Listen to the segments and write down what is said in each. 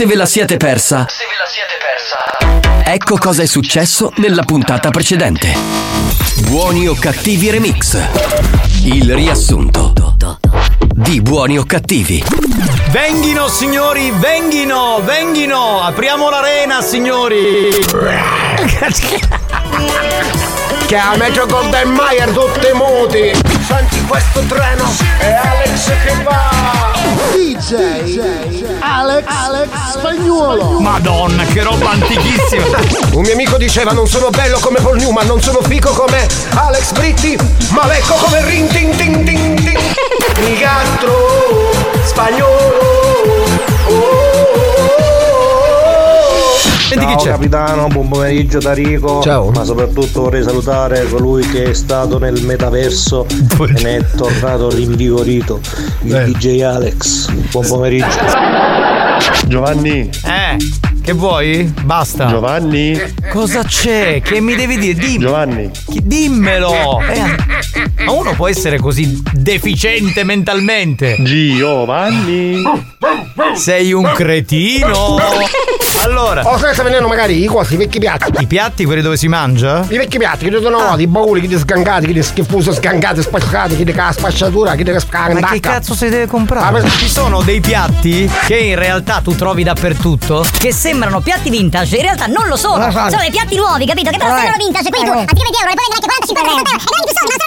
Se ve la siete persa, ecco cosa è successo nella puntata precedente. Buoni o cattivi remix. Il riassunto di Buoni o cattivi. Venghino signori, venghino. Apriamo l'arena signori. Che a Metro Golden Mayer tutti muti. Senti questo treno, è Alex che va. DJ Alex Spagnuolo. Madonna, che roba antichissima. Un mio amico diceva: non sono bello come Paul Newman, non sono fico come Alex Britti, ma lecco come Rin Tin Tin Tin Tin. Il gatto spagnolo. Ciao chi c'è? capitano, buon pomeriggio da Rico. Ciao. Ma soprattutto vorrei salutare colui che è stato nel metaverso e ne è tornato rinvigorito, il DJ Alex. Buon pomeriggio. Giovanni. Che vuoi? Basta. Giovanni. Cosa c'è? Che mi devi dire? Dimmi. Giovanni. Dimmelo. Ma uno può essere così deficiente mentalmente? Giovanni. Sei un cretino. Allora. Senza veneno magari i cosi, i vecchi piatti. I piatti, quelli dove si mangia? I vecchi piatti, che sono i bauli, che di sgangati, che di schifuso sgangati, spaccati, che di spacciatura, che di scandacca. Ma che cazzo si deve comprare? Ci sono dei piatti che in realtà tu trovi dappertutto che sembrano piatti vintage, in realtà non lo sono. Sono dei piatti nuovi, capito? Che però sembrano vintage, quindi tu anziché 20 euro ne puoi vendere anche 40-50 euro. E non più soldi,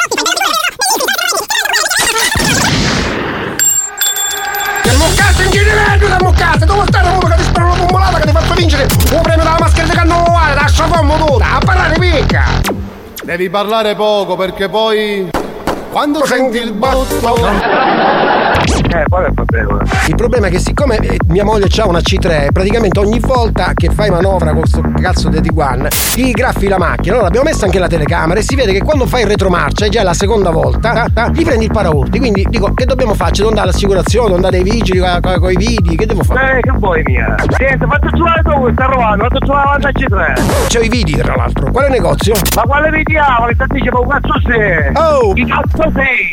in giro, ammoccate, dove stai uno che ti spera una pomolata che ti fatto vincere un premio dalla maschera di carnevale, da sciafommo tutta, a parlare picca. Devi parlare poco perché poi quando senti il botto. Qual è il problema? Il problema è che siccome mia moglie c'ha una C3, praticamente ogni volta che fai manovra con sto cazzo di Tiguan gli graffi la macchina. Allora abbiamo messo anche la telecamera e si vede che quando fai il retromarcia, è già la seconda volta, gli prendi il paraurti. Quindi dico, che dobbiamo fare? Devo andare all'assicurazione, devo andare ai vigili con i vidi, che devo fare? Che vuoi mia? Niente, fatto giocare tu, sta robando, fatto giocare la C3. C'ho i vidi tra l'altro. Quale negozio? Ma quale vediamo? Che sta dicendo un cazzo sei? Oh! Che cazzo sei?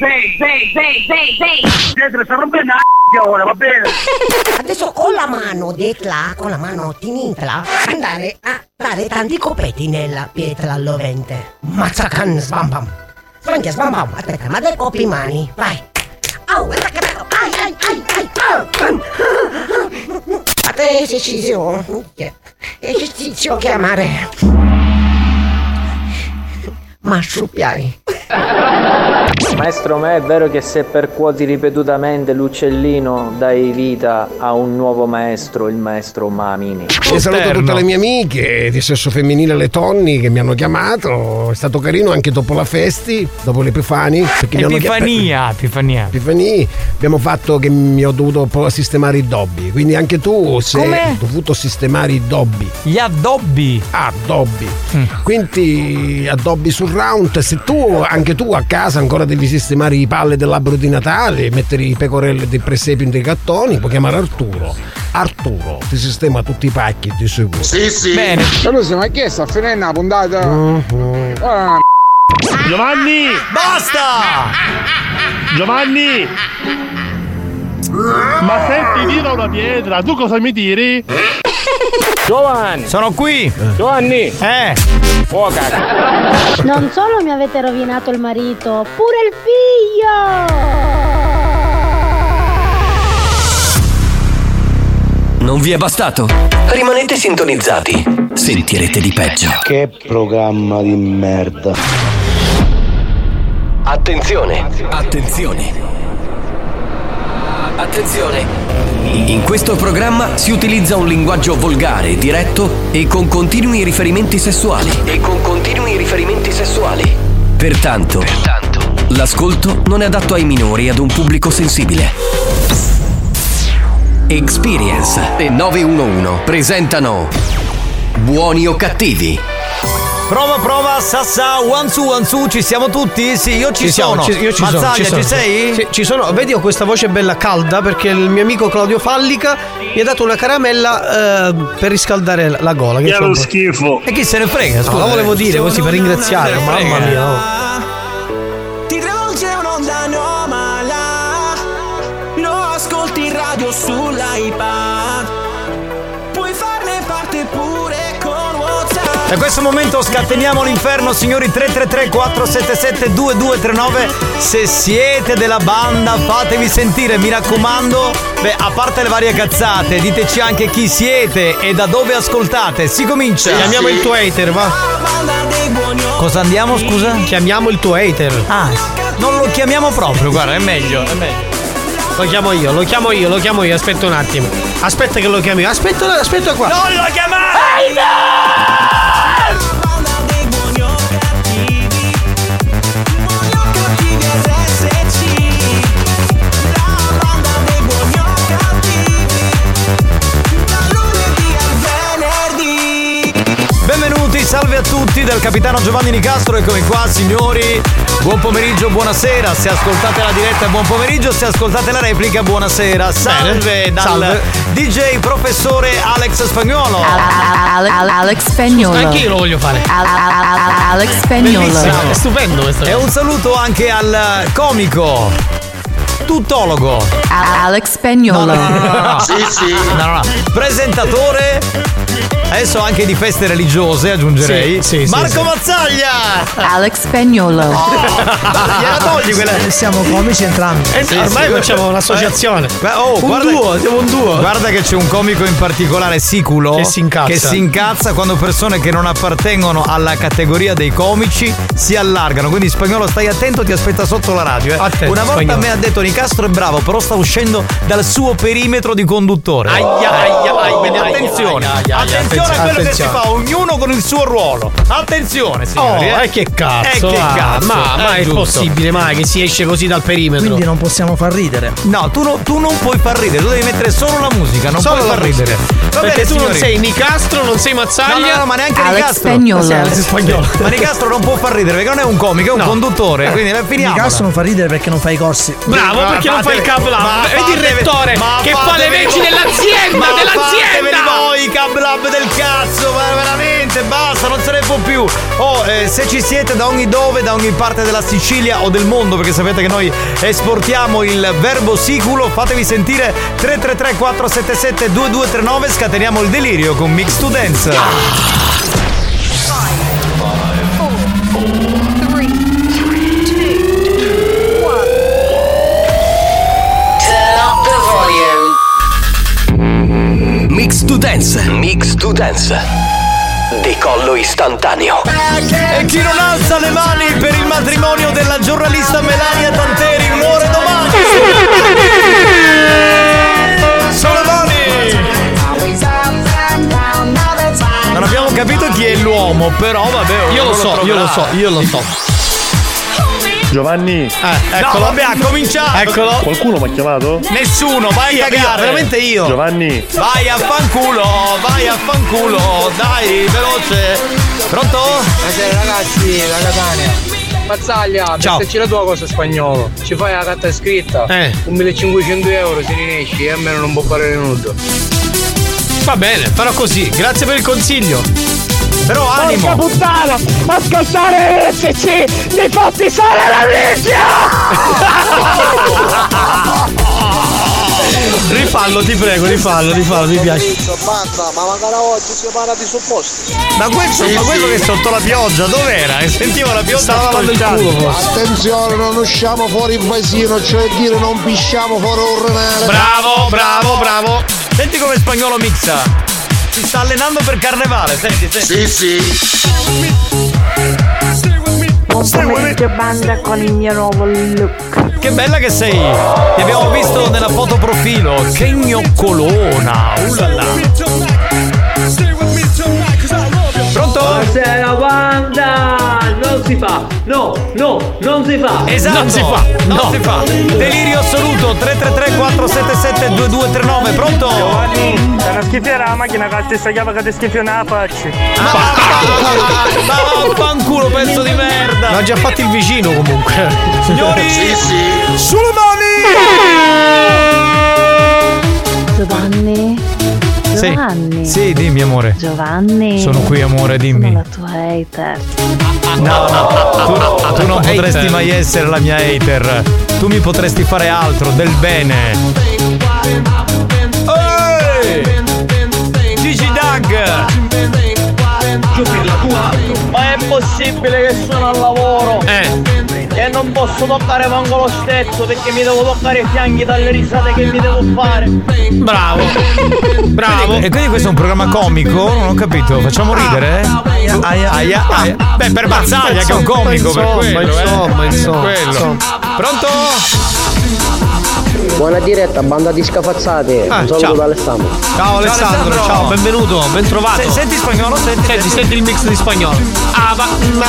Dietro sta rompendo ora, va bene? Adesso con la mano detla, con la mano tinintla, andare a dare tanti copetti nella pietra lovente. Mazzacan sbambam. Smanchia sbambam. Aspetta, ma dai copi mani, vai. Au, guarda che bello. Ai. Fate esercizio. Esercizio chiamare masciupiari. Maestro, ma è vero che se percuoti ripetutamente l'uccellino dai vita a un nuovo maestro, il maestro Mamini? E saluto tutte le mie amiche di sesso femminile, le Tonni, che mi hanno chiamato. È stato carino anche dopo la festi, dopo l'Epifani. Epifania. Abbiamo fatto che mi ho dovuto sistemare i dobbi. Quindi anche tu sei dovuto sistemare i dobbi. Gli addobbi. Quindi addobbi sul round. Se anche tu a casa ancora devi sistemare i palle dell'albero di Natale, mettere i pecorelle dei presepi nei cattoni, puoi chiamare Arturo ti sistema tutti i pacchi di sicuro. Sì. Bene. Ma che sta finendo la puntata? Giovanni! Basta! Giovanni! Ma se ti tiro una pietra, tu cosa mi tiri? Giovanni! Sono qui! Giovanni! Oh cazzo! Non solo mi avete rovinato il marito, pure il figlio! Non vi è bastato? Rimanete sintonizzati. Sentirete di peggio. Che programma di merda. Attenzione. In questo programma si utilizza un linguaggio volgare, diretto e con continui riferimenti sessuali. Pertanto, l'ascolto non è adatto ai minori e ad un pubblico sensibile. Experience e 911 presentano Buoni o cattivi? Prova, Sassa, one two, ci siamo tutti? Sì, io ci sono. Mazzaglia, ci sei? Sì, ci sono. Vedi, ho questa voce bella calda perché il mio amico Claudio Fallica mi ha dato una caramella per riscaldare la gola. Che è lo schifo. E chi se ne frega? Scusa, lo volevo dire così per ringraziare. Mamma mia. Ti rivolge un'onda anomala, lo ascolti in radio sull'iPad. Da questo momento scateniamo l'inferno, signori. 333-477-2239. Se siete della banda, fatevi sentire, mi raccomando. Beh, a parte le varie cazzate, diteci anche chi siete e da dove ascoltate. Si comincia. Chiamiamo il tuo hater, va. Cosa andiamo, scusa? Chiamiamo il tuo hater. Ah, non lo chiamiamo proprio, guarda, è meglio. Lo chiamo io. Aspetta un attimo. Aspetta che lo chiami. Aspetta qua. Non lo chiamare! Benvenuti, salve a tutti dal capitano Giovanni Nicastro, eccomi qua signori, buon pomeriggio, buonasera, se ascoltate la diretta buon pomeriggio, se ascoltate la replica buonasera, salve dal DJ professore Alex Spagnuolo. Alex Spagnuolo. Anche io lo voglio fare. Alex Spagnuolo. È stupendo questo. E un saluto anche al comico tuttologo Alex Spagnuolo. No. Sì. No. Presentatore, adesso anche di feste religiose aggiungerei. Sì, Marco Mazzaglia. Alex Spagnuolo. Gliela togli quella. Siamo comici entrambi. Ormai facciamo un'associazione. Siamo un duo. Guarda che c'è un comico in particolare, Siculo, che si incazza quando persone che non appartengono alla categoria dei comici si allargano. Quindi Spagnolo, stai attento, ti aspetta sotto la radio. Una volta Spagnolo. a me ha detto Nicastro è bravo, però sta uscendo dal suo perimetro di conduttore. Quindi attenzione a quello che si fa, ognuno con il suo ruolo. Attenzione, signori. Che cazzo. Ma è possibile mai che si esce così dal perimetro? Quindi non possiamo far ridere. No, tu non puoi far ridere, tu devi mettere solo la musica, non puoi far ridere. Perché tu non sei Nicastro, non sei Mazzaglia. No, ma neanche Alex Nicastro. Spagnuolo. Ma Nicastro non può far ridere perché non è un comico, è un conduttore. Quindi finiamo. Nicastro non fa ridere perché non fa i corsi. Bravo, perché non fa il Cab Lab. Vedi il rettore che fa le veci dell'azienda. Fatevi voi i Cab Lab del cazzo, ma veramente basta, non se ne può più. Se ci siete da ogni dove, da ogni parte della Sicilia o del mondo, perché sapete che noi esportiamo il verbo siculo, fatevi sentire. 333-477-2239. Scateniamo il delirio con Mix to Dance. Mix to Dance. Decollo istantaneo. E chi non alza le mani per il matrimonio della giornalista Melania Tanteri muore domani. Sulle mani. Non abbiamo capito chi è l'uomo, però vabbè. Io lo so. Giovanni. Eccolo. No, vabbè, ha cominciato. Eccolo. Qualcuno mi ha chiamato? Nessuno, vai a cagare. Veramente io. Giovanni. Vai a fanculo, dai, veloce. Pronto? Buonasera ragazzi, da Catania. Mazzaglia, metterci la tua cosa Spagnolo. Ci fai la carta scritta? 1.500 euro se ne esci e a me non può fare nudo. Va bene, farò così. Grazie per il consiglio. Però animo. Porca puttana, ascoltare RSC, mi fatti fare la vecchia! Rifallo, ti prego, rifallo, mi piace. Banda, ma magari oggi si parla di supposti. Ma questo che è sotto la pioggia, dov'era? Che sentivo la pioggia. Stava lavando il culo. Attenzione, non usciamo fuori il paesino, cioè dire non pisciamo fuori un renale. Bravo. Senti come Spagnolo mixa. Si sta allenando per carnevale, senti. Sì. Buon pomeriggio banda con il mio nuovo look. Che bella che sei! Ti abbiamo visto nella foto profilo. Che gnoccolona! Ullala! Pronto? Buonasera banda! Non si fa! No, non si fa! Esatto! Non si fa! Delirio assoluto! 333-477-2239, pronto? Giovanni, è una schifiera la macchina che ti sta chiama che ti schifia una faccia! Ma fanculo, pezzo di merda! L'ha già fatto il vicino comunque! Signori! Sì! Sulle mani! Giovanni? Sì, dimmi amore. Giovanni. Sono qui amore, dimmi. Sono la tua hater. No, tu non potresti mai essere la mia hater. Tu mi potresti fare altro, del bene. Gigi Dag. possibile che sono al lavoro e non posso toccare manco lo stetto perché mi devo toccare i fianchi dalle risate che mi devo fare. Bravo. E quindi questo è un programma comico? Non ho capito, facciamo ridere? Aia. Beh, per Mazzaglia che è un comico, per quello. Insomma. Pronto? Buona diretta, banda di scafazzate. Un saluto da Alessandro. Ciao Alessandro, ciao, benvenuto, ben trovato. Senti spagnolo, senti il mix di spagnolo. Ava.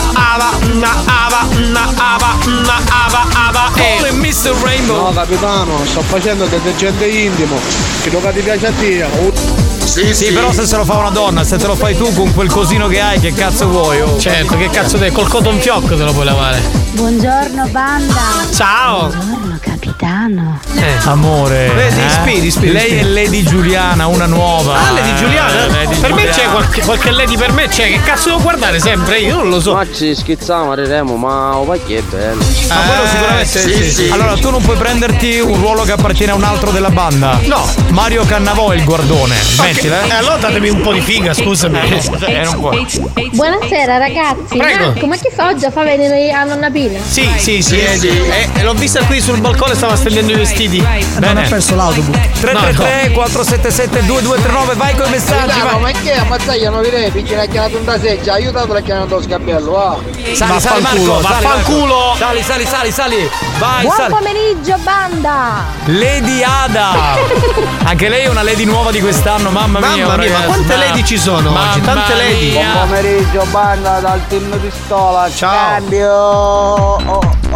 Oh, Mr. Rainbow. No, capitano, sto facendo detergente intimo. Che ti piace a te. Sì, però se lo fa una donna, se te lo fai tu con quel cosino che hai, che cazzo vuoi? Oh? Certo, che cazzo devi? Col cotton fioc te lo puoi lavare. Buongiorno banda. Ciao. Buongiorno capitano. Amore. Ispiri. Lei è Lady Giuliana, una nuova. Ah, Lady Giuliana? Per me c'è qualche Lady per me c'è. Che cazzo devo guardare sempre? Io non lo so. Ma ci schizziamo, arriveremo, ma che è bello. Quello sicuramente sì. Allora tu non puoi prenderti un ruolo che appartiene a un altro della banda? No. Mario Cannavò è il guardone. Mettila. Allora datemi un po' di figa, scusami. Non può. Buonasera ragazzi. Prego. Marco, ma che fa oggi? Fa venire a nonna Pina? Sì. L'ho vista qui sul balcone, stava stendendo i vestiti. Non ha perso l'autobus. 333 477 2239, vai con i messaggi. Ma che a Mazzaglia non vedete? Perché l'ha chiamato un da seggia, aiutato l'ha chiamato lo scappello, va. Sali Marco, vaffanculo. Sali. Vai, Buon pomeriggio banda. Lady Ada. Anche lei è una lady nuova di quest'anno, mamma mia, ma quante lady ci sono oggi? Tante lady. Buon pomeriggio banda dal team Pistola. Ciao. Cambio.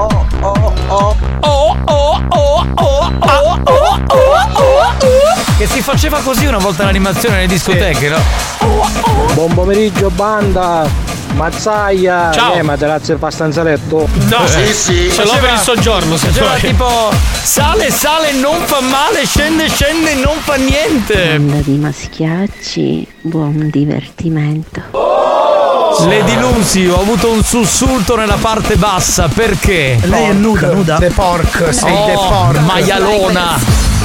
Che si faceva così una volta l'animazione nelle discoteche, no? Buon pomeriggio banda. Mazzaglia. Ciao. Ma te l'hai abbastanza letto? No, sì. Ce l'ho per il soggiorno, se vuoi. Tipo sale, non fa male, scende, non fa niente. Banda di maschiacci, buon divertimento. Lady Lucy, ho avuto un sussulto nella parte bassa, perché? Lei è nuda. The pork, sì, the pork. Maialona.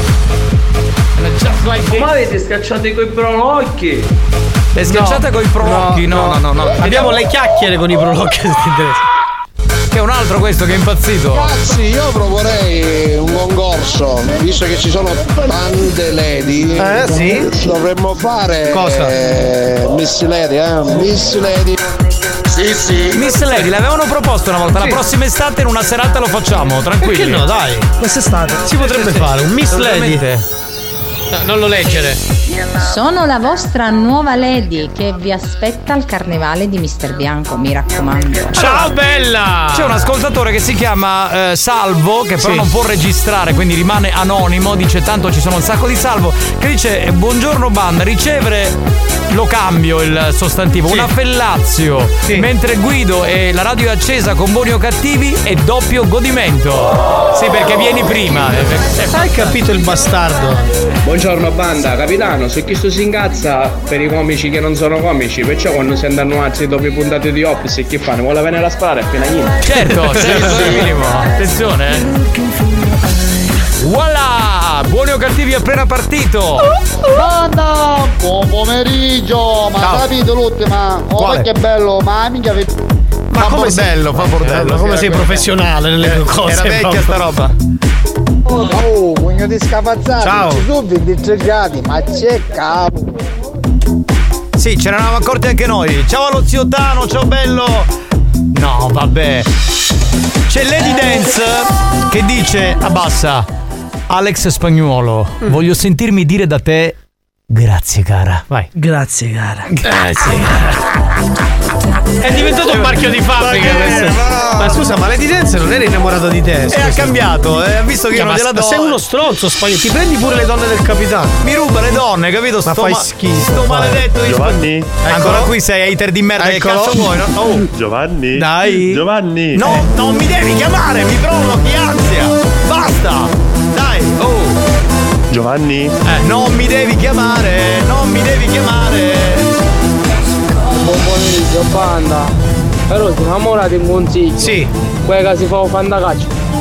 Ma avete scacciato coi prolocchi? Le schiacciate coi prolocchi? No. Abbiamo le chiacchiere con i prolocchi. Che è un altro questo che è impazzito. Cazzi, io proporrei un concorso, visto che ci sono tante lady. Sì. Dovremmo fare cosa? Miss Lady. Sì. Miss Lady l'avevano proposto una volta, la prossima estate in una serata lo facciamo, tranquilli. Perché no, dai. Quest'estate Si potrebbe fare un Miss Lady. No, non lo leggere. Sono la vostra nuova lady che vi aspetta al carnevale di Mister Bianco, mi raccomando. Ciao bella! C'è un ascoltatore che si chiama Salvo, che però non può registrare, quindi rimane anonimo. Dice tanto ci sono un sacco di Salvo. Che dice buongiorno banda, ricevere, lo cambio il sostantivo, una fellazio mentre guido e la radio è accesa con buoni o cattivi è doppio godimento. Sì, perché vieni prima. Hai capito il bastardo? Buongiorno banda, capitano, se questo si incazza per i comici che non sono comici, perciò quando si andano alzi dopo i puntati di Ops e che fanno? Vuole venire a sparare appena niente. Certo, minimo. Attenzione. Voilà! Buoni o cattivi appena partito. Banda, buon pomeriggio, ma capito l'ultima? Che bello, ma mica fa bordello. Ma come sei professionale nelle tue cose? Era vecchia sta roba. Oh, pugno di scafazzati. Ciao. Ci sono 23 gradi, ma c'è capo. Sì, ce ne eravamo accorti anche noi. Ciao allo zio Tano, ciao bello. No, vabbè. C'è Lady Dance che dice, abbassa, Alex Spagnuolo, voglio sentirmi dire da te grazie cara. Vai. Grazie cara. È diventato un marchio di fabbrica questo. Ma scusa, ma Lady Dance non era innamorata di te? E ha cambiato, ha visto che io non gliela do. Sei uno stronzo, Spagnolo. Ti prendi pure le donne del capitano. Mi ruba le donne, capito? Ma fai schifo. Sto maledetto di Giovanni. Ancora qui sei hater di merda. Eccolo. Che cazzo vuoi? No? Giovanni. Dai. Giovanni. No, non mi devi chiamare, mi provochi ansia. Basta. Dai. Giovanni. Non mi devi chiamare. Buon pomeriggio banda. Però si innamorati in consiglio. Sì. Quella che si fa un fantacaccio.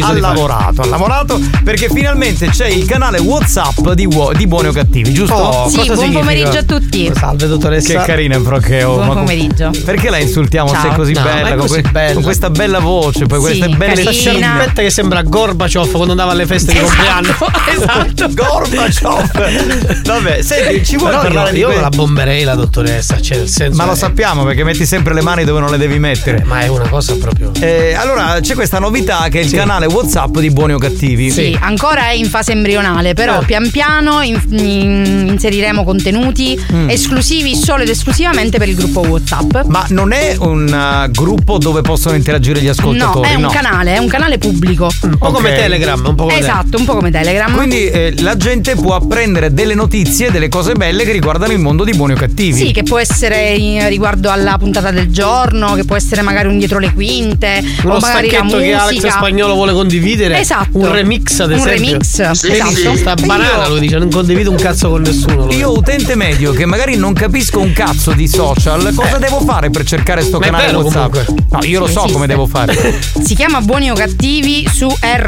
deciso ha lavorato perché finalmente c'è il canale WhatsApp di Buoni o Cattivi, giusto? Sì, buon pomeriggio a tutti. Salve dottoressa. Che carina che ho. Buon pomeriggio. Perché la insultiamo se è così bella, con questa bella voce, poi queste belle aspetta che sembra Gorbaciov quando andava alle feste di compleanno. Esatto, Gorbaciov. Vabbè, senti, ci vuoi parlare io la bomberei la dottoressa, cioè nel senso. Ma lo sappiamo perché metti sempre le mani dove non le devi mettere. Ma è una cosa proprio. Allora c'è questa novità che è il canale WhatsApp di Buoni o Cattivi. Sì, ancora è in fase embrionale, però pian piano inseriremo contenuti esclusivi solo ed esclusivamente per il gruppo WhatsApp. Ma non è un gruppo dove possono interagire gli ascoltatori? No, è un canale pubblico. Un po' come Telegram, un po' come esatto, un po' come Telegram. Quindi la gente può apprendere delle notizie, delle cose belle che riguardano il mondo di Buoni o Cattivi. Sì, che può essere riguardo alla puntata del giorno, che può essere magari un dietro le quinte, uno o magari la musica che Alex Spagnolo vuole condividere. Esatto. Un remix ad esempio. Un remix. Esatto. Sta banana lo dice, non condivido un cazzo con nessuno. Io utente medio che magari non capisco un cazzo di social, cosa devo fare per cercare sto canale WhatsApp? No, io lo so come devo fare. Si chiama Buoni o Cattivi su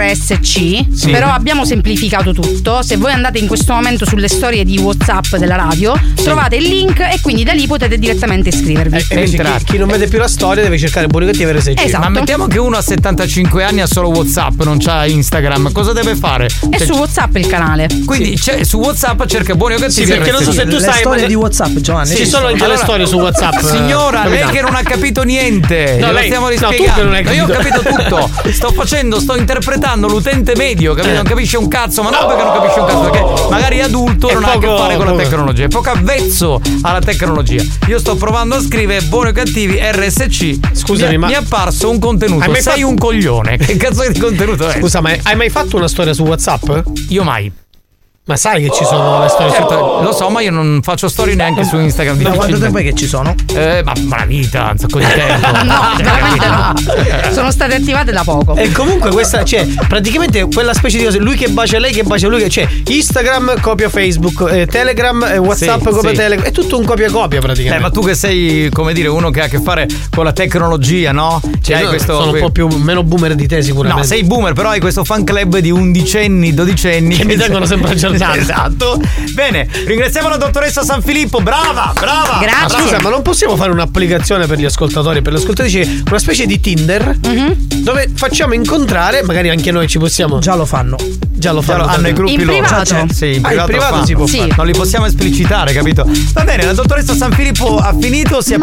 RSC, però abbiamo semplificato tutto. Se voi andate in questo momento sulle storie di WhatsApp della radio, trovate il link e quindi da lì potete direttamente iscrivervi. Chi non vede più la storia deve cercare Buoni o Cattivi RSC. Esatto. Ma mettiamo che uno a 75 anni ha solo WhatsApp, non c'ha Instagram, cosa deve fare? È su WhatsApp il canale. Quindi su WhatsApp cerca Buoni o Cattivi. Perché non so se tu sai storie di WhatsApp, Giovanni. Ci sono anche le storie su WhatsApp. Signora, lei che non ha capito niente. No, lo stiamo rispiegando. Io ho capito tutto. Sto interpretando l'utente medio, capito? Non capisce un cazzo, ma non perché non capisce un cazzo, perché magari è adulto e non ha a che fare con la tecnologia. È poco avvezzo alla tecnologia. Io sto provando a scrivere Buoni o Cattivi RSC. Scusami, mi è apparso un contenuto. Sei un coglione. Che cazzo di contenuto è? Scusa, ma hai mai fatto una storia su WhatsApp? Io mai. Ma sai che ci sono le storie? Certo, lo so, ma io non faccio storie neanche su Instagram. Ma quanto tempo è che ci sono? Ma una vita, un sacco di tempo. No, veramente no. Sono state attivate da poco. E comunque questa, cioè, praticamente quella specie di cose, lui che bacia lei, che bacia lui, cioè Instagram copia Facebook, Telegram, WhatsApp copia Telegram, è tutto un copia praticamente. Ma tu che sei, come dire, uno che ha a che fare con la tecnologia, no? Cioè, hai questo, sono un po' più meno boomer di te sicuramente. No, sei boomer, però hai questo fan club di 11enni, 12enni che mi tengono sempre aggiornato. Esatto. Bene, ringraziamo la dottoressa Sanfilippo, brava. Grazie. Scusa, ma non possiamo fare un'applicazione per gli ascoltatori, per le ascoltatrici, una specie di Tinder dove facciamo incontrare, magari anche noi ci possiamo. Già lo fanno. Hanno i gruppi in loro. privato. Sì, in privato si può fare. Non li possiamo esplicitare, capito? Va bene, la dottoressa Sanfilippo ha finito, si è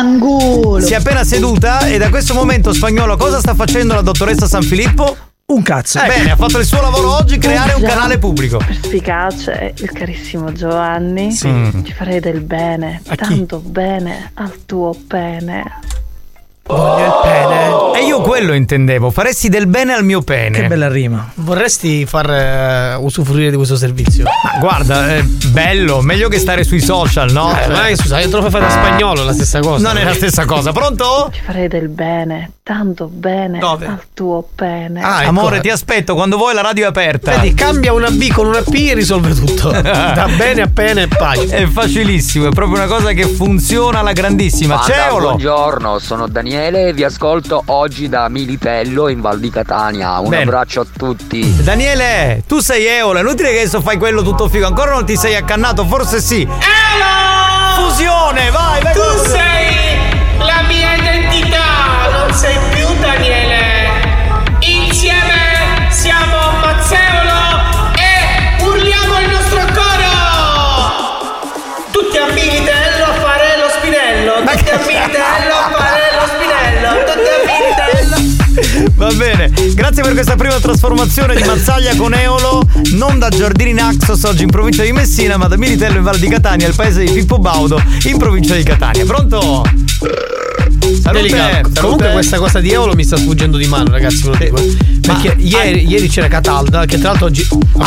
appena seduta e da questo momento Spagnolo cosa sta facendo la dottoressa Sanfilippo? Un cazzo. Bene, ha fatto il suo lavoro oggi, creare un canale pubblico. Perspicace, il carissimo Giovanni. Ci farei del bene, tanto bene al tuo pene. Voglio il pene. E io quello intendevo, faresti del bene al mio pene. Che bella rima. Vorresti far usufruire di questo servizio? Ma guarda, è bello, meglio che stare sui social, no? Ma scusa, io te lo fai fare da Spagnolo, la stessa cosa. Non è la stessa cosa, pronto? Ci farei del bene, tanto bene al tuo pene. Amore, ti aspetto, quando vuoi la radio è aperta. Vedi, cambia una B con una P e risolve tutto. Da bene a pene e pace. È facilissimo, è proprio una cosa che funziona alla grandissima. Ceolo! Buongiorno, sono Daniele, vi ascolto oggi da Militello in Val di Catania. Un abbraccio a tutti. Daniele, tu sei Eolo, è inutile che adesso fai quello tutto figo. Ancora non ti sei accannato, forse sì. Eolo! Fusione, vai. Tu sei la mia identità, non sei più Daniele. Insieme siamo Mazzeolo e urliamo il nostro coro. Tutti a Militello a fare lo spinello. Tutti a Militello a fare lo spinello. Tutti a Militello. Va bene, grazie per questa prima trasformazione di Mazzaglia con Eolo, non da Giardini Naxos oggi in provincia di Messina, ma da Militello in Val di Catania, il paese di Pippo Baudo in provincia di Catania. Pronto? Salute. Comunque questa cosa di Eolo mi sta sfuggendo di mano, ragazzi, ve lo dico. Perché ieri c'era Catalda, che tra l'altro oggi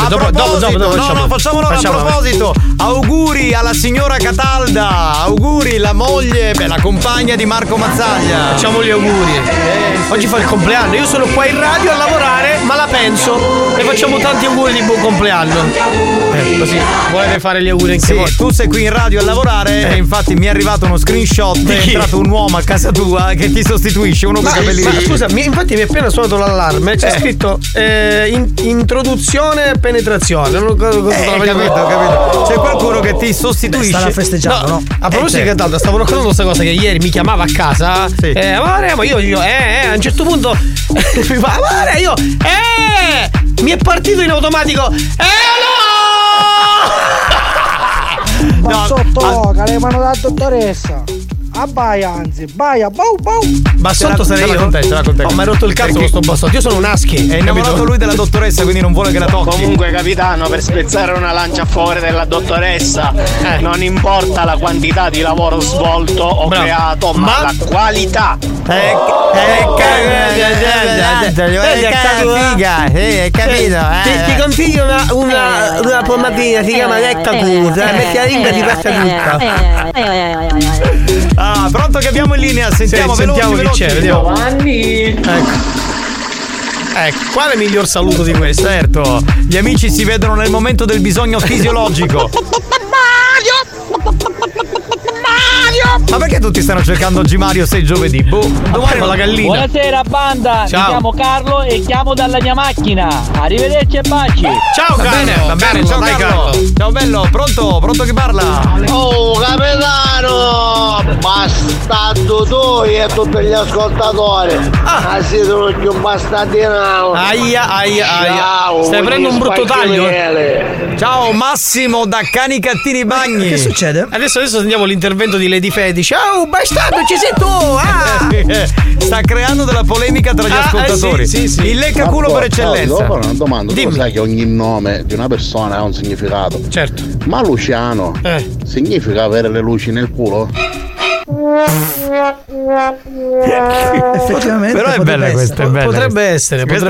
dopo facciamolo a proposito. Auguri alla signora Catalda, auguri la moglie, la compagna di Marco Mazzaglia. Facciamo gli auguri. Oggi fa il compleanno. Io sono qua in radio a lavorare, ma la penso. E facciamo tanti auguri di buon compleanno. Così volete fare gli auguri anche voi. Tu sei qui in radio a lavorare e infatti mi è arrivato uno screenshot. È entrato un uomo a casa tua che ti sostituisce, uno con i capelli ricci. Scusa, infatti mi è appena suonato l'allarme. C'è scritto introduzione penetrazione. Non capito. C'è qualcuno che ti sostituisce. Stava festeggiando, no? A proposito di Cataldo, stavo raccontando questa cosa che ieri mi chiamava a casa. Ma io a un certo punto mi fa amore, io mi è partito in automatico. Ma sotto le mano della dottoressa. Abbaia, anzi, baia, bau. Bassotto sarei io. Ma hai rotto il cazzo con sto bassotto. Io sono un husky. È innamorato lui della dottoressa, quindi non vuole che la tocchi. Comunque, capitano, per spezzare una lancia a favore della dottoressa, non importa la quantità di lavoro svolto o creato, ma la qualità. Ti consiglio una pomatina, si chiama Lectacusa. Metti la lingua e ti passa tutta. Pronto che abbiamo in linea, sentiamo chi c'è, vediamo. Giovanni. Ecco, quale miglior saluto di questo? Certo, gli amici si vedono nel momento del bisogno fisiologico. Ma perché tutti stanno cercando oggi Mario se è giovedì? Domani con la gallina. Buonasera banda, ciao. Mi chiamo Carlo e chiamo dalla mia macchina. Arrivederci e baci. Ciao Carlo. Va bene, ciao Carlo. Ciao bello, pronto chi parla? Oh capitano, bastardo tu e tutti gli ascoltatori. Siete tutti un bastardino. Aia. Stai prendendo un brutto taglio. Ciao Massimo da Cani Cattini Bagni. Che succede? Adesso sentiamo l'intervento di Lady Fedi. Ciao bastardo, ci sei tu. Sta creando della polemica tra gli ascoltatori. Sì. Il leccaculo per eccellenza. Devo fare una domanda. Tu sai che ogni nome di una persona ha un significato. Certo. Ma Luciano significa avere le luci nel culo? Effettivamente però è bella questa, è bella. Potrebbe essere. Sì.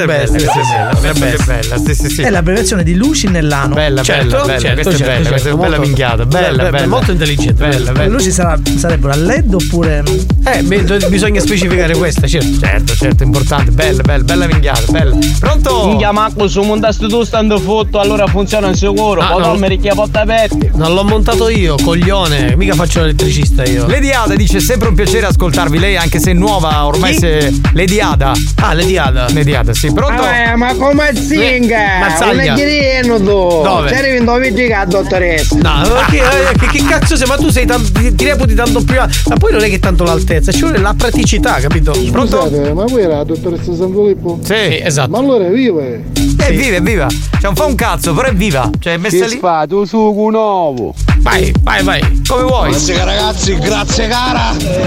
È l'abbreviazione di luci nell'ano. Bella, certo, questa è bella, questa è bella minchiata, bella. Molto intelligente. Bella. Le luci sarebbero a LED oppure. Bisogna specificare questa, certo, importante, bella minchiata, bella. Pronto? Mi chiama su montaste tu stando foto, allora funziona sicuro. Poi mi richiamo porta aperti. Non l'ho montato io, coglione. Mica faccio l'elettricista io. Lady Ada dice sempre un piacere ascoltarvi, lei anche se è nuova ormai. Lady Ada. Lady Ada, sì. Pronto? Ma come zinga? Mazzaglia. Tu dove? C'eri in dove giga dottoressa? No, che cazzo sei? Ma tu sei ti reputi tanto più. Ma poi non è che tanto l'altezza, ci vuole la praticità, capito? Pronto? Scusate, ma qui era la dottoressa San Filippo? Sì, esatto. Ma allora è viva? È viva. Cioè non fa un cazzo, però è viva. Cioè è messa lì. Fa tu sugo nuovo. Vai. Come vuoi? Buonasera ragazzi, grazie cara,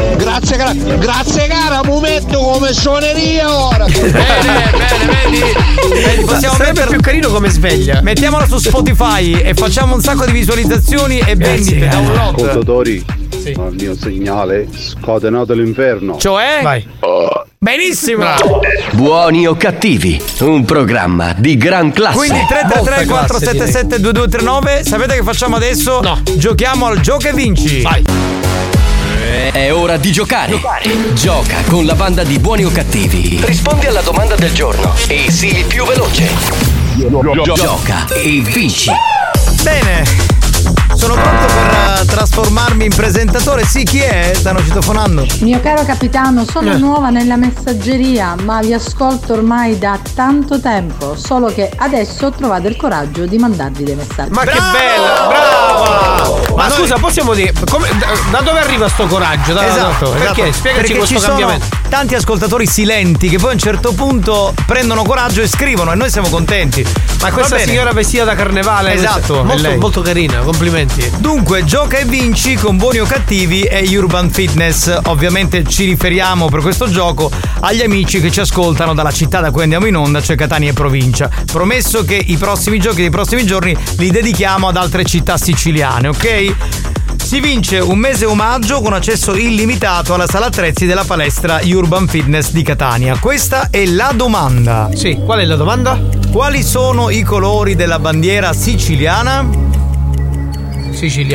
mi metto come suoneria ora. Bene, vedi. Sarebbe più carino come sveglia. Mettiamola su Spotify e facciamo un sacco di visualizzazioni e vendite, download. Ascoltatori, al mio segnale scatenato l'inferno. Cioè? Vai. Benissimo. Buoni o cattivi, un programma di gran classe. Quindi 333-477-2239. Sapete che facciamo adesso? No. Giochiamo al Gioca e Vinci. Vai. È ora di giocare. Gioca con la banda di Buoni o Cattivi. Rispondi alla domanda del giorno e sii il più veloce. Gioca e vinci. Bene. Sono pronto per trasformarmi in presentatore. Sì, chi è? Stanno citofonando. Mio caro capitano, sono nuova nella messaggeria, ma vi ascolto ormai da tanto tempo. Solo che adesso ho trovato il coraggio di mandarvi dei messaggi. Ma che bella, brava! Ma scusa, possiamo dire da dove arriva sto coraggio? Esatto. Perché? Spiegaci questo cambiamento. Tanti ascoltatori silenti che poi a un certo punto prendono coraggio e scrivono e noi siamo contenti. Ma questa signora vestita da carnevale, esatto, molto carina, complimenti. Dunque, Gioca e Vinci con Buoni o Cattivi e Urban Fitness. Ovviamente ci riferiamo per questo gioco agli amici che ci ascoltano dalla città da cui andiamo in onda, cioè Catania e provincia. Promesso che i prossimi giochi dei prossimi giorni li dedichiamo ad altre città siciliane, ok? Si vince un mese omaggio con accesso illimitato alla sala attrezzi della palestra Urban Fitness di Catania. Questa è la domanda. Sì, qual è la domanda? Quali sono i colori della bandiera siciliana? Siciliana.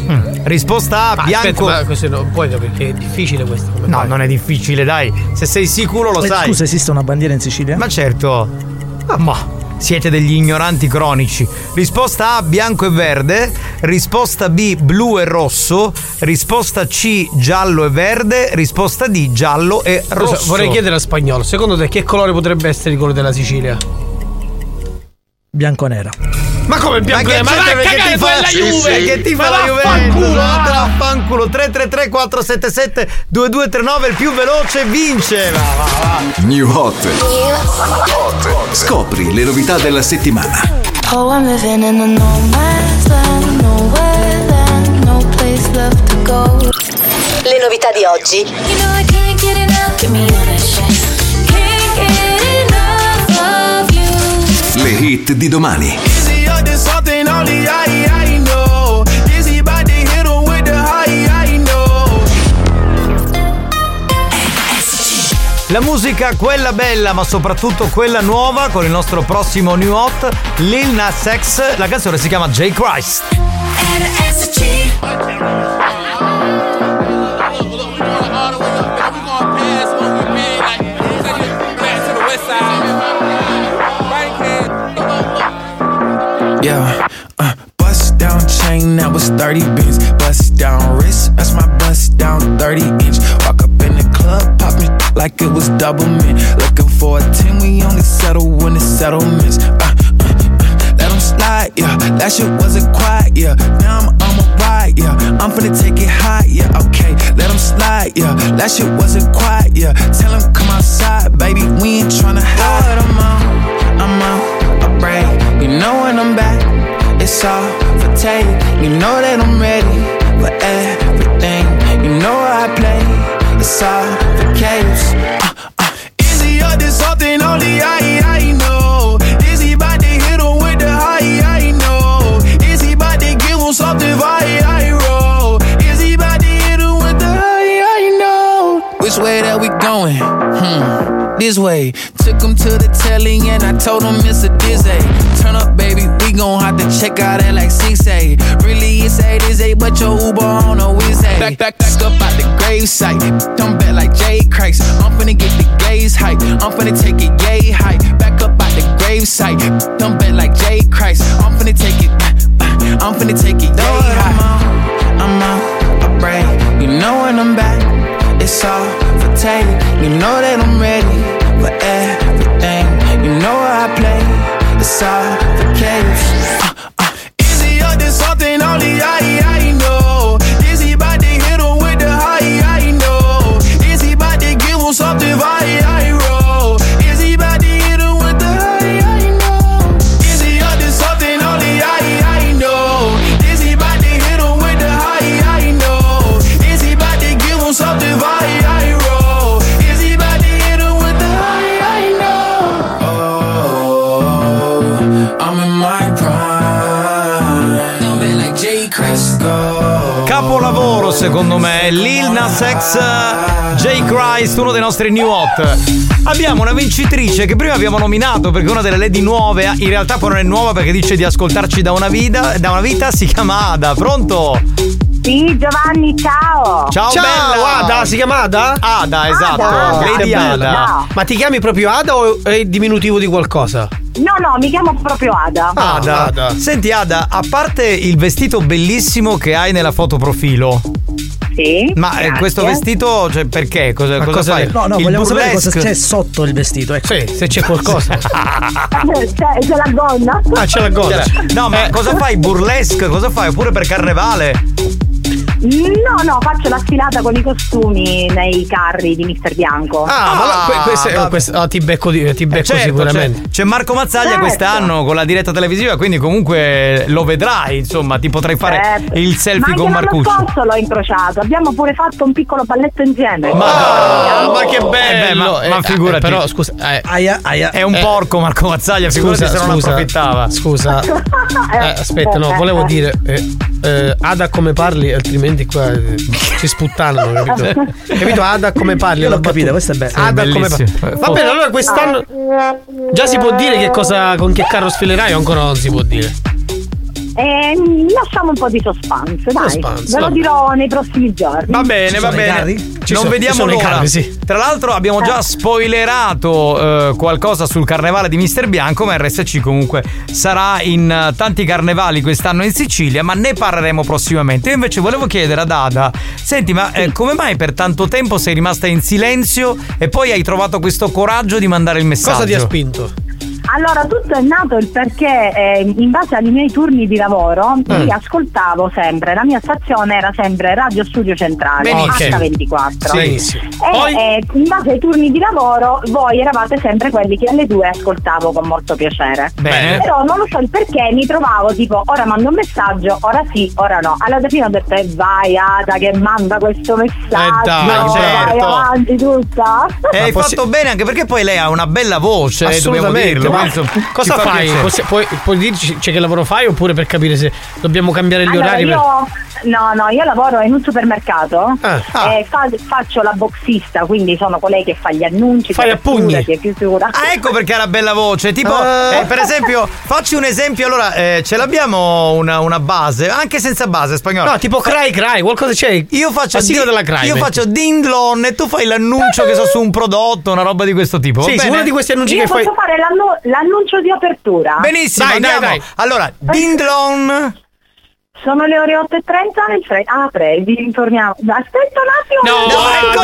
Risposta A, bianco. Aspetta, ma questo non puoi perché è difficile questo. No, non è difficile, dai. Se sei sicuro lo sai. Scusa, esiste una bandiera in Sicilia? Ma certo. Ma siete degli ignoranti cronici. Risposta A, bianco e verde. Risposta B, blu e rosso. Risposta C, giallo e verde. Risposta D, giallo e rosso. Scusa, vorrei chiedere a Spagnolo, secondo te che colore potrebbe essere il colore della Sicilia? Bianco-nera. Ma come bianco? Ma vai a cagare quella Juve! Che ti fa la Juventus? Vaffanculo. 333 477 2239, il più veloce vince. Va. New Hot. Scopri le novità della settimana. Oh, I'm living in a no man's land, nowhere land, no place left to go. Le novità di oggi. You know I can't get enough, give me all that shit. Can't get enough of you. Le hit di domani. Something only I know. Is he about to hit him with the I know? La musica, quella bella, ma soprattutto quella nuova, con il nostro prossimo New Hot, Lil Nas X. La canzone si chiama J. Christ. Yeah, bust down chain, that was 30 bins. Bust down wrist, that's my bust down 30 inch. Walk up in the club, popping like it was double mint. Looking for a 10, we only settle when it's settlements. Let them slide, yeah, that shit wasn't quiet, yeah. Now I'm on a ride, yeah, I'm finna take it high, yeah, okay. Let them slide, yeah, that shit wasn't quiet, yeah. Tell them come outside, baby, we ain't tryna hide. I'm out, I break. You know when I'm back, it's all for take. You know that I'm ready for everything. You know I play, it's all for caves. Is he up to something only I know? Is he about to hit him with the I know? Is he about to give him something I roll? Is he about to hit him with the I know? Which way that we going? This way. Took him to the telly and I told him it's a dizzy. Turn up, baby, we gon' have to check out at like 6A. Really, it's 8 but your Uber on a Wednesday. Back up out the gravesite. Come back like J. Christ. I'm finna get the gaze hype. I'm finna take it yay hype. Back up out the gravesite. Come back like J. Christ. I'm finna take it. I'm finna take it yay hype. I'm out, I break. You know when I'm back, it's all for take. You know that I'm ready for everything. You know I play, it's all for caves. Is he up to something only I know? Is he about to hit him with the I know? Is he about to give him something I roll? Is he about to hit him with the I know? Is he up to something only I know? Is he about to hit him with the I know? Is he about to give him something I roll? Is he about to hit him with the I know? Oh, I'm in my prime. I'm in like J. Christ. Capolavoro secondo me, Lil Nas X, J. Christ, uno dei nostri New Hot. Abbiamo una vincitrice che prima abbiamo nominato perché è una delle lady nuove, in realtà poi non è nuova perché dice di ascoltarci da una vita, si chiama Ada. Pronto? Sì, Giovanni, ciao. Ciao bella. Ada, si chiama Ada? Ada, esatto. Lady Ada. No. Ma ti chiami proprio Ada o è il diminutivo di qualcosa? No, mi chiamo proprio Ada. Ada. Senti Ada, a parte il vestito bellissimo che hai nella foto profilo. Sì. Ma questo vestito, cioè, perché? Cosa fai? No, Il vogliamo sapere cosa burlesque? c'è sotto il vestito. Ecco. Sì, se c'è qualcosa. C'è la gonna. Ah, c'è la gonna. No, ma cosa fai? Burlesque? Cosa fai? Oppure per carnevale? No, faccio la sfilata con i costumi nei carri di Mister Bianco. Ti becco certo, sicuramente. C'è Marco Mazzaglia Certo. quest'anno con la diretta televisiva, quindi comunque lo vedrai, insomma, ti potrai fare il selfie con Marcuccio. Ma anche l'anno scorso l'ho incrociato, abbiamo pure fatto un piccolo balletto insieme. Ma che bello! Ma figurati. Però scusa, è un porco Marco Mazzaglia, figurati se non approfittava. Scusa. Aspetta, no, volevo dire Ada come parli, altrimenti qua ci sputtanano, capito? Capito Ada come parli? Io l'ho capito, questo è bello. Ada come parli. Va bene, allora quest'anno già si può dire con che carro sfilerai o ancora non si può dire? lasciamo un po' di suspense, dai. Ve lo dirò nei prossimi giorni. Va bene, va bene. Non vediamo l'ora. Tra l'altro abbiamo già spoilerato qualcosa sul carnevale di Mister Bianco, ma RSC comunque sarà in tanti carnevali quest'anno in Sicilia, ma ne parleremo prossimamente. Io invece volevo chiedere ad Ada, senti, ma come mai per tanto tempo sei rimasta in silenzio e poi hai trovato questo coraggio di mandare il messaggio? Cosa ti ha spinto? Allora, tutto è nato perché in base ai miei turni di lavoro io ascoltavo sempre, la mia stazione era sempre Radio Studio Centrale, H24. Benissimo. E in base ai turni di lavoro voi eravate sempre quelli che alle 2 ascoltavo con molto piacere. Bene. Però non lo so il perché, mi trovavo tipo ora mando un messaggio, ora sì, ora no. Alla fine ho detto vai Ada che manda questo messaggio, vai avanti tutta. E hai fatto bene, anche perché poi lei ha una bella voce, dobbiamo dirlo. Cosa fai? Puoi dirci che lavoro fai oppure per capire se dobbiamo cambiare gli orari? Io lavoro in un supermercato e faccio la boxista, quindi sono colei che fa gli annunci, fai a pugni. Chiusura. Ecco perché ha una bella voce. Tipo, per esempio, facci un esempio. Allora, ce l'abbiamo una base, anche senza base spagnola. No, tipo cry, qualcosa c'è. Io faccio della cry. Io faccio dinglon e tu fai l'annuncio che so su un prodotto, una roba di questo tipo. Sì, uno di questi annunci io che fai. Posso fare l'annuncio di apertura. Benissimo, andiamo. Dai. Allora, dinglon. Sono le ore 8:30 vi informiamo. Aspetta un attimo.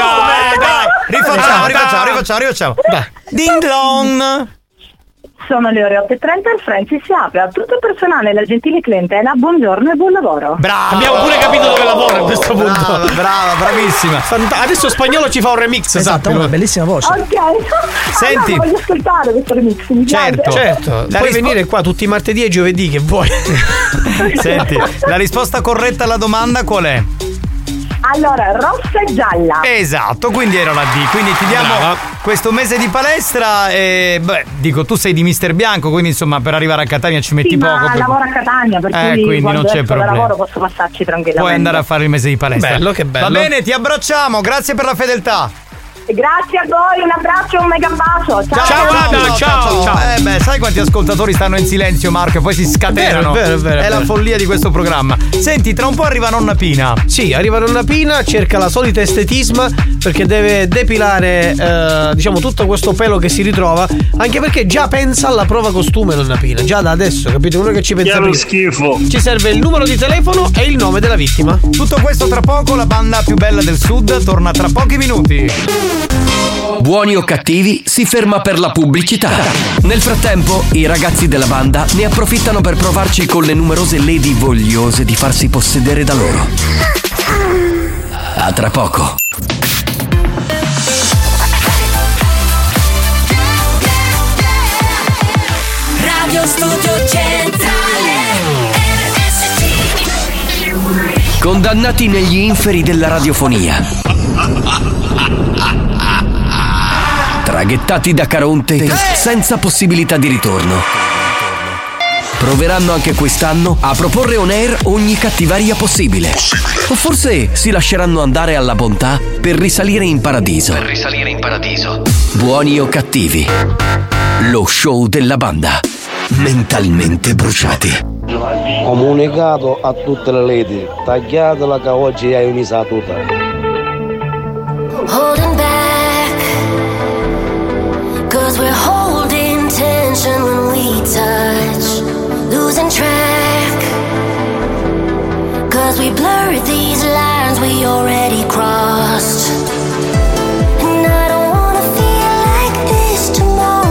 Rifacciamo. Ding dong. Sono le ore 8:30 il Francis si apre a tutto il personale e la gentile clientela. Buongiorno e buon lavoro. Bravo. Abbiamo pure capito dove lavora a questo punto. Brava, bravissima. Adesso Spagnolo ci fa un remix. Esatto, una bellissima voce. Ok. Senti. No, voglio ascoltare questo remix. Mi certo. Puoi venire qua tutti i martedì e giovedì che vuoi. Senti, la risposta corretta alla domanda qual è? Allora, rossa e gialla. Esatto, quindi era la D. Quindi ti diamo questo mese di palestra e tu sei di Mister Bianco, quindi insomma per arrivare a Catania ci metti poco. Ma lavoro a Catania, per cui quindi non c'è problema. lavoro posso passarci tranquillamente. Puoi andare a fare il mese di palestra. Bello, che bello. Va bene, ti abbracciamo, grazie per la fedeltà. Grazie a voi, un abbraccio, un mega bacio. Ciao. Sai quanti ascoltatori stanno in silenzio, Marco, e poi si scatenano. Vero. È la follia di questo programma. Senti, tra un po' arriva nonna Pina. Sì, arriva nonna Pina, cerca la solita estetisma perché deve depilare tutto questo pelo che si ritrova, anche perché già pensa alla prova costume nonna Pina, già da adesso, capite? Uno che ci pensa prima. Schifo. Ci serve il numero di telefono e il nome della vittima. Tutto questo tra poco, la banda più bella del sud torna tra pochi minuti. Buoni o cattivi si ferma per la pubblicità. Nel frattempo, i ragazzi della banda ne approfittano per provarci con le numerose lady vogliose di farsi possedere da loro. A tra poco. Radio Studio Centrale RSC. Condannati negli inferi della radiofonia. Traghettati da Caronte senza possibilità di ritorno. Proveranno anche quest'anno a proporre on air ogni cattiveria possibile. O forse si lasceranno andare alla bontà per risalire in paradiso. Buoni o cattivi, lo show della banda. Mentalmente bruciati. Comunicato a tutte le lady, tagliatela che oggi hai un'isa tutta. Holding back, 'cause we're holding tension when we touch, losing track, 'cause we blurred these lines we already crossed. And I don't wanna feel like this tomorrow.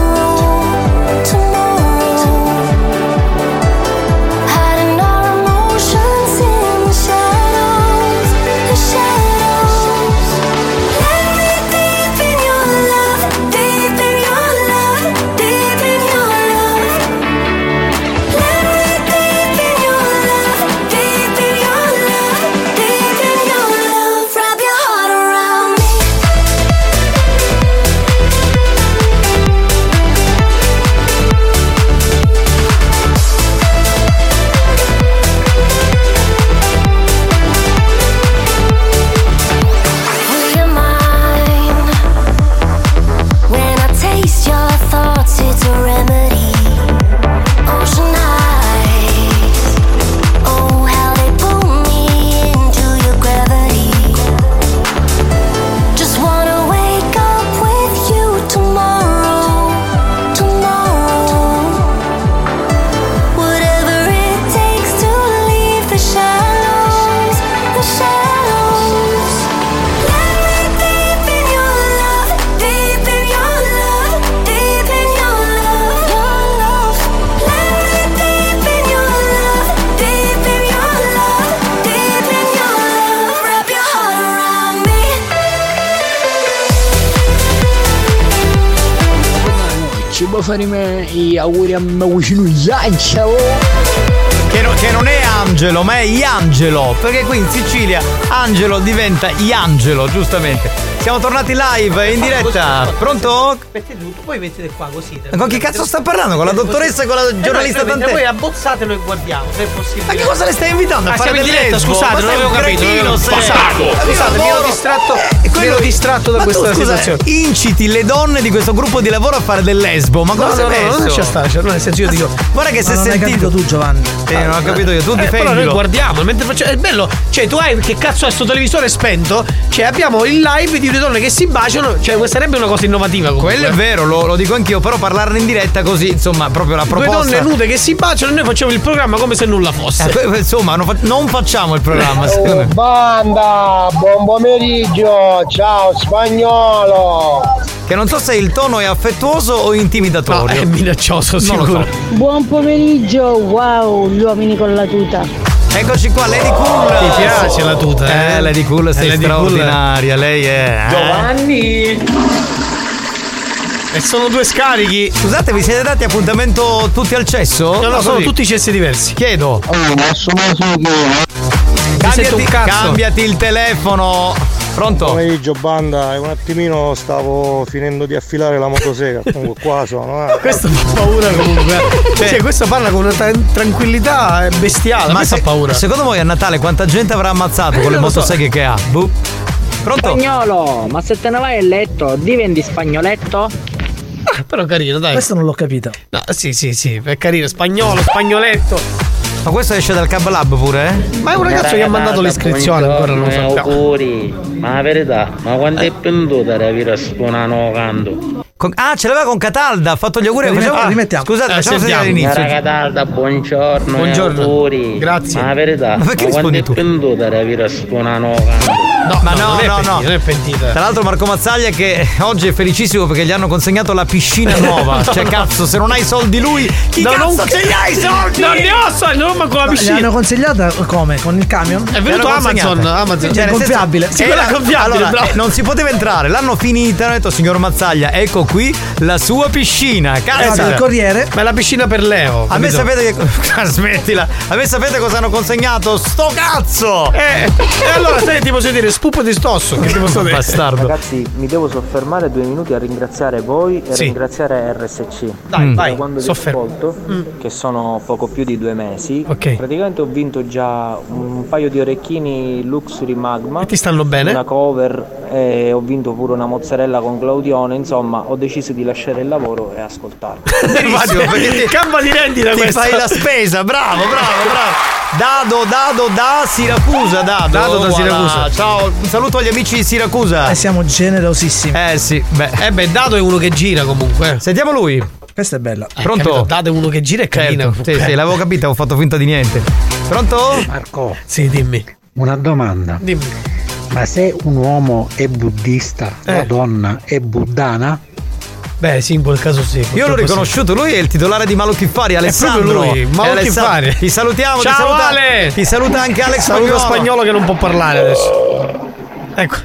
Hiding our emotions in the shadows, the shadows. Let me deep in your love, deep in your love, deep in your love. Let me deep in your love, deep in your love, deep in your love. ci può fare gli auguri a me vicino Angelo? Che non è Angelo, ma è Iangelo, perché qui in Sicilia Angelo diventa Iangelo, giustamente. Siamo tornati live in diretta. Pronto? Mettete tutto, poi mettete qua così. Con chi cazzo sta parlando? Con la dottoressa e con la giornalista Tantè? Voi abbozzatelo e guardiamo, se è possibile. Ma che cosa le stai invitando a fare siamo in diretta, lesbo? scusate, non avevo capito. Scusate, mi ero distratto da questa situazione. Inciti le donne di questo gruppo di lavoro a fare del lesbo. Ma cosa sei messo? Non lascia stare, nel senso io dico. Guarda che se non hai capito tu, Giovanni. Non ho capito io, tu difendilo. Però noi guardiamo, mentre facciamo. È bello, cioè tu hai che cazzo è sto televisore spento? Cioè abbiamo il live di due donne che si baciano, cioè questa sarebbe una cosa innovativa comunque. Quello è vero, lo dico anch'io, però parlarne in diretta così, insomma, proprio la proposta. Due donne nude che si baciano e noi facciamo il programma come se nulla fosse. Insomma, non facciamo il programma. Oh, banda, buon pomeriggio, ciao spagnolo. Che non so se il tono è affettuoso o intimidatorio. No, è minaccioso, sicuro. Buon pomeriggio, wow, gli uomini con la tuta. Eccoci qua, Lady Cool. Ti piace la tuta? Lady Cool, sei Lady straordinaria, lei è. Giovanni. E sono due scarichi. Scusate, vi siete dati appuntamento tutti al cesso? No, sono tutti cessi diversi. Chiedo. Cambiati il telefono. Pronto? Buon pomeriggio banda, un attimino stavo finendo di affilare la motosega. Comunque qua sono. Questo fa paura comunque. Cioè, questo parla con una tranquillità bestiale. Ma fa paura. Secondo voi a Natale quanta gente avrà ammazzato con le motoseghe che ha? Pronto? Spagnolo, ma se te ne vai a letto diventi spagnoletto? Però carino, dai. Questo non l'ho capito. No, sì, è carino, spagnoletto. Ma questo esce dal Cab Lab pure, eh? Ma è un ragazzo che ha mandato l'iscrizione, ancora non lo sappiamo. Auguri, ma la verità, ma quando è penduta da avere suonano canto? Ce l'aveva con Catalda, ha fatto gli auguri. Rimettiamo. Scusate, facciamo sentire all'inizio. Cara Catalda, buongiorno. Auguri. Grazie. Ma la verità, ma quando è penduta da avere suonano canto? No. Non è pentita. Tra l'altro Marco Mazzaglia che oggi è felicissimo perché gli hanno consegnato la piscina nuova. Cioè cazzo, se non hai soldi lui, ce li hai i soldi? Non ne ho soldi, non manco la piscina. L'hanno consigliata come? Con il camion? È venuto Amazon. Cioè, gonfiabile. Sì, quella gonfiabile. Allora, non si poteva entrare, l'hanno finita, hanno detto signor Mazzaglia, ecco qui la sua piscina. Cazzo, il corriere. Ma è la piscina per Leo. A me sapete che. Smettila. A me sapete cosa hanno consegnato? Sto cazzo! E allora senti, posso dire spupo di stosso. Che ti posso dire? Bastardo. Ragazzi, mi devo soffermare 2 minuti a ringraziare voi e ringraziare RSC. Dai, vai. Quando vi ascolto, che sono poco più di 2 mesi, praticamente ho vinto già un paio di orecchini Luxury Magma. E ti stanno bene? Una cover e ho vinto pure una mozzarella con Claudione. Insomma, ho deciso di lasciare il lavoro e ascoltarlo. Campa di rendita ti questa. Fai la spesa, bravo. Dado da Siracusa. Dado da Siracusa. Ciao, un saluto agli amici di Siracusa. Siamo generosissimi. Sì. Dado è uno che gira comunque. Sentiamo lui. Questa è bella. Pronto? Capito, Dado è uno che gira e carina. Sì, l'avevo capito, ho fatto finta di niente. Pronto? Marco. Sì, dimmi. Una domanda. Dimmi. Ma se un uomo è buddista, la donna è buddana? Beh, sì, in quel caso sì. Io l'ho riconosciuto, lui è il titolare di Maluchiffari, Alessandro. È proprio lui, Maluchiffari. Ti salutiamo. Ciao Ale. Ti saluta anche Alex Saluto Spagnolo che non può parlare adesso. Ecco.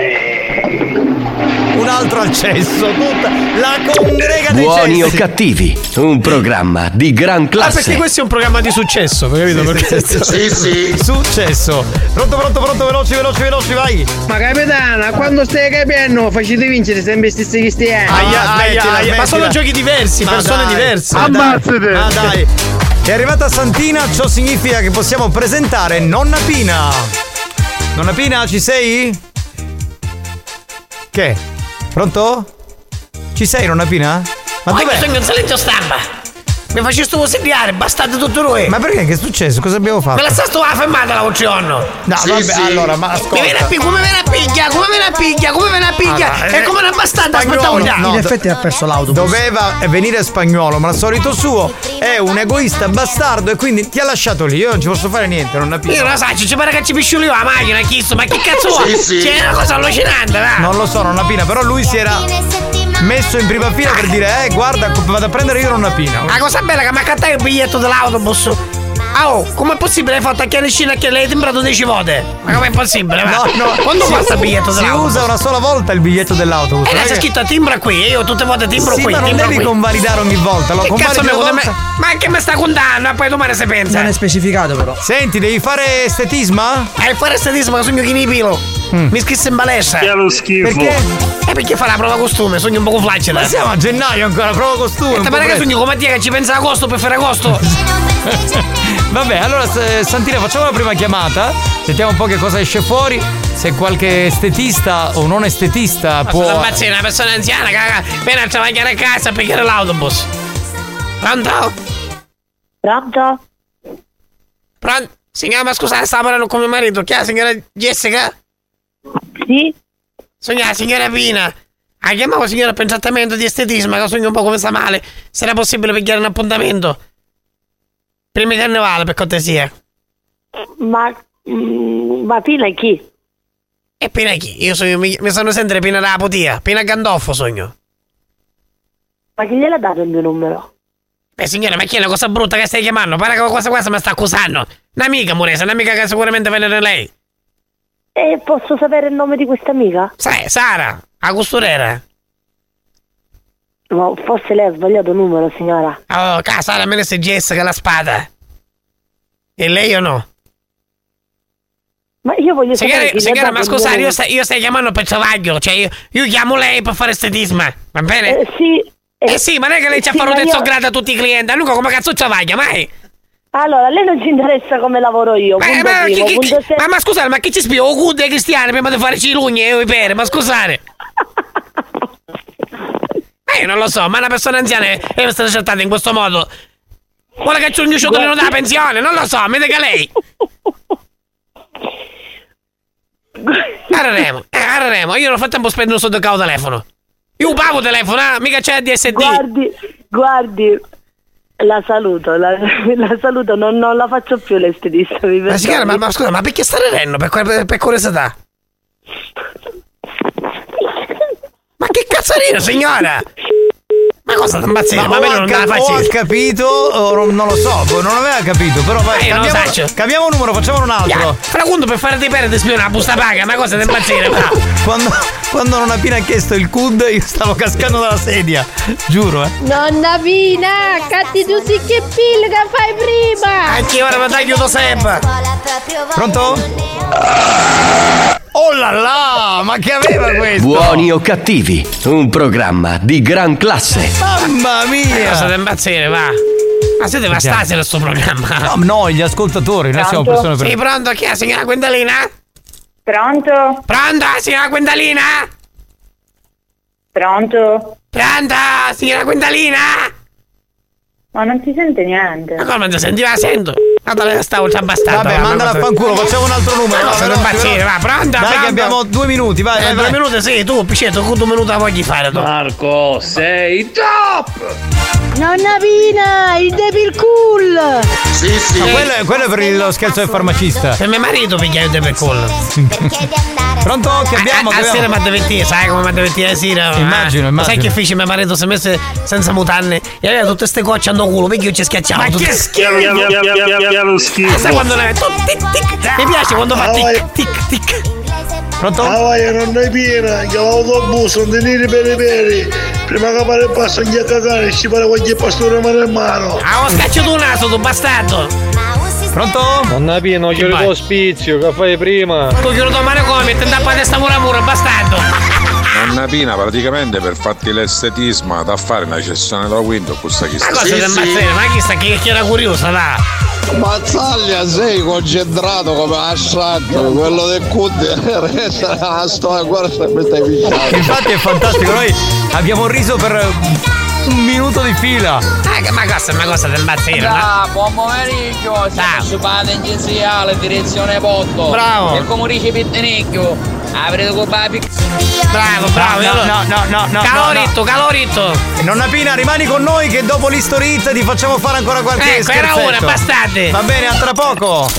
Un altro al cesso, tutta la congrega dei Buoni cessi. o cattivi, un programma di gran classe. Perché questo è un programma di successo, capito? Sì. Successo. Pronto, veloci, vai. Ma capitana, quando stai capendo facete vincere sempre stessi cristiani. Aia. Ma sono giochi diversi, persone diverse. Ammazzate. Ma dai. È arrivata Santina, ciò significa che possiamo presentare Nonna Pina. Nonna Pina, ci sei? Che? Pronto? Ci sei, Nonna Pina? Ma dov'è? Sono in silenzio stampa. Mi faceste sediare, bastate tutto lui. Ma perché? Che è successo? Cosa abbiamo fatto? Me la sta fermata la vociono. No, vabbè, allora, ma ascolta. Come ve la piglia? È come una bastarda, aspettavo già. In effetti ha perso l'autobus. Doveva venire Spagnolo, ma al solito suo è un egoista bastardo e quindi ti ha lasciato lì. Io non ci posso fare niente, non capisco. Io lo sai, ci pare che ci pisciuli la macchina, chissà, ma che cazzo vuoi? C'è una cosa allucinante, va? Non lo so, Nonna Pina, però lui si era messo in prima fila per dire guarda, vado a prendere io Nonna Pina. La cosa bella è che mi ha accattato il biglietto dell'autobus. Oh, com'è possibile hai fatto a chiarire che lei è timbrato 10 volte? Ma com'è possibile? No. Quando costa il biglietto dell'autobus? Si usa una sola volta il biglietto dell'autobus. C'è scritto timbra qui, io tutte le volte timbro sì, qui. ma non devi convalidare ogni volta. Lo che cazzo convalidi una volta. Ma che mi sta contando? Poi domani si pensa. Non è specificato però. Senti, devi fare estetisma? Fare estetismo, sogno chi ne pilo. Mi iscrissi in palestra. Che è lo schifo. Perché? Perché fa la prova costume, sogno un poco flaccida. Ma siamo a gennaio ancora, prova costume. Ma che sogno come te che ci pensa agosto per fare agosto? Vabbè, allora Santina, facciamo la prima chiamata. Sentiamo un po' che cosa esce fuori. Se qualche estetista o non estetista può. Sono una persona anziana che appena travagliare a casa per chiedere l'autobus. Pronto? Pronto? Pronto? Signora, ma scusate, stavo parlando con mio marito. Chi è la signora Jessica? Sì. Sogna la signora Pina. Chiamavo signora per un trattamento di estetismo, che sogno un po' come sta male. Se era possibile pigliare un appuntamento? Prima di carnevale, per cortesia. Ma Pina è chi? E Pina è chi? Io mi sono sempre Pina da Potia, Pina Gandolfo sogno. Ma chi gliel'ha dato il mio numero? Signora, ma chi è una cosa brutta che stai chiamando? Pare che questa mi sta accusando. Un'amica, Muresa, un'amica che sicuramente viene lei. E posso sapere il nome di questa amica? Sai, Sara, la costurera. No, forse lei ha sbagliato numero, signora. Oh, Sara, me ne sei Jessica la spada. E lei o no? Ma io voglio sapere chi signora, ma scusate, io stai chiamando per travaglio. Cioè, io chiamo lei per fare estetismo, va bene? Sì. Sì, ma non è che lei ci ha sì, fatto io... grado a tutti i clienti. Luca, come cazzo travaglia, mai? Allora, a lei non ci interessa come lavoro io. Ma scusate, ma chi ci spiega? O Good e Cristiani prima di fare cilugne e i pere, ma scusate. Io non lo so, ma una persona anziana è stata trattata in questo modo. Vuole che c'è un ciotolino dalla pensione, non lo so, mi dica lei. Arremo, io non ho fatto tempo spendere sotto il cavo telefono. Io pago telefono, mica c'è DSD. Guardi, la saluto, non la faccio più l'estetista. Ma signora, ma scusa, ma perché sta ridendo? Per curiosità? Ma che cazzo ride, signora? Ma cosa da impazzire? Ma non la faccio. Ho capito, o non lo so, non aveva capito, però vai, cambiamo un numero, facciamo un altro. Fra conto per fare dei pere di spione la busta paga, ma cosa da impazzire? Quando non appena chiesto il CUD, io stavo cascando dalla sedia, giuro, Nonna Pina, catti tu sì che pill che fai prima. Anche ora mi taglio sempre. Pronto? Oh là là, ma che aveva questo? Buoni o cattivi, un programma di gran classe. Mamma mia! Cosa da impazzire, va? Ma siete devastati da sto programma. No, gli ascoltatori, noi siamo persone per... Sì, pronto, chi è, signora Gwendalina? Pronto? Pronto, signora Gwendalina? Pronto? Pronto, signora Gwendalina? Ma non si sente niente. Ma come non si sentiva? Sento. Stavo già abbastanza. Vabbè, mandala a fanculo, facciamo un altro numero. No, per impazzire, va, pronto? Dai, che abbiamo 2 minuti, vai. 2 minuti, sì, tu, Picetto, con 2 minuti la voglio fare tu. Marco, sei top! Nonna Pina, il Devil Cool! Sì. No, quello è per lo scherzo del farmacista. Per mio marito piglia il Devil Cool. Pronto? Che abbiamo? A sera mi deve vestire, sai come mi deve vestire a sera? Immagino. Sai che fece mio marito si è messo senza mutanne e aveva tutte ste gocce andando culo, perché io ci schiacciavo. Ma che schifo! Sai quando lei mi piace quando fa tic. Pronto? Non è piena, che l'autobus non tenere peri. Prima che fare il passo anche a cagare, ci fare qualche pastore mano in mano. Ho scacciato un naso, tu bastardo! Pronto? Nonna Pina, ho chiuso lo spizio, che fai prima? Tu chiudo domani come, ti andai a testa mura, bastardo! Nonna Pina, praticamente per farti l'estetismo da fare una cessione da window, questa chi sta? Ma cosa ma chi sta? Chi era curiosa, là? Mazzaglia, sei concentrato come astratto, quello del CUD resta la storia, guarda se mi stai picciando. Infatti è fantastico, noi abbiamo riso per 1 minuto di fila. Ma cosa del mazzino? Buon pomeriggio, siamo su Patengenziale, direzione Potto. Bravo. E come dice Pittenecchio, avrete copapi. Bravo. No. Caloritto. Nonna Pina, rimani con noi che dopo l'Historizza ti facciamo fare ancora qualche scherzetto. Era una, bastate. Va bene, a tra poco.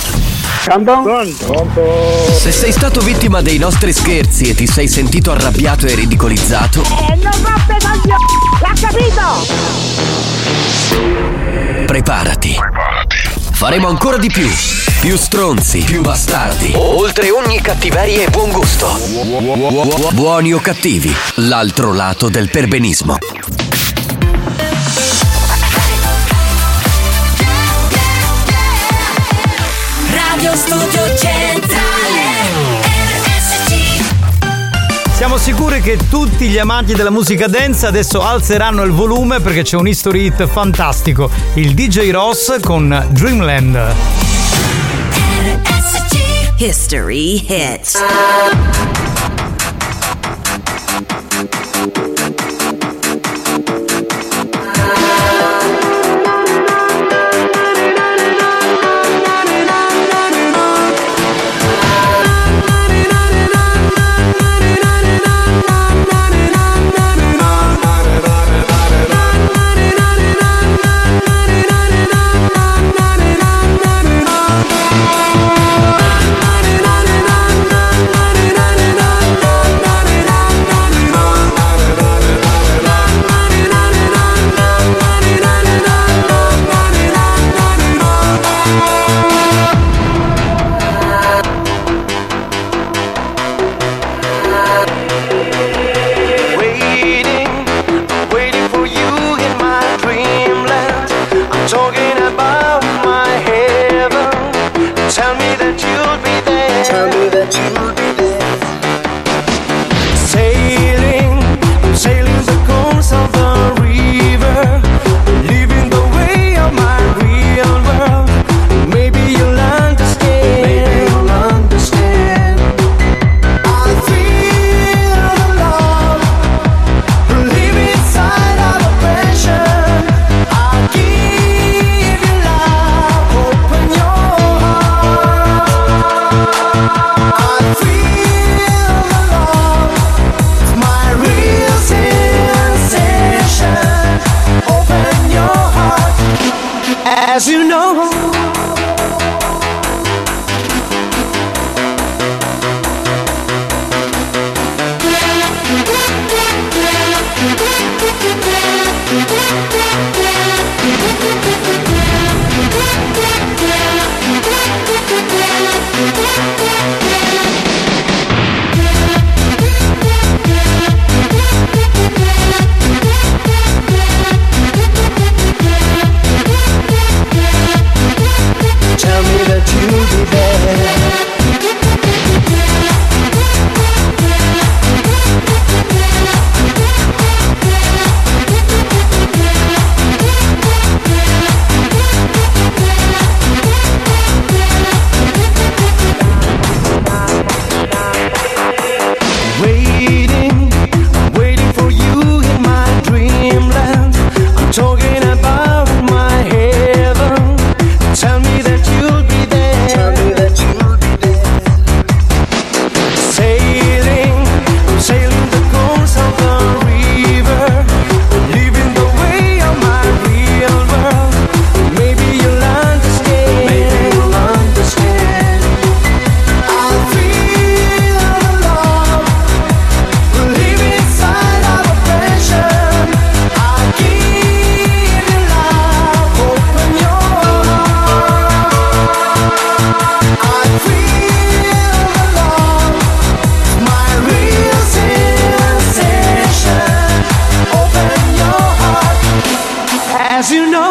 Pronto? Se sei stato vittima dei nostri scherzi e ti sei sentito arrabbiato e ridicolizzato, non roppe coglioni! L'ha capito! preparati. faremo ancora di più. Più stronzi, più bastardi. Oltre ogni cattiveria e buon gusto. Buoni o cattivi, l'altro lato del perbenismo. Radio Studio Centrale RSC. Siamo sicuri che tutti gli amanti della musica dance adesso alzeranno il volume perché c'è un history hit fantastico. Il DJ Ross con Dreamland. History Hits. As you know. Tell me that you'll be there. Waiting, waiting for you in my dreamland. I'm talking about my heaven. Tell me that you'll be there. Tell me that you'll be there. Sailing, sailing the course of the river, living the way of my real world. Maybe you'll understand. Maybe you'll understand. I feel the love, live inside of a pressure. I give you love, open your heart. I feel the love, my real sensation. Open your heart, as you know.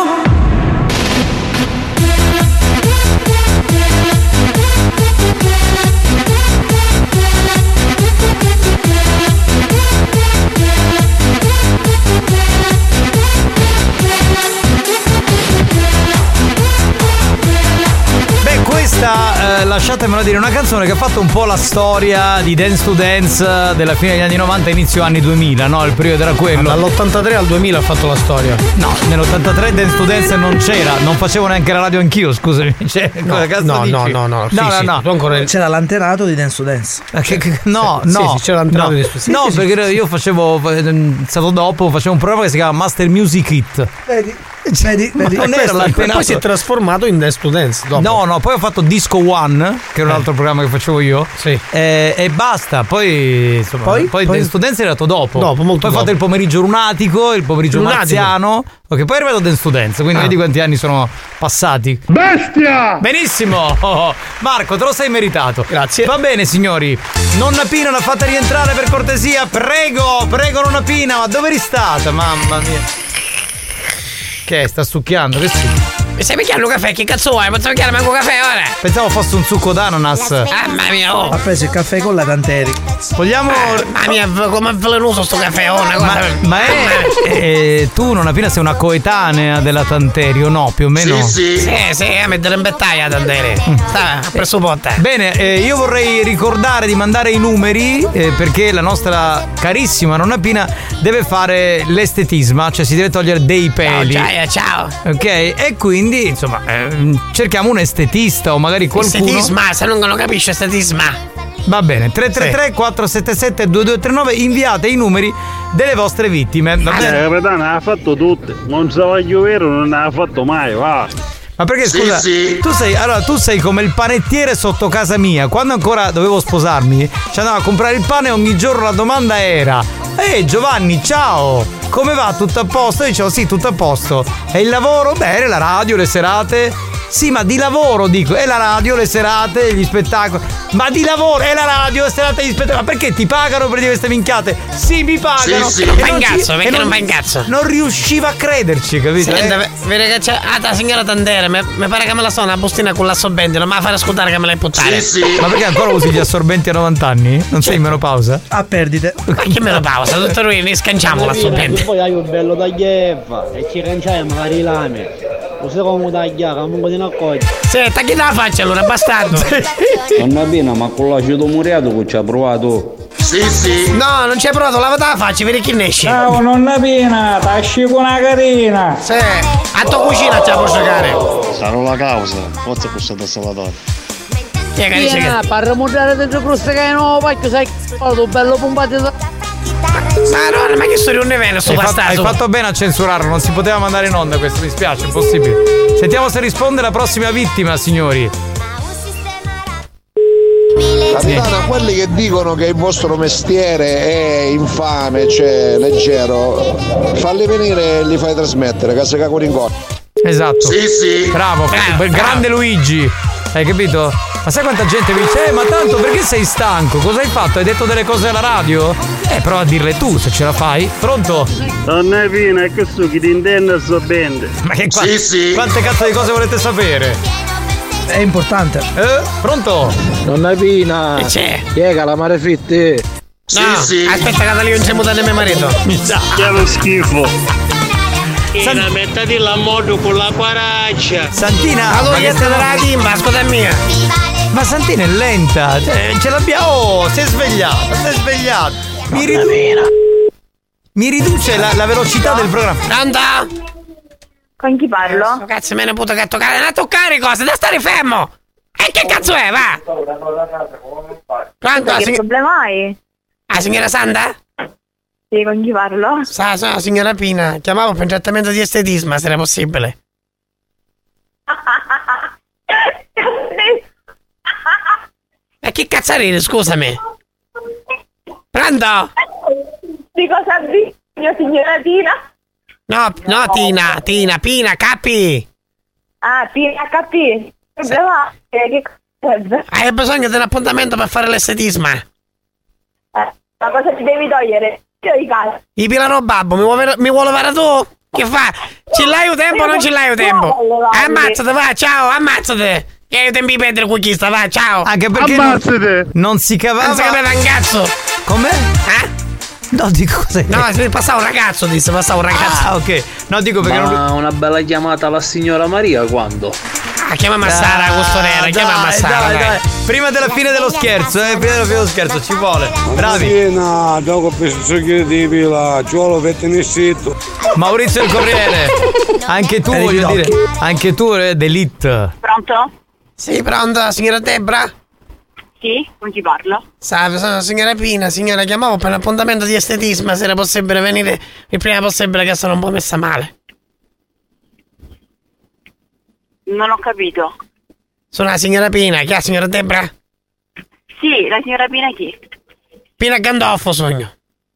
Beh, questa, lasciatemelo dire, è una canzone che ha fatto un po' la storia di Dance to Dance della fine degli anni 90, inizio anni 2000, no? Il periodo era quello. Dall'83 al 2000 ha fatto la storia. No, nell'83 Dance to Dance non c'era, non facevo neanche la radio anch'io, scusami. Cioè, cosa cazzo dici? No. Tu ancora... C'era l'antenato di Dance to Dance. No, Sì, c'era l'antenato di Dance to Dance. No, perché io facevo, stato dopo, facevo un programma che si chiama Master Music Hit. Vedi. Non era l'antenato. Poi si è trasformato in Dance to Dance dopo. No, poi ho fatto Disco One che era un altro programma che facevo io. Sì. E basta, poi insomma, poi Dance to Dance è arrivato dopo. Molto poi dopo. fate il pomeriggio lunatico, il pomeriggio marziano. Ok, poi è arrivato Dance to Dance, quindi vedi quanti anni sono passati. Bestia! Benissimo! Marco, te lo sei meritato. Grazie. Va bene, signori. Nonna Pina, la fate rientrare per cortesia. Prego, Nonna Pina, ma dove eri stata? Mamma mia. Che è? Sta succhiando? Che sì? Mi stai picchiando un caffè? Che cazzo vuoi? Posso picchiare manco caffè ora? Pensavo fosse un succo d'ananas. Mamma mia, oh. Ha preso il caffè con la Tanteri. Vogliamo. Mamma mia, come velenoso sto caffè, oh, una cosa. Ma è. Tu, Nonna Pina, sei una coetanea della Tanteri, o no? Più o meno? Sì, a mettere in battaglia Tanteri. Ha preso botta. Bene, io vorrei ricordare di mandare i numeri perché la nostra carissima Nonna Pina deve fare l'estetisma, cioè si deve togliere dei peli. Ciao. Ok, e quindi insomma cerchiamo un estetista o magari qualcuno. Estetisma, se non lo capisce estetisma. Va bene, 333 477 2239, inviate i numeri delle vostre vittime. Va bene? Capitano, ha fatto tutte, non savaglio vero, non ne ha fatto mai, va. Ma perché scusa, tu sei come il panettiere sotto casa mia. Quando ancora dovevo sposarmi, ci andavo a comprare il pane e ogni giorno la domanda era: Giovanni, ciao, come va? Tutto a posto? Io dicevo sì, tutto a posto. E il lavoro? Bene, la radio, le serate? Sì, ma di lavoro dico, e la radio, le serate, gli spettacoli. Ma di lavoro, e la radio, le serate, gli spettacoli. Ma perché ti pagano per dire queste minchiate? Sì, mi pagano. Non fa in cazzo, perché non fa in cazzo? Non riusciva a crederci, capito? Senta, vede che c'è. La signora Tandere, mi pare che me la sto una bustina con l'assorbente, non me la fare ascoltare che me l'hai buttare. Ma perché ancora usi gli assorbenti a 90 anni? Non sei in menopausa? A perdite. Ma che menopausa? Tutto noi ne scanciamo l'assorbente. Poi hai un bello taglieva e ci canciamo la rilame. Lo sai come tagliare, comunque ti ne accorgi. Sì, tagli la faccia allora, bastardo. Nonna Pina, ma con l'aceto muriato che ci ha provato? Sì. No, non ci hai provato, lavate la faccia, vedi chi ne esce. Ciao nonna Pina, tasci con una carina. Sì, a tua cucina ce la posso giocare. Sarò la causa, forse questo da salvatore. Parla mutare dentro questo che non faccio, sai, bello pompato. Ma che storia non ne viene sto bastardo? Hai fatto bene a censurarlo, non si poteva mandare in onda questo, mi spiace, impossibile. Sentiamo se risponde la prossima vittima, signori. Capitano, quelli che dicono che il vostro mestiere è infame, cioè leggero, falli venire e li fai trasmettere, che se cago in coda. Esatto. Sì. Bravo. Grande Luigi. Hai capito? Ma sai quanta gente mi dice ma tanto perché sei stanco? Cosa hai fatto? Hai detto delle cose alla radio? Prova a dirle tu se ce la fai. Pronto? Nonna Pina, è questo che ti intende so bene. Ma che quante cazzo di cose volete sapere? È importante. Pronto? Nonna Pina. C'è? Piega la mare fitte. Aspetta che da lì non c'è mutato mio marito. Che lo schifo. Mettati la moto con la quaraccia. Santina, allora che stai la timba, ascolta mia. Ma Santina è lenta, ce l'abbiamo. Oh, sei svegliata. Mi riduce la velocità del programma. Anda? Con chi parlo? Cazzo, me ne puto che toccare, non toccare cose, da stare fermo. E che cazzo è, va? Pronto? Che problema hai? Ah, signora Sanda? Sì, con chi parlo? Sa, signora Pina, chiamavo per un trattamento di estetisma, se era possibile. E che cazzo ride, scusami? Pronto? Di cosa ha bisogno, signora Tina? No, Tina, Pina, capi. Ah, Tina, capi. Problema che cosa? Hai bisogno di un appuntamento per fare l'estetisma. Ma cosa ti devi togliere? I pilano babbo, mi vuole fare tu? Che fa? Ce l'hai un tempo o non ce l'hai un tempo? Ammazzate, va, ciao, ammazzate. Che hai tempi di perdere con chi sta, va, ciao. Anche perché non si cavava. Non si capiva un cazzo. Com'è? No, dico cos'è? No, passava un ragazzo, passava un ragazzo. Ah, ok. No, dico perché una bella chiamata alla signora Maria quando? Chiama Massara, Costonera, chiama Massara. Dai. Prima della fine dello scherzo, prima della fine dello scherzo, ci vuole. Bravi. No, dopo penso che di pila, ci vuole per sito. Maurizio il Corriere. Anche tu, voglio dire. Anche tu, d'Elite. Pronto? Sì, pronto, signora Debra? Sì, con chi parlo? Salve, sono signora Pina, signora, chiamavo per un appuntamento di estetisma, se era possibile venire il prima possibile che sono un po' messa male. Non ho capito. Sono la signora Pina, chi è la signora Debra? Sì, la signora Pina chi? Pina Gandolfo sogno.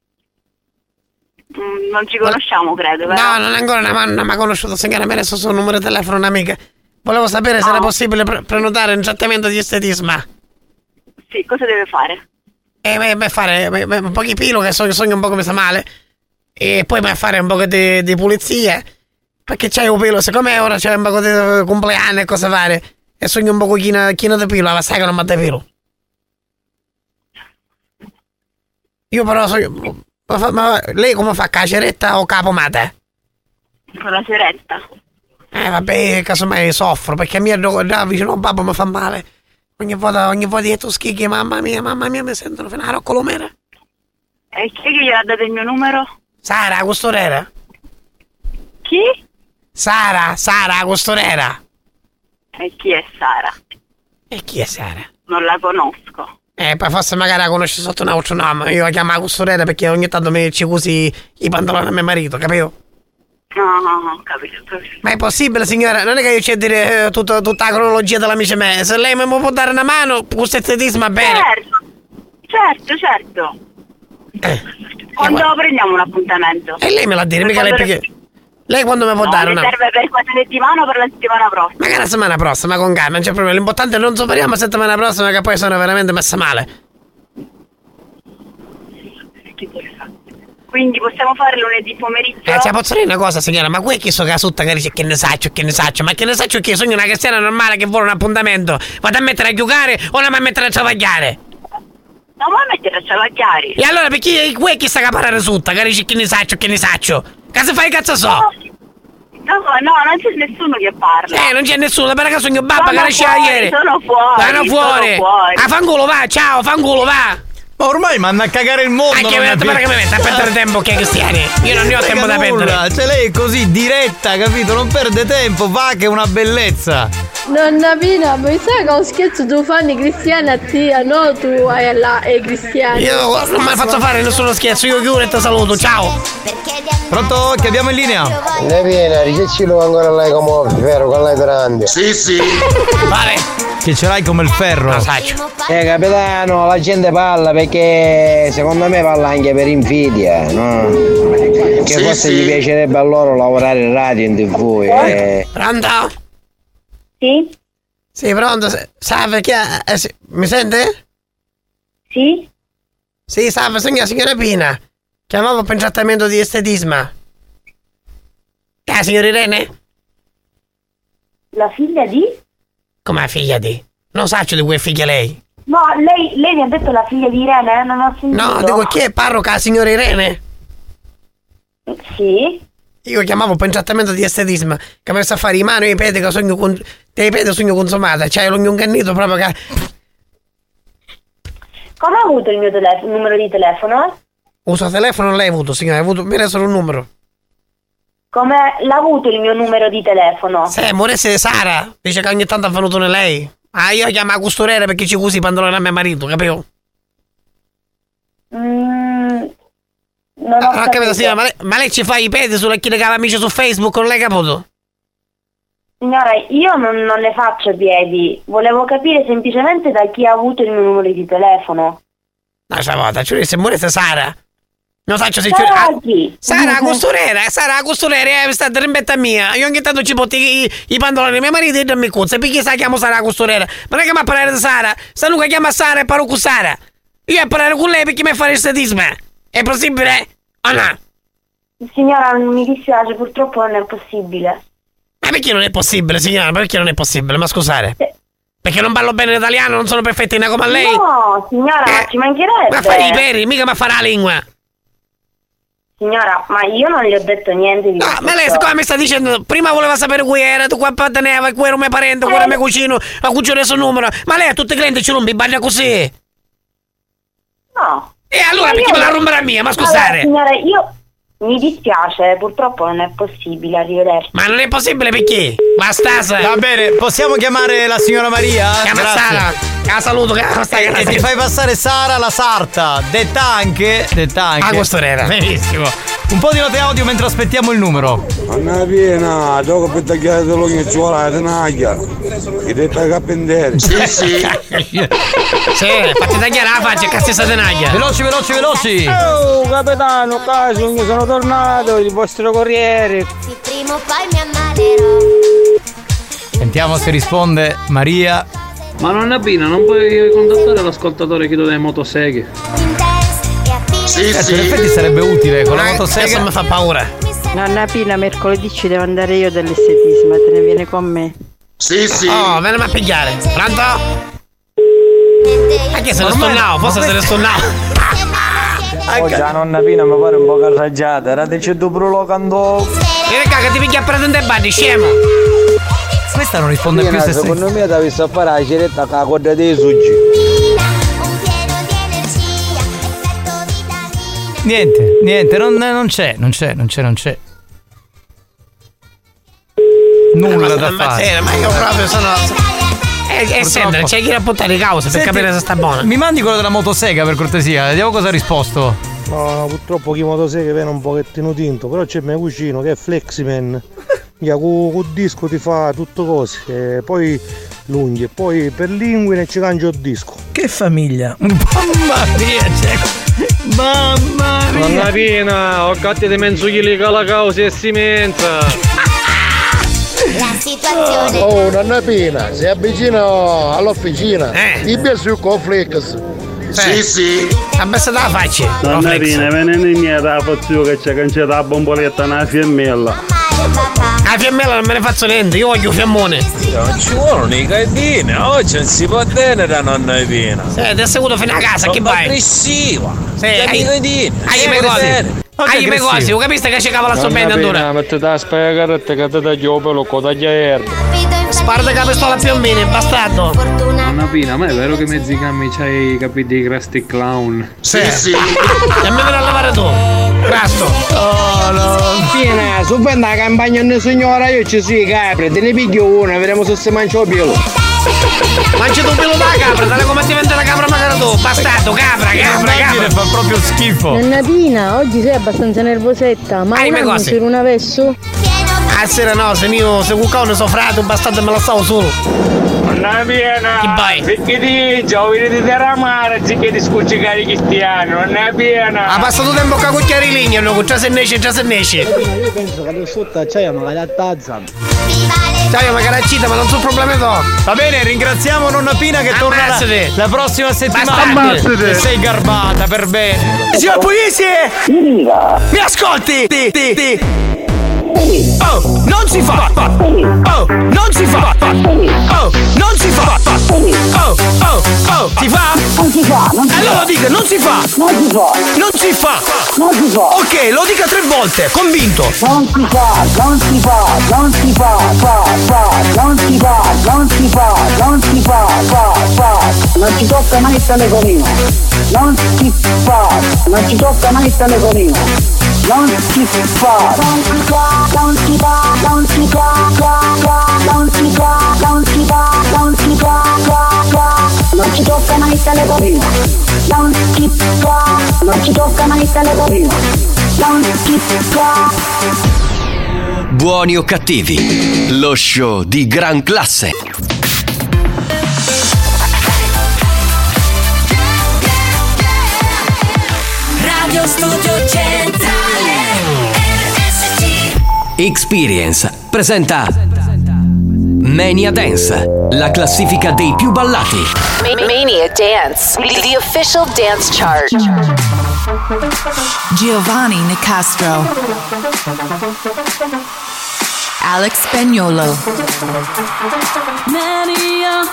Non ci conosciamo, credo, però. No, non è ancora non mi ha conosciuto, signora, mi ha messo sul numero di telefono un'amica. Volevo sapere se era possibile prenotare un trattamento di estetismo. Sì, cosa deve fare? Fare un po' di pilo, che sogno un po' come sta male. E poi fare un po' di pulizia. Perché c'hai un pilo, siccome ora c'è un po' di compleanno e cose fare. E sogno un po' chino di pilo, ma sai che non mi dà pilo. Io però sogno... Ma lei come fa? Caceretta o capomata? Con la ceretta. Vabbè, casomai soffro, perché a me da vicino a babbo mi fa male. Ogni volta dietro schicchi, mamma mia, mi sentono fino a Roccolomera. E chi è che gli ha dato il mio numero? Sara, la costurera. Chi? Sara, la costurera. E chi è Sara? E chi è Sara? Non la conosco. Poi forse magari la conosci sotto un altro nome. Io la chiamo la costurera perché ogni tanto mi ci usi i pantaloni a mio marito, capito? No, capito. Ma è possibile, signora? Non è che io c'è a dire tutta la cronologia della mia me. Se lei mi può dare una mano, questo estetismo va bene. Certo. Quando prendiamo un appuntamento? E lei me la dire, mica lei perché... Lei quando mi può dare una... serve per questa settimana o per la settimana prossima? Magari la settimana prossima, con calma, non c'è problema. L'importante è non superiamo la settimana prossima, che poi sono veramente messa male. Quindi possiamo fare lunedì pomeriggio? Cioè, posso dire una cosa, signora? Ma qui chi so che sotto che dice che ne saccio? Ma che ne saccio che sono una cristiana normale che vuole un appuntamento? Vado a mettere a giocare o la mi mettere a travagliare? No, ma a mettere a travagliare. E allora perché qui chi sta a parlare sotto? Che dice che ne saccio? Che se fai cazzo so? No, non c'è nessuno che parla. Non c'è nessuno, per caso mio babbo che lasciava ieri. Sono fuori. Ah, fanculo va, ciao, fanculo va. Ma ormai manda a cagare il mondo. Anche perché mi mette a perdere tempo che cristiani. Io non ne ho tempo da perdere. Cioè lei è così diretta, capito? Non perde tempo, va che è una bellezza. Nonna Pina, ma sai che un scherzo tu fanno i cristiani a te, no? Tu ai cristiani. Io non mi faccio fare nessuno scherzo, io chiudo e ti saluto, ciao. Pronto? Che abbiamo in linea? Ne viene, ricecilo ancora lei come vero, con lei grande. Sì. Vale. Che ce l'hai come il ferro. Capitano, la gente parla perché secondo me parla anche per invidia, no? Che forse gli piacerebbe a loro lavorare in radio, in TV. Pronto? Sì? Sì, pronto? Salve, chi è? Sì. Mi sente? Sì? Sì, salve, sono la signora Pina. Chiamavo per un trattamento di estetismo. Signora Irene? La figlia di? Come la figlia di? Non saccio di cui è figlia lei. No, lei mi ha detto la figlia di Irene, non ho sentito. No, dico chi è parroca, la signora Irene? Sì. Io chiamavo per un trattamento di estetismo, che mi messo a fare i mani e i piedi, che sogno consumata, cioè l'ogno cannito proprio che... Come ha avuto il mio numero di telefono? Uso telefono non l'hai avuto, signora, mi ha solo un numero. Come l'ha avuto il mio numero di telefono? Sì, moresse Sara, dice che ogni tanto è venuto lei. Io chiamo la costurera perché ci usi i pantaloni a mio marito, capito? Non ho capito, signora, ma lei ci fa i piedi sulla chi legava amici su Facebook, non l'hai capito? Signora, io non le faccio piedi, volevo capire semplicemente da chi ha avuto il mio numero di telefono. No, stavolta, ci disse moresse Sara. Non so se Sara la costurera, sta rimbetta mia. Io ogni tanto ci porto i pantaloni di mio marito e mi cozza. Perché sa chiamo Sara la costurera? Ma non è che mi ha parlato di Sara. Se non chiama Sara e parlo con Sara. Io a parlare con lei perché mi fa l'estetismo. È possibile o no? Signora, mi dispiace, purtroppo non è possibile. Ma perché non è possibile, signora? Perché non è possibile? Ma scusate. Perché non parlo bene l'italiano, non sono perfettina come lei? No, signora, ma ci mancherebbe. Ma fai i peri, mica mi farà la lingua. Signora, ma io non le ho detto niente di questo. Ma lei come mi sta dicendo? Prima voleva sapere chi era, tu qua apparteneva, qui era mio parente, qui era mio cugino, ha cucinato il suo numero. Ma lei a tutti i clienti ci rompi, baglia così. No. E allora perché me la romperà mia? Ma scusate. Allora, signora, io mi dispiace, purtroppo non è possibile, arrivederci. Ma non è possibile perché? Basta. Va bene, possiamo chiamare la signora Maria? Chiama Sara. La saluto, che e ti fai passare Sara la sarta, detta anche a costurera. Benissimo. Un po' di note audio mentre aspettiamo il numero. Anna piena, gioco per tagliare lo che ci vuole la tenaglia. Che te taglia a pendere. Sì, fatti tagliare la faccia, cazzo sta tenaglia. Veloci. Oh, capitano, caso, io sono tornato, il vostro corriere. Prima o poi mi ammalerò. Sentiamo se risponde Maria. Ma nonna Pina, non puoi contattare l'ascoltatore che delle motoseghe? Sì. In effetti sarebbe utile con la motosega. Questo mi fa paura. Nonna Pina, mercoledì ci devo andare io dall'estetismo, te ne viene con me? Sì. Oh, venimi a pigliare. Pronto? Anche se ne stonnavo, forse se ne stonnavo. Oggi la nonna Pina mi pare un po' carraggiata, era dicendo pure quando. Raga, che ti piglia a prendere i bandi, scemo. Questa non risponde più se secondo me ti visto a fare la ceretta con la coda dei suggi. Niente, non c'è. Nulla da fare. Ma io proprio sono. È sempre, c'è chi raccontare le cause per capire se sta buona. Mi mandi quello della motosega per cortesia, vediamo cosa ha risposto. No, purtroppo chi motosega viene un pochettino tinto, però c'è mio cugino che è Fleximan. Con disco ti fa tutto cose, poi l'unghie, poi per linguine ci cambio il disco. Che famiglia! Mamma mia, mamma mia! Nonna Pina, ho catti di mezzo chili con la causa e simenza. La situazione. Oh, nonna Pina, si avvicina all'officina. Ti piace con Flex? Sì. Abbassate la faccia. Nonna Pina, vieni in mia da faccio che c'è cancellata la bomboletta una fiammella. La fiammella non me ne faccio niente, io voglio fiammone. Non ci vuole i cardini, oggi non si può tenere da nonna Pina. Ti è seguito fino a casa, che vai? Aggressiva. Hai me cose, capisci che c'è cavola sto bene allora? Mettete la spiega che ti taglio il pelo con taglia erba. Sparate la pistola più o meno, bastardo. Nonna Pina, ma è vero che mezzi cammi c'hai i capelli di Krusty Clown? Sì. E me a lavare tu. Crasto. Oh no. Pina, su benda la campagna di signora, io ci sono i capri, te ne piglio una, vedremo se si mangia il pelo. Mangi tu pelo da capra, dai come ti vende la capra magari tu, bastardo, capra. Fa proprio schifo. Nonna Pina, oggi sei abbastanza nervosetta, ma non sei un avesso? A sera no, se cuccone so frato, bastardo me lo stavo solo. Nonna Pina, perché ti giovani di terra mare, anziché di scuccicare cristiano, nonna Pina. Ha passato tempo a cucchiare i legni, no, già se ne esce. Io penso che sotto c'è magari a tazza. Ciao, magari a cita, ma non sono problemi tuoi. Va bene, ringraziamo nonna Pina che torna la prossima settimana. E sei garbata, per bene. Signor Pugliese! Mi ascolti! Oh, non si fa! Oh, non si fa! Oh, non si fa! Oh, si fa? Non si fa! Allora dica, non si fa! Non si fa! Ok, lo dica 3 volte, convinto! Non si fa! Non si ci tocca mai il telefonino! Non si fa! Non ci tocca mai il telefonino! Non si fa! Non ci tocca mai il telefonino! Non ci tocca mai il telefonino! Non si fa! Buoni o cattivi, lo show di gran classe. Radio Studio Centrale RSC. Experience presenta Mania Dance, la classifica dei più ballati. Mania Dance, the official dance chart. Giovanni Nicastro, Alex Spagnolo, Mania.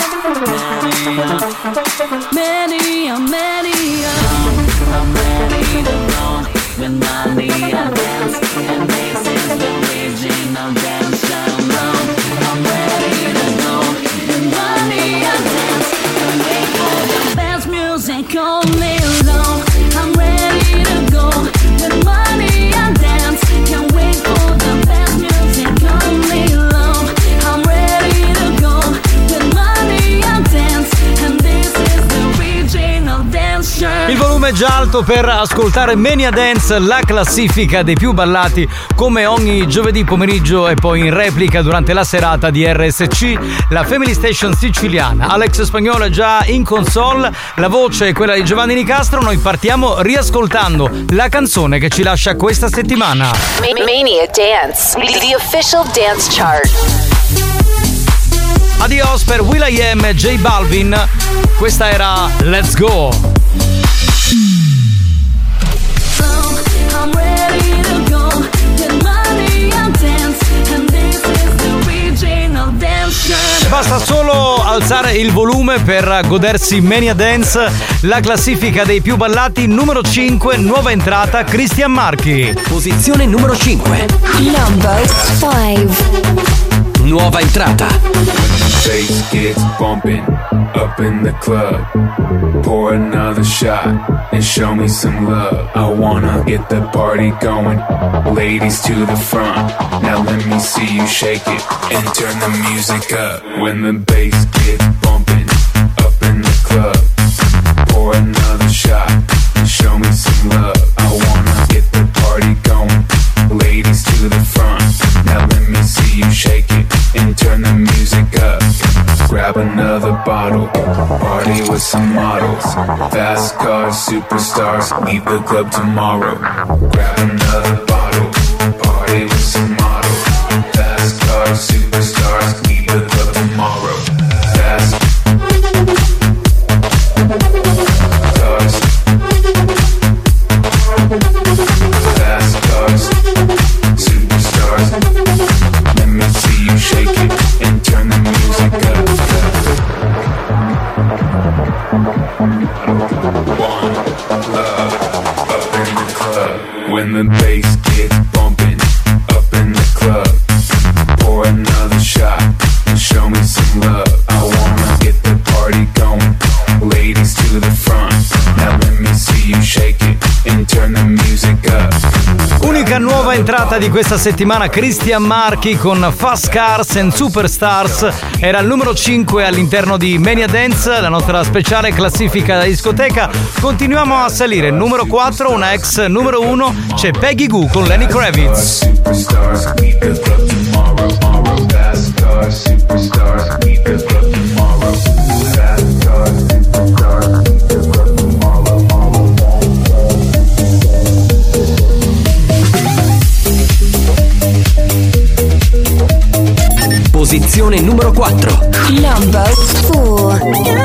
I'm ready to go with Mania Dance, and this is the original dance song. I'm ready to go with Mania Dance, and wait for the best music all day long. I'm ready to go with Mania Dance, can't wait for the best music all day long. I'm ready to go with Mania Dance, and this is the original dance show. Il volume volume già alto per ascoltare Mania Dance, la classifica dei più ballati, come ogni giovedì pomeriggio e poi in replica durante la serata di RSC, la Family Station siciliana. Alex Spagnuolo è già in console, la voce è quella di Giovanni Nicastro. Noi partiamo riascoltando la canzone che ci lascia questa settimana. Mania Dance, the official dance chart. Adios per will.i.am e J Balvin. Questa era Let's Go. I'm ready to go. Get money and dance, and this is the original dance. Basta solo alzare il volume per godersi Mania Dance, la classifica dei più ballati. Numero 5, nuova entrata, Christian Marchi. Posizione numero 5. Number 5. Nuova entrata. Bass gets bumping up in the club. Pour another shot and show me some love. I wanna get the party going. Ladies to the front. Now let me see you shake it and turn the music up. When the bass gets bumping up in the club. Pour another shot and show me some love. I wanna get the party going. Ladies to the front. Now let me see you shake it and turn the music up. Grab another bottle, party with some models. Fast cars, superstars, leave the club tomorrow. Grab another bottle, party with some models. Fast cars, superstars, leave the club tomorrow. Fast cars, fast cars, superstars. Let me see you shake it and turn the music up. One love up in the club. When the bass gets bumping up in the club. Pour another shot and show me some love. I wanna get the party going. Ladies to the front. Now let me see you shake it and turn the music up. Unica nuova entrata di questa settimana, Christian Marchi con Fast Cars and Superstars. Era il numero 5 all'interno di Mania Dance, la nostra speciale classifica da discoteca. Continuiamo a salire. Numero 4, una ex numero 1, c'è Peggy Goo con Lenny Kravitz. Superstars, leave the club tomorrow. Fast cars, superstars, leave the club tomorrow. Fast cars, superstars, leave the club tomorrow. Posizione numero 4. Number 4.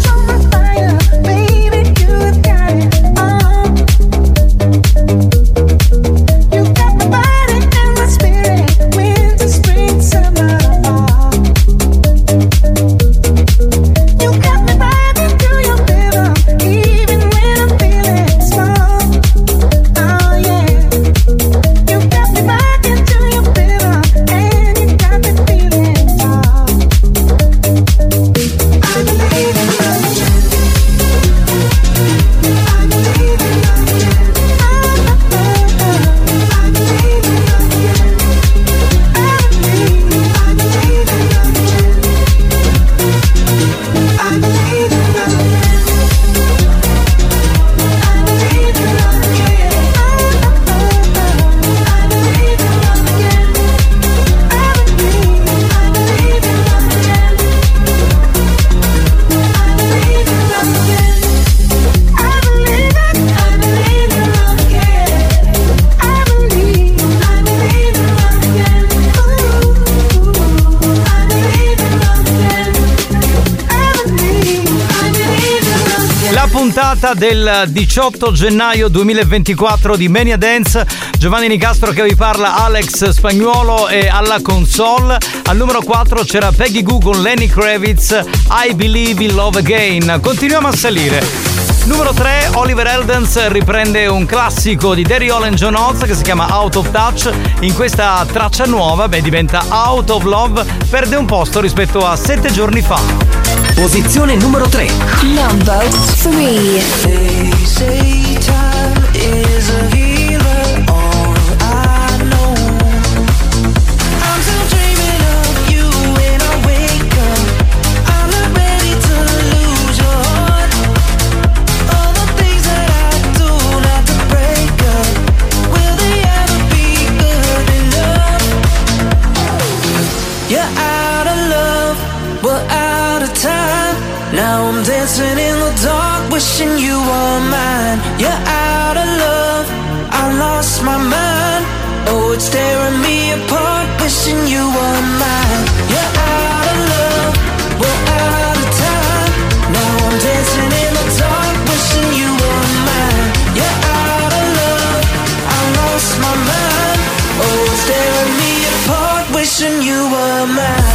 Puntata del 18 gennaio 2024 di Mania Dance. Giovanni Nicastro che vi parla, Alex Spagnuolo e alla console. Al numero 4 c'era Peggy Goo con Lenny Kravitz, I Believe in Love Again. Continuiamo a salire. Numero 3, Oliver Heldens riprende un classico di Daryl Hall e John Oates che si chiama Out of Touch. In questa traccia nuova, diventa Out of Love, perde un posto rispetto a 7 giorni fa. Posizione numero 3. Number 3. They say time is a healer. All I know. I'm still dreaming of you when I wake up. I'm not ready to lose your heart. All the things that I wishing you were mine. You're out of love, I lost my mind. Oh, it's tearing me apart, wishing you were mine. You're out of love, we're out of time. Now I'm dancing in the dark, wishing you were mine. You're out of love, I lost my mind. Oh, it's tearing me apart, wishing you were mine.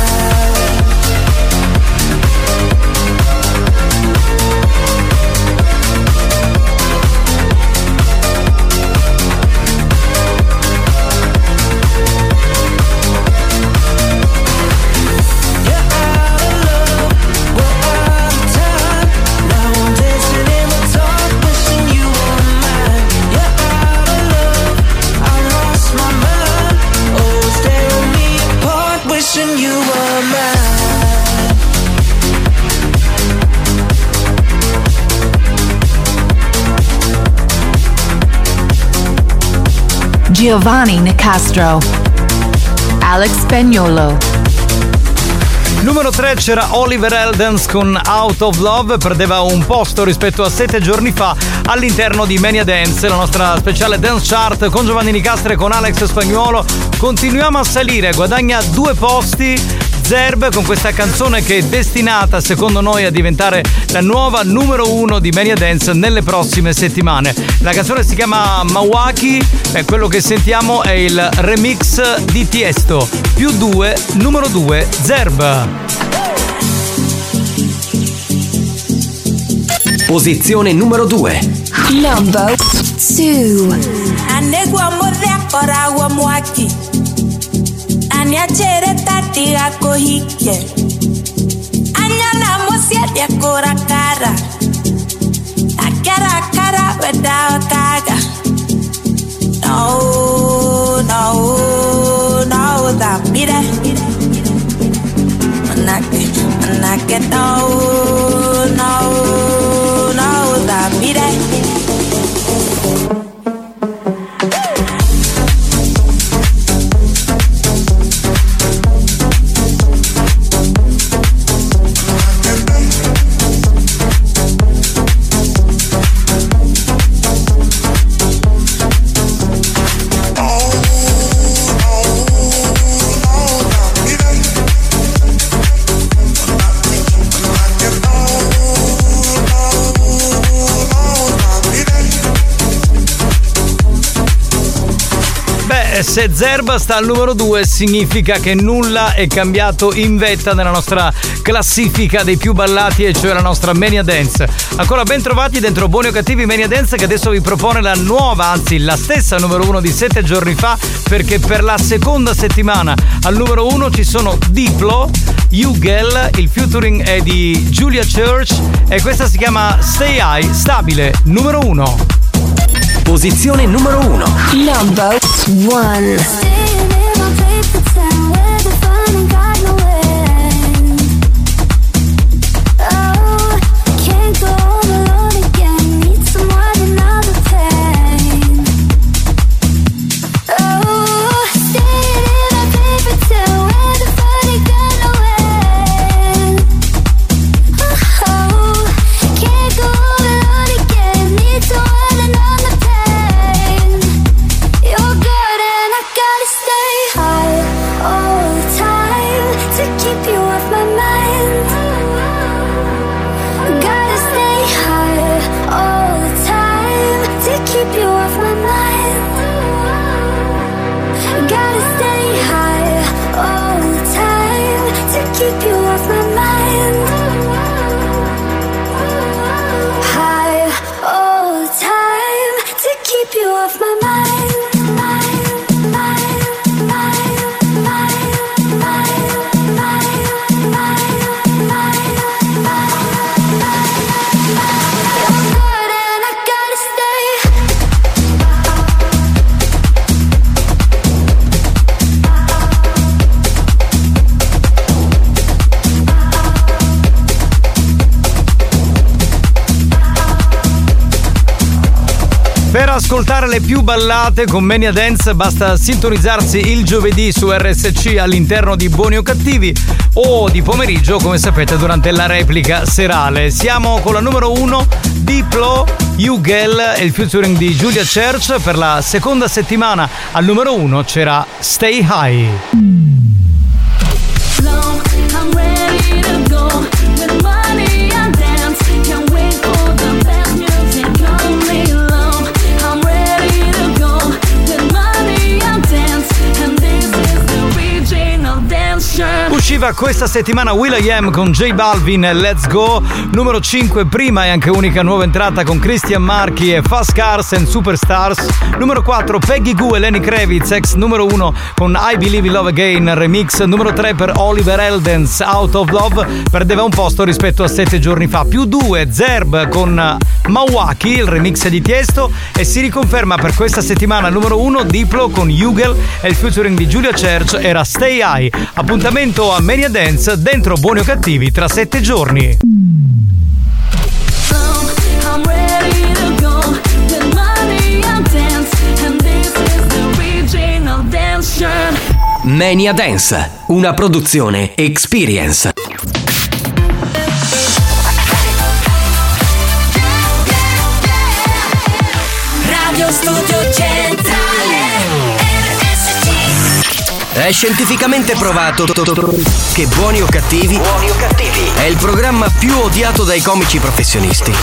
Wishing you were mine. Giovanni Nicastro, Alex Spagnuolo. Numero 3 c'era Oliver Heldens con Out of Love, perdeva un posto rispetto a 7 giorni fa all'interno di Mania Dance, la nostra speciale dance chart con Giovanni Nicastro e con Alex Spagnuolo. Continuiamo a salire, guadagna 2 posti Zerb con questa canzone che è destinata secondo noi a diventare la nuova numero 1 di Mania Dance nelle prossime settimane. La canzone si chiama Mawaki e quello che sentiamo è il remix di Tiesto. +2, numero 2, Zerb. Posizione numero 2. Number 2. Anegwa modha koragwa mwaki. Aniachere tatiga kohike. Anyana mosia dia korakara. Akara kara weda kaga. No, no, no, da mire. Manake, no, no, no, da mire. Se Zerba sta al numero 2 significa che nulla è cambiato in vetta nella nostra classifica dei più ballati, e cioè la nostra Mania Dance. Ancora ben trovati dentro Buoni o Cattivi Mania Dance, che adesso vi propone la nuova, anzi la stessa numero 1 di 7 giorni fa, perché per la seconda settimana al numero 1 ci sono Diplo, Hugel, il featuring è di Julia Church e questa si chiama Stay High, stabile, numero 1. Posizione numero 1. Number 1. You're good and I got ascoltare le più ballate con Mania Dance basta sintonizzarsi il giovedì su RSC all'interno di Buoni o Cattivi o di pomeriggio, come sapete, durante la replica serale. Siamo con la numero 1, Diplo, Hugel e il featuring di Julia Church. Per la seconda settimana al numero 1 c'era Stay High. I'm ready to go with money and dance. Can't wait for the best music only low. I'm ready to go with money and dance. And this is the original dance show. Usciva questa settimana will.i.am con J Balvin e Let's Go. Numero 5, prima e anche unica nuova entrata con Christian Marchi e Fast Cars and Superstars. Numero 4, Peggy Goo e Lenny Kravitz, ex numero 1 con I Believe in Love Again remix. Numero 3 per Oliver Heldens, Out of Love, perdeva un posto rispetto a 7 giorni fa. Più 2, Zerb con Mawaki, il remix di Tiesto, e si riconferma per questa settimana al numero 1 Diplo con Hugel e il featuring di Julia Church era Stay High. Appuntamento a Mania Dance dentro Buoni o Cattivi tra 7 giorni. I'm ready to go with money and dance. And this is the original dance show. Mania Dance, una produzione Experience. Radio Studio Centrale RSC. È scientificamente provato che Buoni o Cattivi è il programma più odiato dai comici professionisti.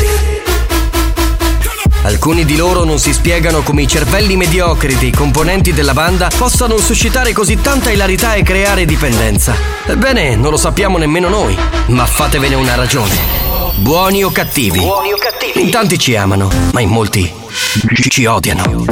Alcuni di loro non si spiegano come i cervelli mediocri dei componenti della banda possano suscitare così tanta ilarità e creare dipendenza. Ebbene, non lo sappiamo nemmeno noi, ma fatevene una ragione. Buoni o Cattivi. In tanti ci amano, ma in molti ci odiano.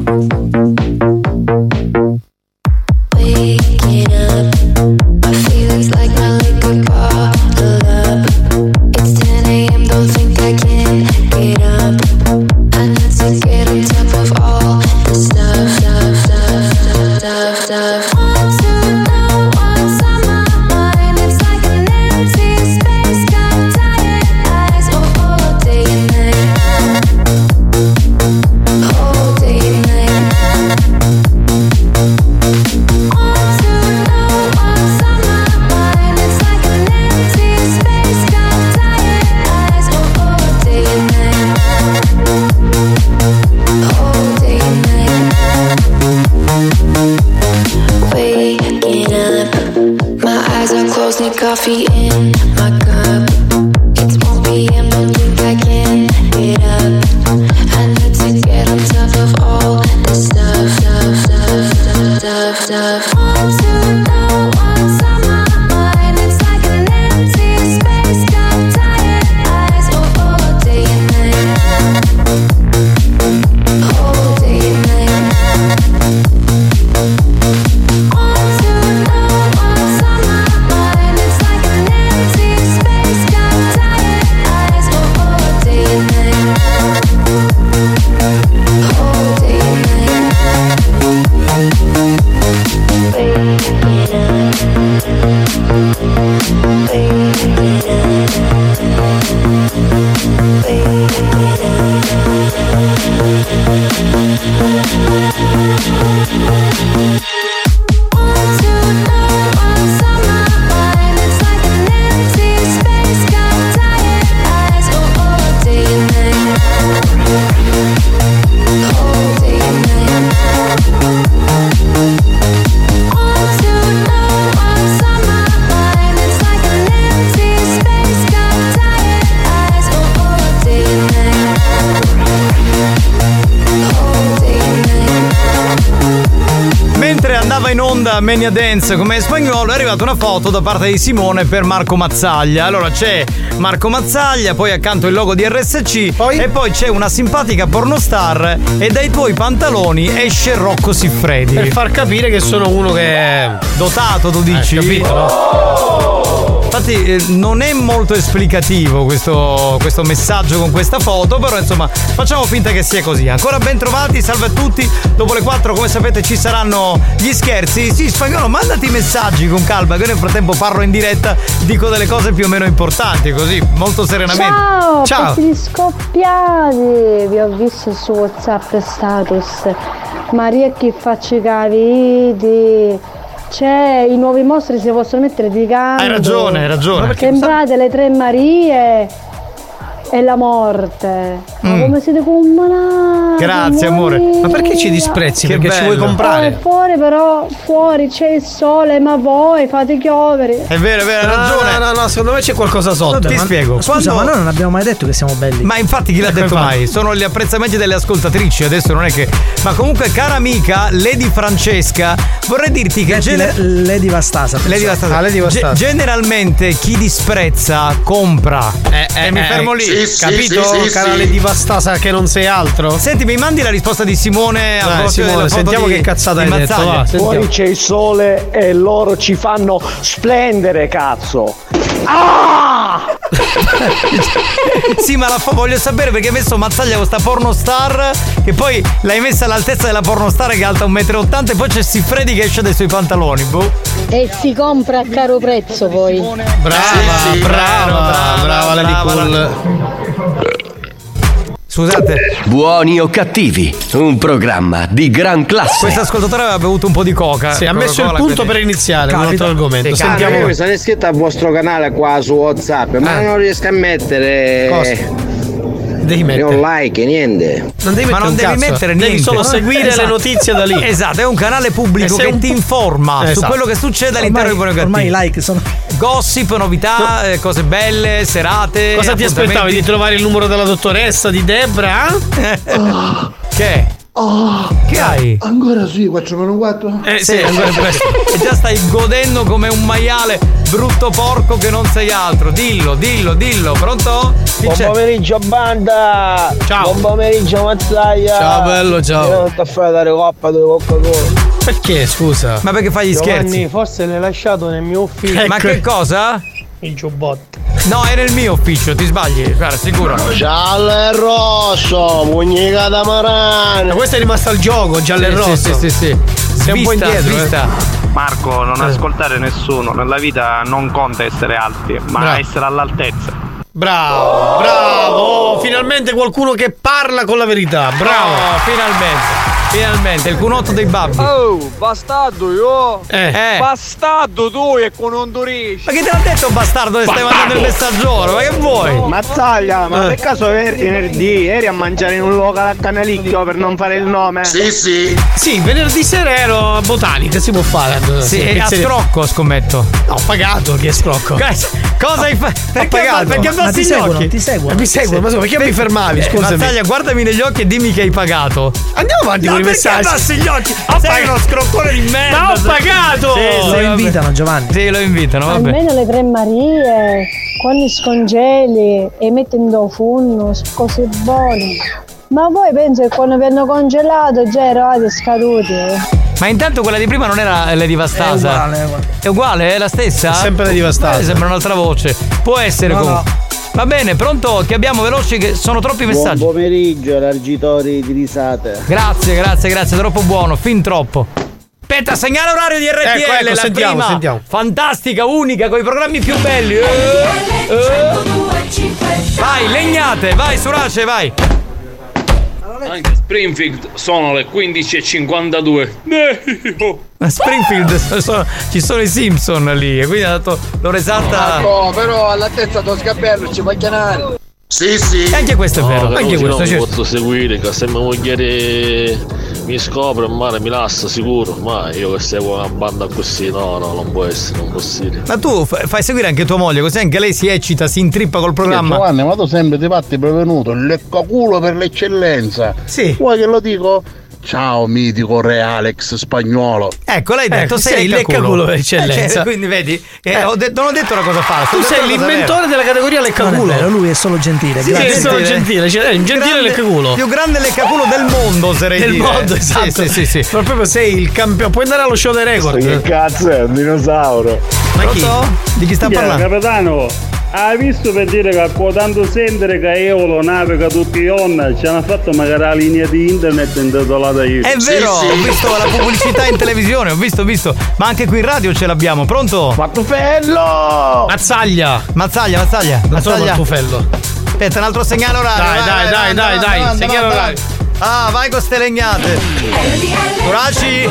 Waking up, my feelings like my liquor bottled up. It's 10 a.m., don't think I can get up. I need to get on top of all the stuff. Want to know what's on my mind. It's like an empty space, got tired eyes. Oh, day and night. Oh, day and night. Want to know what's on my mind. It's like an empty space, got tired eyes. Oh, day and night. Oh, day and night. Waking up, my eyes are closed, need coffee in my cup. It's 1 p.m., don't think I can get up. I need to get on top of all the stuff. Want to know what's on my mind. It's like an empty space, got tired eyes. Oh, day and night. Oh, day and night. Want to know what's on my mind. It's like an empty space, got tired eyes. Oh, day and night. Oh, day and night. In onda Mania Dance come Spagnolo è arrivata una foto da parte di Simone per Marco Mazzaglia. Allora c'è Marco Mazzaglia, poi accanto il logo di RSC e poi c'è una simpatica pornostar e dai tuoi pantaloni esce Rocco Siffredi. Per far capire che sono uno che è dotato, tu dici? Capito, no? Infatti non è molto esplicativo questo messaggio con questa foto, però insomma facciamo finta che sia così. Ancora ben trovati, salve a tutti. Dopo le 4 come sapete ci saranno gli scherzi. Sì, Spagnolo, mandati i messaggi con calma, che io nel frattempo parlo in diretta, dico delle cose più o meno importanti, così molto serenamente. Ciao. Pezzi scoppiati, vi ho visto su WhatsApp status. Maria che faccio i caviti. C'è i nuovi mostri si possono mettere di canto. Hai ragione. Sembrate le tre Marie e la morte. Ma come siete commanati? Grazie amore. Ma perché ci disprezzi? Che perché bello. ci vuoi comprare? Fuori c'è il sole, ma voi fate chiovere. È vero, hai ragione. No, secondo me c'è qualcosa sotto. Ti spiego. Scusa, ma noi non abbiamo mai detto che siamo belli. Ma infatti chi l'ha detto mai? Sono gli apprezzamenti delle ascoltatrici, adesso non è che. Ma comunque, cara amica Lady Francesca, vorrei dirti che Lady Vastasa. Generalmente chi disprezza compra. Mi fermo lì. Capito? Cara Lady Vastasa che non sei altro. Senti, mi mandi la risposta di Simone a proposito della foto sentiamo che cazzata hai detto. Va, fuori c'è il sole e loro ci fanno splendere, cazzo. Sì, ma voglio sapere perché hai messo Mazzaglia con sta pornostar che poi l'hai messa all'altezza della pornostar che è alta 1,80 m e poi c'è Siffredi che esce dai suoi pantaloni. E si compra a caro prezzo poi. Brava Lady Cool. Scusate. Buoni o cattivi, un programma di gran classe. Questo ascoltatore aveva bevuto un po' di coca. Sì, ha messo il punto per iniziare un altro argomento. Sentiamo. Io mi sono iscritto al vostro canale qua su WhatsApp, ma non riesco a mettere. Cosa? Devi mettere un like, niente. Non devi mettere niente. Devi solo seguire le notizie da lì. Esatto, è un canale pubblico che ti informa su quello che succede all'interno di Buoni o Cattivi. Ormai i like sono gossip, novità, cose belle, serate. Cosa ti aspettavi? Di trovare il numero della dottoressa, di Debra? Che? Che hai? Ancora sì, 4-4? Sì, ancora presto. E già stai godendo come un maiale brutto porco che non sei altro. Dillo. Pronto? Buon pomeriggio banda. Ciao. Buon pomeriggio Mazzaglia. Ciao bello, ciao. Non ti fai dare coppa di Coca-Cola. Perché scusa? Ma perché fai gli scherzi? Forse l'hai lasciato nel mio ufficio. Ma che cosa? Il giubbotto. No, è nel mio ufficio, ti sbagli, guarda, sicuro. Giallo e rosso, pugnica da marano. Questo è rimasto al gioco, giallo e rosso. Sì. Sei un po' indietro. Marco, non ascoltare nessuno. Nella vita non conta essere alti, ma essere all'altezza. Bravo. Finalmente qualcuno che parla con la verità. Bravo. Finalmente, il cunotto dei babbi. Oh, bastardo io. Bastardo tu e con Hondurisci. Ma che te l'ha detto bastardo che stai mandando il messaggiolo? Ma che vuoi? Mazzaglia, ma per caso venerdì eri a mangiare in un locale a Canalicchio per non fare il nome? Sì, venerdì sera ero a Botanica, si può fare. Sì, a scrocco scommetto. No, ho pagato, chi è scrocco? Cosa hai fatto? Perché abbassi gli occhi? Ti seguono. Mi seguono, ma perché mi fermavi? Scusami. Mazzaglia, guardami negli occhi e dimmi che hai pagato. Andiamo avanti con i messaggi. Abbassi gli occhi. Sei uno scroccone di merda. Ma ho pagato. Lo invitano Giovanni. Sì, lo invitano, vabbè. Almeno le tre Marie, quando scongeli e metti in forno, cose buone. Ma voi penso che quando vi hanno congelato già eravate scaduti? Ma intanto quella di prima non era Lady Vastasa. È uguale, è la stessa? È sempre Lady Vastasa. Sembra un'altra voce. Può essere comunque. No. Va bene, pronto? Che abbiamo veloci che sono troppi messaggi. Buon pomeriggio, elargitori di risate. Grazie, troppo buono, fin troppo. Aspetta, segnale orario di RTL, la sentiamo. Fantastica, unica, con i programmi più belli. Vai, legnate, vai, Surace, vai. Anche Springfield sono le 15:52. A Springfield ci sono i Simpson lì e quindi ha dato l'ora esatta. No, però all'altezza dello scappello ci puoi chiamare. Sì. E anche questo è vero. Anche questo non posso seguire, che se mia moglie mi scopre in mare mi lascia sicuro. Ma io che seguo una banda così, no, non può essere, non possibile. Ma tu fai seguire anche tua moglie, così anche lei si eccita, si intrippa col programma. Giovanni, ma tu sempre ti fatti prevenuto, leccaculo per l'eccellenza. Sì. Vuoi che lo dico? Ciao mitico re Alex Spagnuolo. Ecco, l'hai detto, sei il leccaculo per eccellenza. Quindi vedi, non ho detto una cosa falsa. Tu sei l'inventore della categoria leccaculo. Lui è solo gentile. Sì, è solo gentile, cioè, un gentile leccaculo. Più grande leccaculo del mondo, oserei dire. Del mondo, esatto. Sì. Ma proprio sei il campione. Puoi andare allo show dei record. Che cazzo è un dinosauro? Ma chi? Di chi sta parlando? Capitano, hai visto per dire che può tanto sentire che Eolo naviga tutti i on, ci hanno fatto magari la linea di internet intitolata io. È vero, ho visto la pubblicità in televisione, ho visto, ma anche qui in radio ce l'abbiamo, pronto? Mattufello! Mazzaglia. Mattufello. Aspetta, un altro segnale orario. Dai, segnale orario. Ah, vai con ste legnate. Coraci.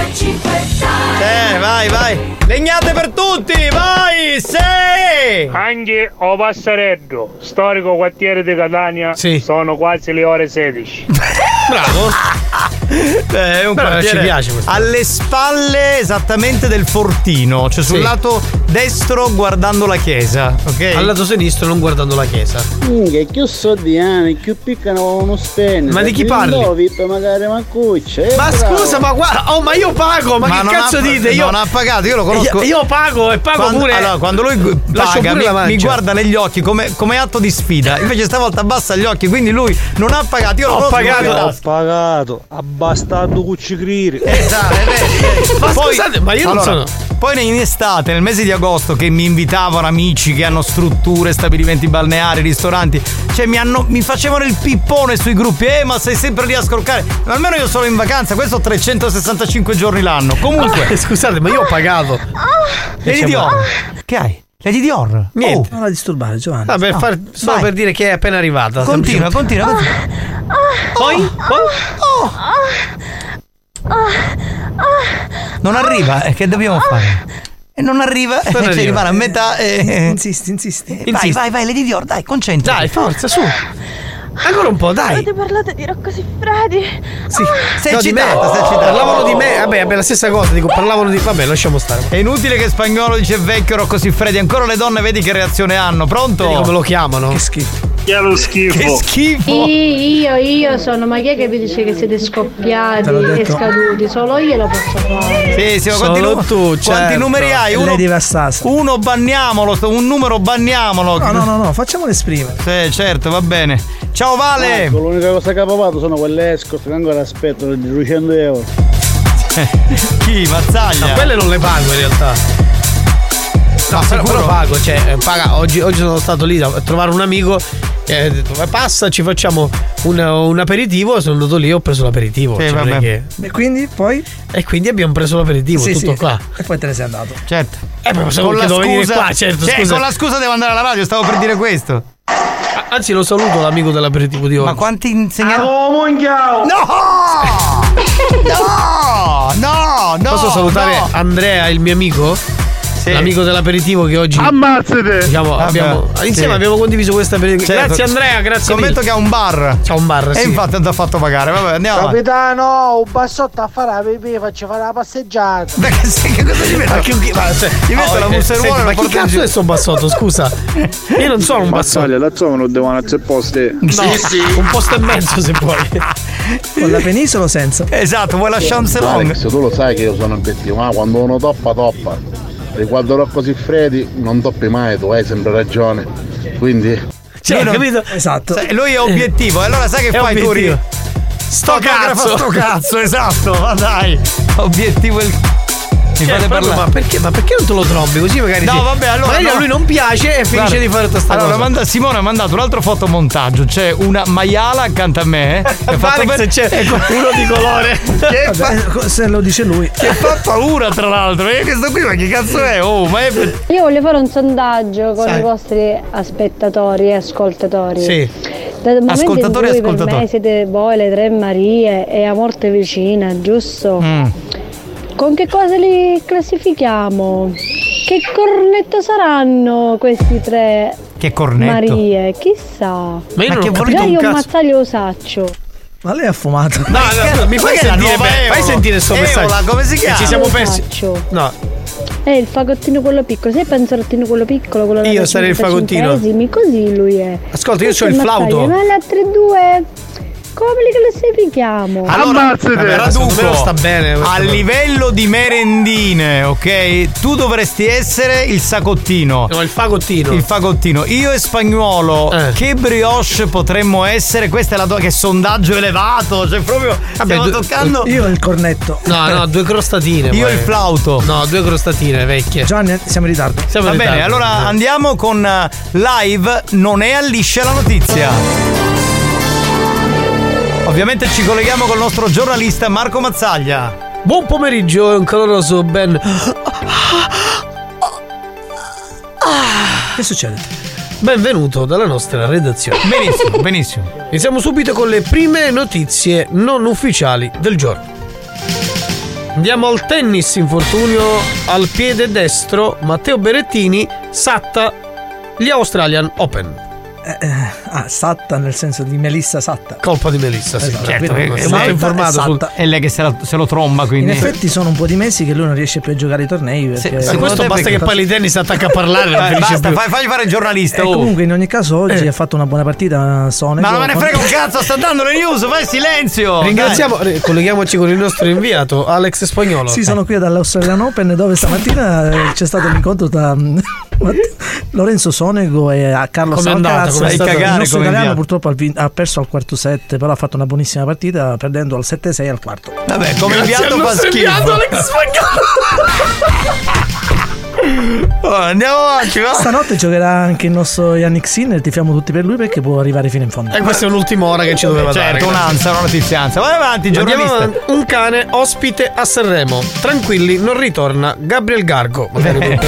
Vai. Legnate per tutti, vai, sei! Anche o Passareddo, storico quartiere di Catania, sono quasi le ore 16. Bravo! È un quartiere ci piace questo. alle spalle esattamente del fortino, cioè sul lato destro guardando la chiesa, ok? Al lato sinistro non guardando la chiesa. Che più soldi, più piccano uno spende. Ma di chi parli? Magari Ma scusa, ma guarda, ma io pago, ma che cazzo dite? Io non ha pagato, io lo conosco. Io pago e pago pure. Allora, quando lui paga, mi guarda negli occhi come atto di sfida. Invece stavolta abbassa gli occhi, quindi lui non ha pagato. Io ho pagato. Abbastato cuccicriri. Esatto, ma scusate, ma io non sono. Poi in estate, nel mese di agosto, che mi invitavano amici che hanno strutture, stabilimenti balneari, ristoranti, cioè mi facevano il pippone sui gruppi. Ma sei sempre lì a scroccare. Ma almeno io sono in vacanza, questo 365 giorni l'anno. Comunque, scusate, ma io ho pagato. Lady Dior. Che hai? Lady Dior? Niente. Non la disturbare, Giovanni. Solo per dire che è appena arrivata. Continua. Poi? Non arriva, che dobbiamo fare? E non arriva, ci rimane a metà. Insisti. Vai, Lady Dior, dai, concentrati. Dai, forza, su. Ancora un po', dai. Avete parlato di Rocco Siffredi? Sì. Sei eccitata. Parlavano di me. Vabbè, la stessa cosa. Parlavano di. Vabbè, lasciamo stare. È inutile che Spagnolo dice vecchio Rocco Siffredi. Ancora le donne, vedi che reazione hanno. Pronto? Vedi come lo chiamano? Che schifo. Che è lo schifo. Che schifo. Io sono. Ma chi è che vi dice che siete scoppiati e scaduti? Solo io lo posso fare. Sì, solo tu. Quanti numeri hai? Uno banniamolo. Un numero banniamolo. No, facciamolo esprimere. Sì, certo, va bene. Ciao Vale! L'unica cosa che ha provato sono quelle escort che ancora aspettano di 200 euro. Chi? Mazzaglia? Ma quelle non le pago in realtà. No, però pago, paga. Oggi sono stato lì a trovare un amico e ha detto passa, ci facciamo un aperitivo. Sono andato lì e ho preso l'aperitivo. E quindi poi? E quindi abbiamo preso l'aperitivo, tutto qua. E poi te ne sei andato. Certo. Con la scusa qua, certo, scusa. Con la scusa devo andare alla radio, stavo per dire questo. Anzi, lo saluto l'amico dell'aperitivo di oggi. Ma quanti insegnanti? No! Posso salutare Andrea, il mio amico? L'amico dell'aperitivo che oggi ammazzate! Insieme abbiamo condiviso questo aperitivo. Certo. Grazie Andrea, grazie. Scommetto che ha un bar. C'ha un bar, E infatti non ti ha fatto pagare. Vabbè, andiamo avanti. Capitano, un bassotto a fare la pipì, faccio fare la passeggiata. Che cosa gli metto? Gli metto la musseruola. Ma chi cazzo è sto bassotto, scusa? Io non sono un bassotto. La zona non devono essere poste. No, sì. Un posto e mezzo se vuoi. Con la penisola o senza? Esatto, vuoi la chance long? Alex, tu lo sai che io sono obiettivo, ma quando uno toppa. Riguardo Rocco Siffredi, non toppi mai, tu hai sempre ragione. Quindi. Capito? Esatto. Lui è obiettivo, allora sai che fai tu? Sto cazzo, esatto, ma dai. Obiettivo il. Mi fate parlare. Ma perché non te lo trombi così magari? No, vabbè, allora. Magari a lui non piace e finisce di fare tutta sta cosa. Simone ha mandato un altro fotomontaggio. C'è una maiala accanto a me. Se c'è uno di colore. Se lo dice lui. Che fa paura, tra l'altro. Questo qui, ma che cazzo è? Io voglio fare un sondaggio con i vostri spettatori e ascoltatori. Sì. Dal momento in cui per me siete voi le tre Marie e a morte vicina, giusto? Con che cosa li classifichiamo? Che cornetto saranno questi tre Che cornetto? Marie? Chissà. Ma io non ho capito un mazzaglio osaccio. Ma lei ha fumato. No, mi fai sentire fai sentire sto messaggio. Come si chiama? Ci siamo persi. No. È il fagottino quello piccolo. Sei il penzerottino quello piccolo, quello da io sarei il fagottino. Così lui è. Ascolta, io c'ho il flauto. Ma le altre due Come li classifichiamo? Allora, Raduco, sta bene. A livello di merendine, ok? Tu dovresti essere il sacottino. No, il fagottino. Il fagottino. Io e Spagnuolo, che brioche potremmo essere? Questa è la tua, che sondaggio elevato. Cioè, proprio stiamo toccando. Io il cornetto. No, 2 crostatine. Io il flauto. No, 2 crostatine vecchie. Gianni, siamo in ritardo. Va bene, allora andiamo con live. Non è alliscia la notizia. Ovviamente ci colleghiamo col nostro giornalista Marco Mazzaglia. Buon pomeriggio e un caloroso ben. Che succede? Benvenuto dalla nostra redazione. Benissimo, benissimo. Iniziamo subito con le prime notizie non ufficiali del giorno. Andiamo al tennis, infortunio al piede destro, Matteo Berrettini satta gli Australian Open. Satta nel senso di Melissa Satta. Colpa di Melissa, sì. Esatto, Certo, è molto informato È lei che se lo tromba, quindi. In effetti sono un po' di mesi che lui non riesce più a giocare ai tornei. Perché Se questo basta che poi tennis attacca a parlare. Basta, fagli fare il giornalista. Comunque in ogni caso oggi ha fatto una buona partita Sonego. Ma non me ne frega un cazzo, sta dando le news, fai silenzio. Ringraziamo, colleghiamoci con il nostro inviato Alex Spagnolo. Sì, sono qui dall'Australian Open dove stamattina c'è stato l'incontro tra Lorenzo Sonego e Carlos Alcaraz. Il nostro italiano purtroppo ha perso al quarto set, però ha fatto una buonissima partita perdendo al 7-6 al quarto. Vabbè, come inviato fa schifo. Andiamo avanti, va. Stanotte giocherà anche il nostro Yannick Sinner, tifiamo tutti per lui perché può arrivare fino in fondo. E questa è l'ultima ora che ci doveva dare. Certo, un'ansia, una notizianza. Vai avanti, giornalista. Un cane ospite a Sanremo. Tranquilli, non ritorna Gabriel Gargo. Bene.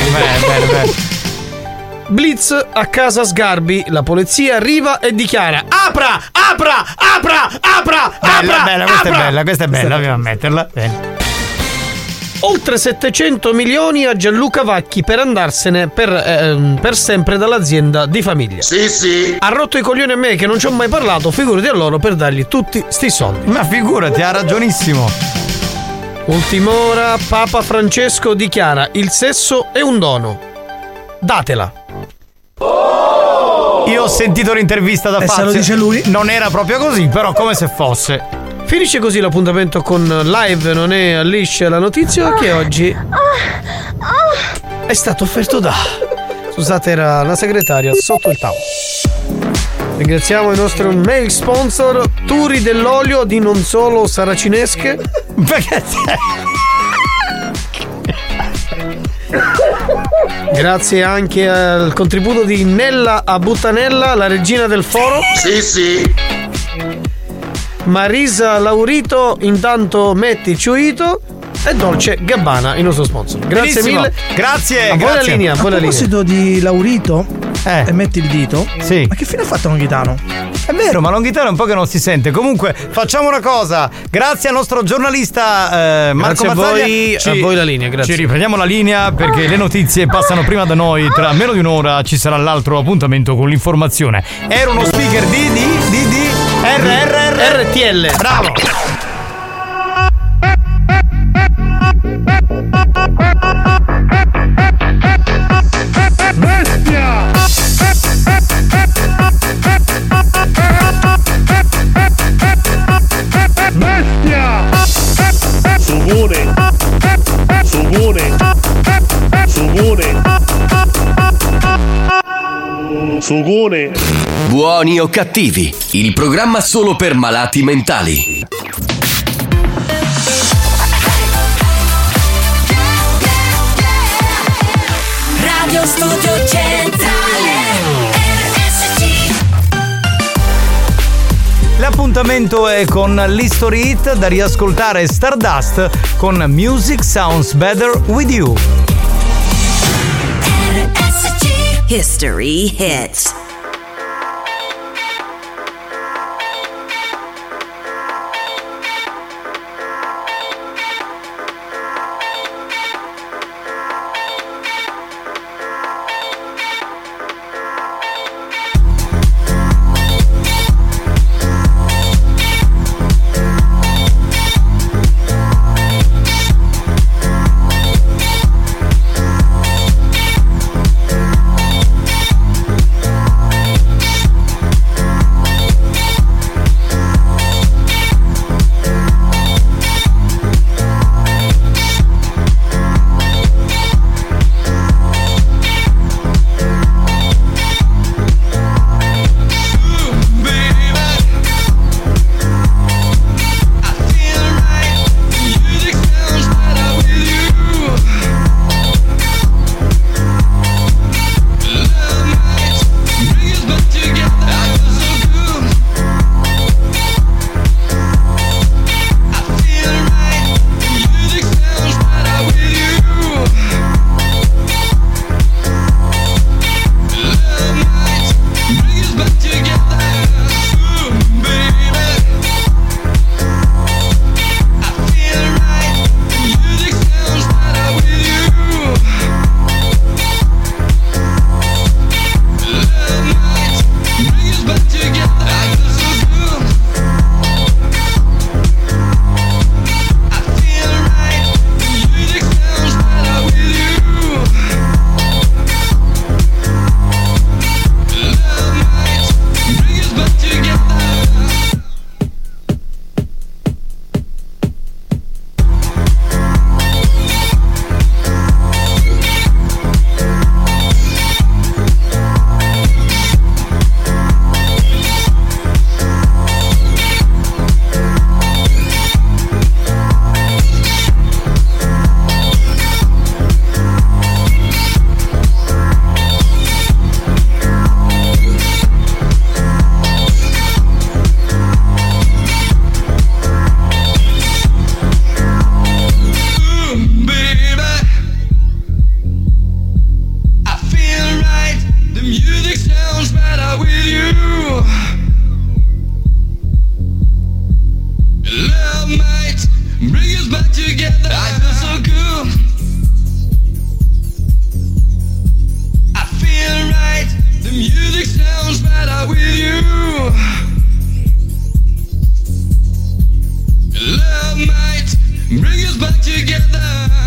Blitz a casa Sgarbi, la polizia arriva e dichiara: apra! Questa è bella, dobbiamo ammetterla. Bene. Oltre 700 milioni a Gianluca Vacchi per andarsene per sempre dall'azienda di famiglia. Sì. Ha rotto i coglioni a me che non ci ho mai parlato, figurati a loro per dargli tutti sti soldi. Ma figurati, ha ragionissimo. Ultima ora, Papa Francesco dichiara: il sesso è un dono. Datela. Io ho sentito l'intervista da Fazio. Se lo dice lui. Non era proprio così, però come se fosse. Finisce così l'appuntamento con Live Non è alliscia la notizia che oggi è stato offerto da. Scusate, era la segretaria sotto il tavolo. Ringraziamo il nostro mail sponsor Turi dell'olio di non solo saracinesche. Perché Grazie anche al contributo di Nella a Buttanella, la regina del foro. Sì. Marisa Laurito, intanto metti Ciuito. E Dolce Gabbana, il nostro sponsor. Grazie mille. Grazie. Buona linea. A proposito di Laurito e metti il dito. Sì. Ma che fine ha fatto Longhitano? È vero, ma Longhitano è un po' che non si sente. Comunque facciamo una cosa. Grazie al nostro giornalista Marco Mazzaglia. A voi la linea, grazie. Ci riprendiamo la linea perché le notizie passano prima da noi. Tra meno di un'ora ci sarà l'altro appuntamento con l'informazione. Era uno speaker di RTL. Bravo. Bestia! Bestia! Sugone! Buoni o cattivi, il programma solo per malati mentali. Radio Studio Centrale RSC. L'appuntamento è con l'History Hit da riascoltare Stardust con Music Sounds Better With You. History Hits. I feel so good. I feel right. The music sounds better with you. Love might bring us back together.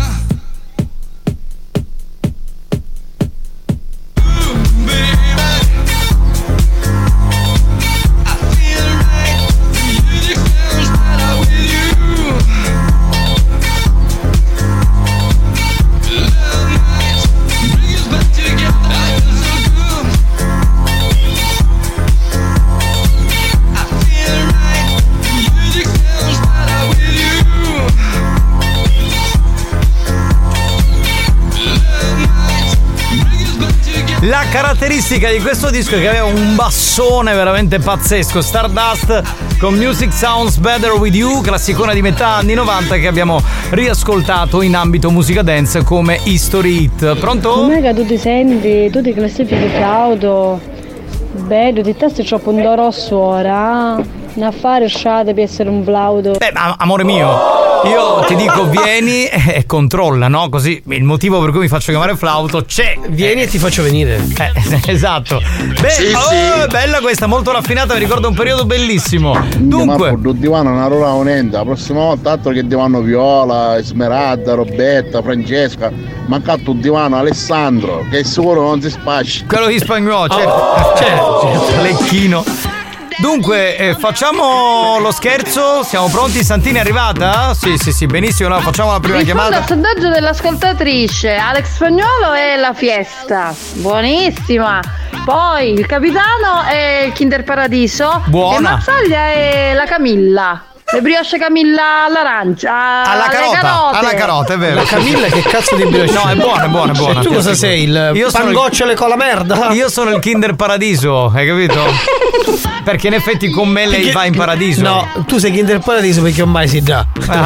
La caratteristica di questo disco è che aveva un bassone veramente pazzesco. Stardust con Music Sounds Better With You, classicona di metà anni 90 che abbiamo riascoltato in ambito musica dance come History Hit. Pronto? Come che tu ti senti, tu ti classifichi flauto? Beh, tu ti testi troppo un do rosso ora. Un affare sciate per essere un flauto. Amore mio, io ti dico vieni e controlla, no? Così il motivo per cui mi faccio chiamare flauto c'è. Vieni e ti faccio venire. Esatto. Sì. Bella questa, molto raffinata, mi ricorda un periodo bellissimo. Dunque, il divano è una roba unenda. La prossima volta altro che divano Viola, Esmeralda, Roberta, Francesca. Mancato un divano Alessandro, che sicuro non si spaccia. Quello di Spagnolo, certo. Lecchino. Dunque, facciamo lo scherzo, siamo pronti? Santini è arrivata? Sì, benissimo, no, facciamo la prima chiamata. Il sondaggio dell'ascoltatrice, Alex Spagnolo e la fiesta, buonissima. Poi il capitano e il Kinder Paradiso. Buona. E Mazzaglia e la Camilla. Le brioche Camilla all'arancia. Alla carota, è vero. La Camilla che cazzo di brioche? No, è buona. Tu cosa sei? Il pangocciole con la merda? Io sono il Kinder Paradiso, hai capito? Perché in effetti con me lei va in paradiso. No, tu sei Kinder Paradiso perché ormai si già.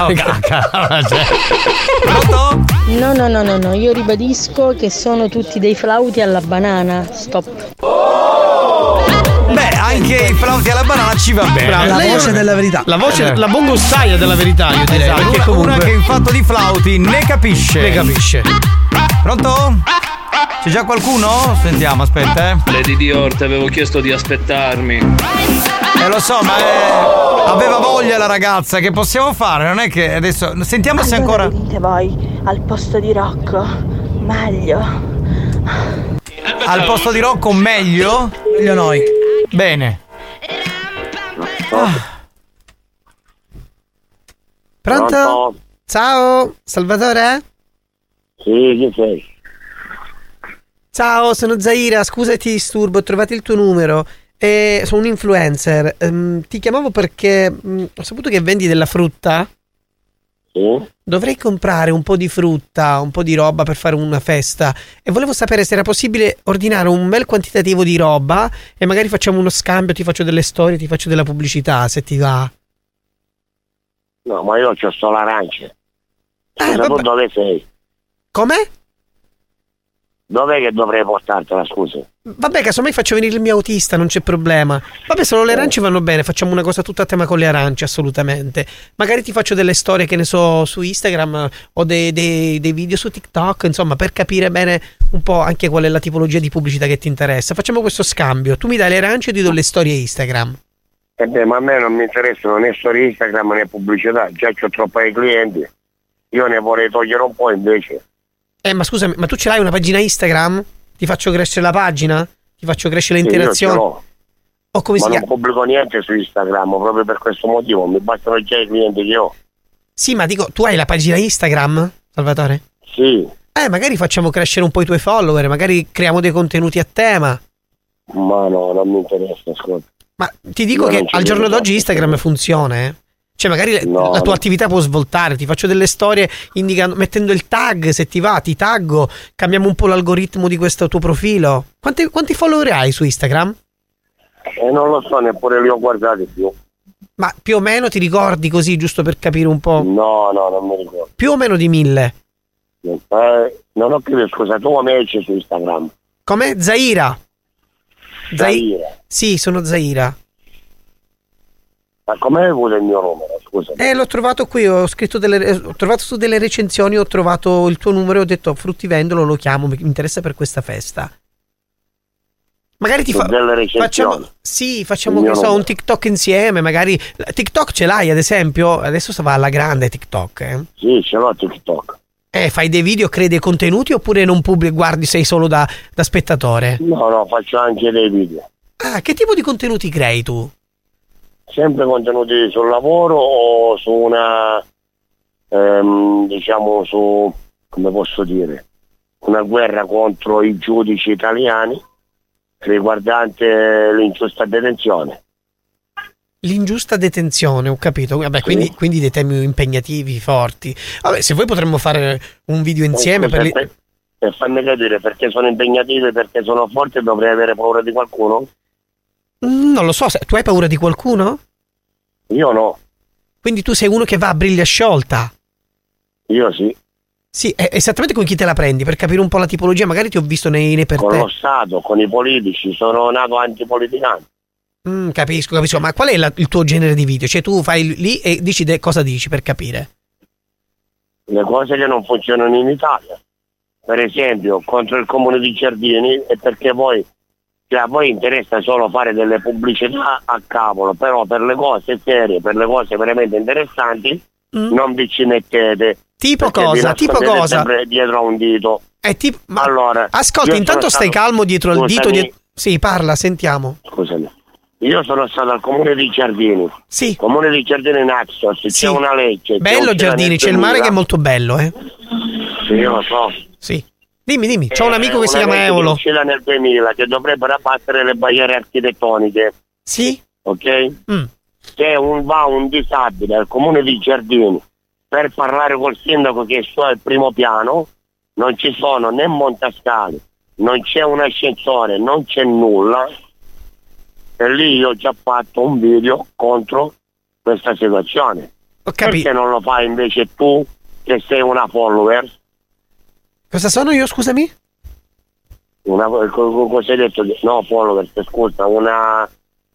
Pronto? No, io ribadisco che sono tutti dei flauti alla banana. Stop. Beh, anche i flauti alla banana ci va bene. La voce della verità. La voce, la bongostaia della verità, io direi. Esatto. Perché comunque una che in fatto di flauti ne capisce. Pronto? C'è già qualcuno? Sentiamo, aspetta. Lady Dior, ti avevo chiesto di aspettarmi. Lo so, ma aveva voglia la ragazza, che possiamo fare? Non è che adesso sentiamo se ancora. Venite voi al posto di Rocco. Meglio. Al posto di Rocco meglio? Meglio noi. Bene. Pronto? Ciao, Salvatore? Sì, chi sei? Ciao, sono Zaira, scusa ti disturbo, ho trovato il tuo numero. Sono un influencer. Ti chiamavo perché ho saputo che vendi della frutta. Sì? Dovrei comprare un po' di frutta, un po' di roba per fare una festa e volevo sapere se era possibile ordinare un bel quantitativo di roba e magari facciamo uno scambio, ti faccio delle storie, ti faccio della pubblicità, se ti va. No, ma io c'ho solo arance. Scusa, tu dove sei? Come? Dov'è che dovrei portartela, scusa? Vabbè, casomai faccio venire il mio autista, non c'è problema. Vabbè, solo le arance vanno bene, facciamo una cosa tutta a tema con le arance, assolutamente. Magari ti faccio delle storie, che ne so, su Instagram o dei video su TikTok, insomma, per capire bene un po' anche qual è la tipologia di pubblicità che ti interessa. Facciamo questo scambio, tu mi dai le arance e ti do le storie Instagram. Ma a me non mi interessano né storie Instagram né pubblicità, già c'ho troppi clienti. Io ne vorrei togliere un po' invece. Ma scusami, ma tu ce l'hai una pagina Instagram? Ti faccio crescere la pagina? Ti faccio crescere le interazioni? Io ce l'ho. O come ma si non pubblico niente su Instagram proprio per questo motivo, mi bastano già i clienti che ho. Sì, ma dico, tu hai la pagina Instagram, Salvatore? Sì. Magari facciamo crescere un po' i tuoi follower, magari creiamo dei contenuti a tema. Ma no, non mi interessa, ascolta. Ma ti dico che al giorno d'oggi Instagram funziona, Cioè magari la tua attività può svoltare, ti faccio delle storie mettendo il tag, se ti va, ti taggo, cambiamo un po' l'algoritmo di questo tuo profilo. Quanti follower hai su Instagram? Non lo so, neppure li ho guardati più. Ma più o meno ti ricordi così, giusto per capire un po'? No, non mi ricordo. Più o meno di 1000? Non ho capito, scusa, tu come c'è su Instagram? Come? Zaira. Zaira? Sì, sono Zaira. Ma come hai avuto il mio numero, scusa? scusa. L'ho trovato qui, ho trovato su delle recensioni, ho trovato il tuo numero e ho detto fruttivendolo lo chiamo, mi interessa per questa festa. Magari ti facciamo che so, un TikTok insieme, magari TikTok ce l'hai ad esempio, adesso va alla grande TikTok, Sì, ce l'ho TikTok. Fai dei video, crei dei contenuti oppure non pubblichi, guardi, sei solo da spettatore? No, faccio anche dei video. Ah, che tipo di contenuti crei tu? Sempre contenuti sul lavoro o su una, diciamo su, come posso dire, una guerra contro i giudici italiani riguardante l'ingiusta detenzione. L'ingiusta detenzione, ho capito. Vabbè, sì. quindi dei temi impegnativi, forti. Vabbè, se vuoi potremmo fare un video insieme per farmi capire perché sono impegnativi, perché sono forti, dovrei avere paura di qualcuno? Non lo so, tu hai paura di qualcuno? Io no. Quindi tu sei uno che va a briglia sciolta? Io sì. Sì, esattamente con chi te la prendi, per capire un po' la tipologia, magari ti ho visto nei per con te. Con lo Stato, con i politici, sono nato antipoliticano. Capisco, ma qual è il tuo genere di video? Cioè tu fai lì e dici cosa dici per capire? Le cose che non funzionano in Italia. Per esempio, contro il comune di Giardini, è perché voi interessa solo fare delle pubblicità a cavolo, però per le cose serie, per le cose veramente interessanti, non vi ci mettete. Tipo cosa? Sempre dietro a un dito. Allora, ascolta, intanto stai calmo dietro al dito. Sì, parla, sentiamo. Scusami. Io sono stato al comune di Giardini. Sì. Comune di Giardini Naxos, c'è una legge. Bello Giardini, c'è il mare che è molto bello, Sì, io lo so. Sì. Dimmi, c'ho un amico che si chiama Eolo. Uscita nel 2000 che dovrebbero abbattere le barriere architettoniche. Sì. Ok? Se va un disabile al comune di Giardini per parlare col sindaco che sto al primo piano, non ci sono né montascali, non c'è un ascensore, non c'è nulla. E lì io ho già fatto un video contro questa situazione. Perché non lo fai invece tu che sei una follower? Cosa sono io, scusami? Cosa hai detto? No, follower, scusa, una...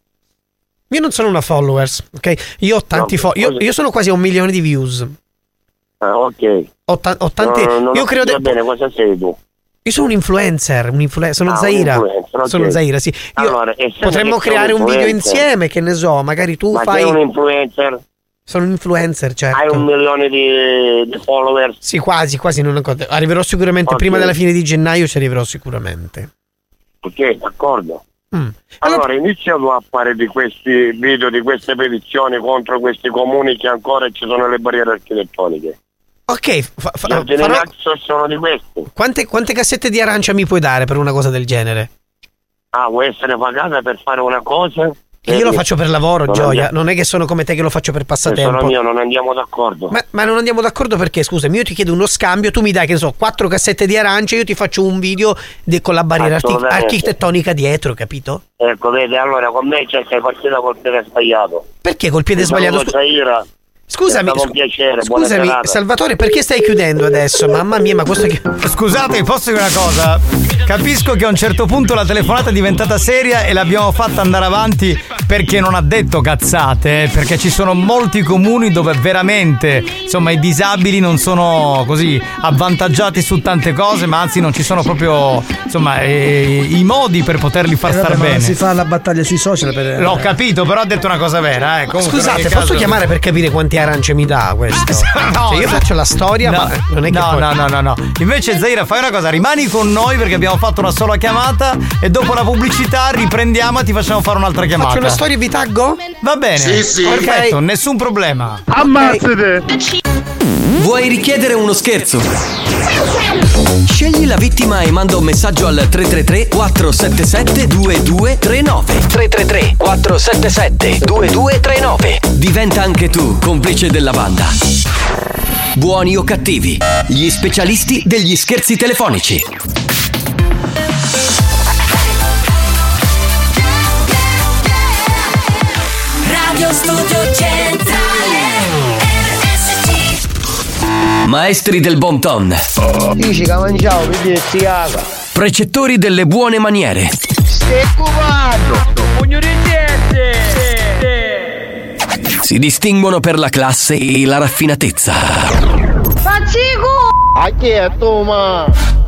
Io non sono una followers, ok? Io ho tanti io sono quasi a 1 milione di views. Ah, ok. Ho tanti... io credo... Va bene, cosa sei tu? Io sono un influencer, sono Zaira. Okay. Sono Zaira, sì. Allora, potremmo creare un video insieme, che ne so, magari tu fai... Ma sei un influencer? Sono un influencer, certo. Hai 1 milione di follower? Sì, quasi, non arriverò sicuramente, prima della fine di gennaio ci arriverò sicuramente. Ok, d'accordo. Allora iniziamo a fare di questi video, di queste petizioni contro questi comuni che ancora ci sono le barriere architettoniche. Ok, sono di questi. Quante cassette di arancia mi puoi dare per una cosa del genere? Vuoi essere pagata per fare una cosa? Io lo faccio per lavoro, Gioia. Non è che sono come te che lo faccio per passatempo. Sono io, non andiamo d'accordo. Ma non andiamo d'accordo perché, scusami, io ti chiedo uno scambio, tu mi dai, che ne so, 4 cassette di arancia, io ti faccio un video con la barriera architettonica dietro, capito? Ecco, vedi, allora con me sei partita col piede sbagliato. Perché col piede sbagliato? Scusami, piacere, Salvatore, perché stai chiudendo adesso? Mamma mia, ma questo che... Scusate, posso dire una cosa? Capisco che a un certo punto la telefonata è diventata seria e l'abbiamo fatta andare avanti perché non ha detto cazzate, perché ci sono molti comuni dove veramente, insomma, i disabili non sono così avvantaggiati su tante cose, ma anzi non ci sono proprio, insomma, i modi per poterli far star bene. Si fa la battaglia sui social per... L'ho capito, però ha detto una cosa vera, Scusate, posso chiamare per capire quanti arance mi dà questo? No, io faccio la storia, ma non è che no. Invece Zaira, fai una cosa, rimani con noi perché abbiamo fatto una sola chiamata e dopo la pubblicità riprendiamo e ti facciamo fare un'altra chiamata. Faccio una storia e vi taggo? Va bene. Sì. Perfetto, nessun problema. Ammazzate! Vuoi richiedere uno scherzo? Scegli la vittima e manda un messaggio al 333-477-2239. 333-477-2239. Diventa anche tu complice della banda. Buoni o cattivi, gli specialisti degli scherzi telefonici. Radio Studio Centrale RSC. Maestri del bon ton. Dici che mangiavo, vedi si caga. Precettori delle buone maniere. Stai cubando. Si si distinguono per la classe e la raffinatezza. Faccico! A chi è tu, ma?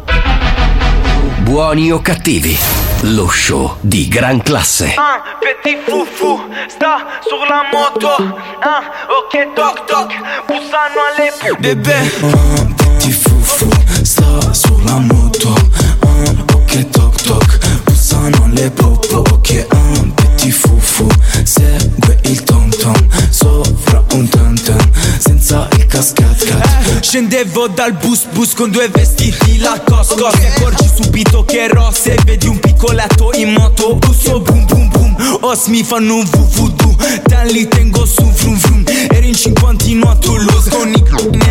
Buoni o cattivi, lo show di gran classe. Petit fufu, sta sulla moto. Ok, toc toc, bussano alle bebè. Petit fufu, sta sulla moto. Ok, toc toc, bussano le popo. Ok, petit fufu, segue il tom tom. Sopra un tam tam, senza il cascat. Scendevo dal bus con 2 vestiti la cosco. Ti accorgi subito che ero se vedi un piccoletto in moto. Busso boom boom boom, os mi fanno un vuvudu. Dan li tengo su vrum vrum. Ero in 50 a Toulouse con i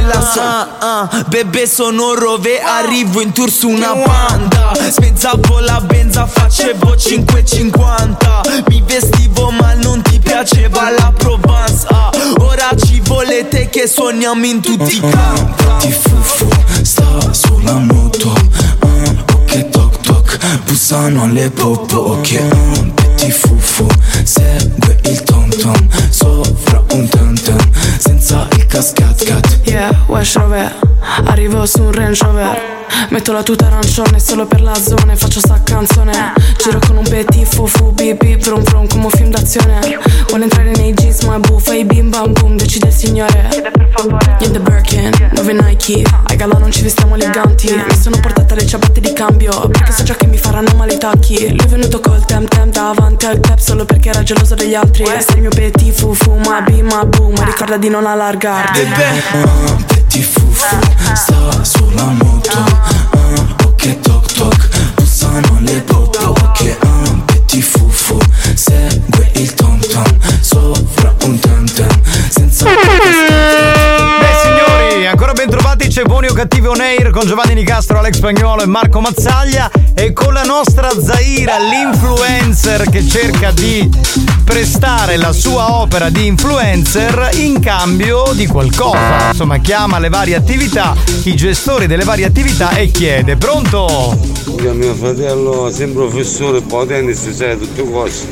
nella bebè sono Rove, arrivo in tour su una banda. Spenzavo la benza, facevo 5,50. Mi vestivo ma non ti piaceva la Provence. Ora ci volete che suoniamo in tutti i campi. Petit fufu, sta sulla moto. Ok, toc toc, bussano alle popo. Ok, petit fufu, segue il tom tom. Sopra un tam tam, senza il cascat. Yeah, Wesh Rover, arrivo su un Range Rover. Metto la tuta arancione solo per la zona e faccio sta canzone. Giro con un petit fufu, bip bip vrum vrum come un film d'azione. Vuole entrare nei jeans ma è buffa, i bim bam boom, decide il signore. In the Birkin, 9 Nike, ai gala non ci vestiamo eleganti. Mi sono portata le ciabatte di cambio, perché so già che mi faranno male i tacchi. Lui è venuto col tem tem davanti al club solo perché era geloso degli altri. Sei il mio petit fufu, ma bim ma boom, ma ricorda di non allargarti. Petit fufu, sta sulla moto. Ok, toc toc, bussano le popo. Ok, petit fufu, segue il tom tom. Sopra un tam tam, senza. Beh signori, ancora ben trovati, c'è Buoni o Cattivi on Air con Giovanni Nicastro, Alex Spagnuolo e Marco Mazzaglia. E con la nostra Zaira, l'influencer che cerca di prestare la sua opera di influencer in cambio di qualcosa. Insomma, chiama le varie attività, i gestori delle varie attività e chiede: pronto? Io mio fratello sei un professore potente, si sa tutte cose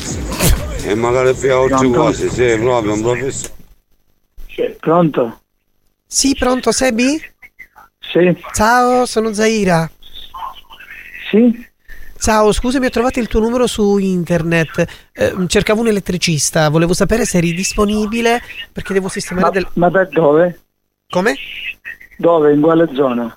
e magari più altre cose, sei proprio un professore. Pronto? Sì, pronto, Sebi? Sì. Ciao, sono Zaira. Sì? Ciao, scusami, ho trovato il tuo numero su internet. Cercavo un elettricista, volevo sapere se eri disponibile perché devo sistemare Ma per dove? Come? Dove? In quale zona?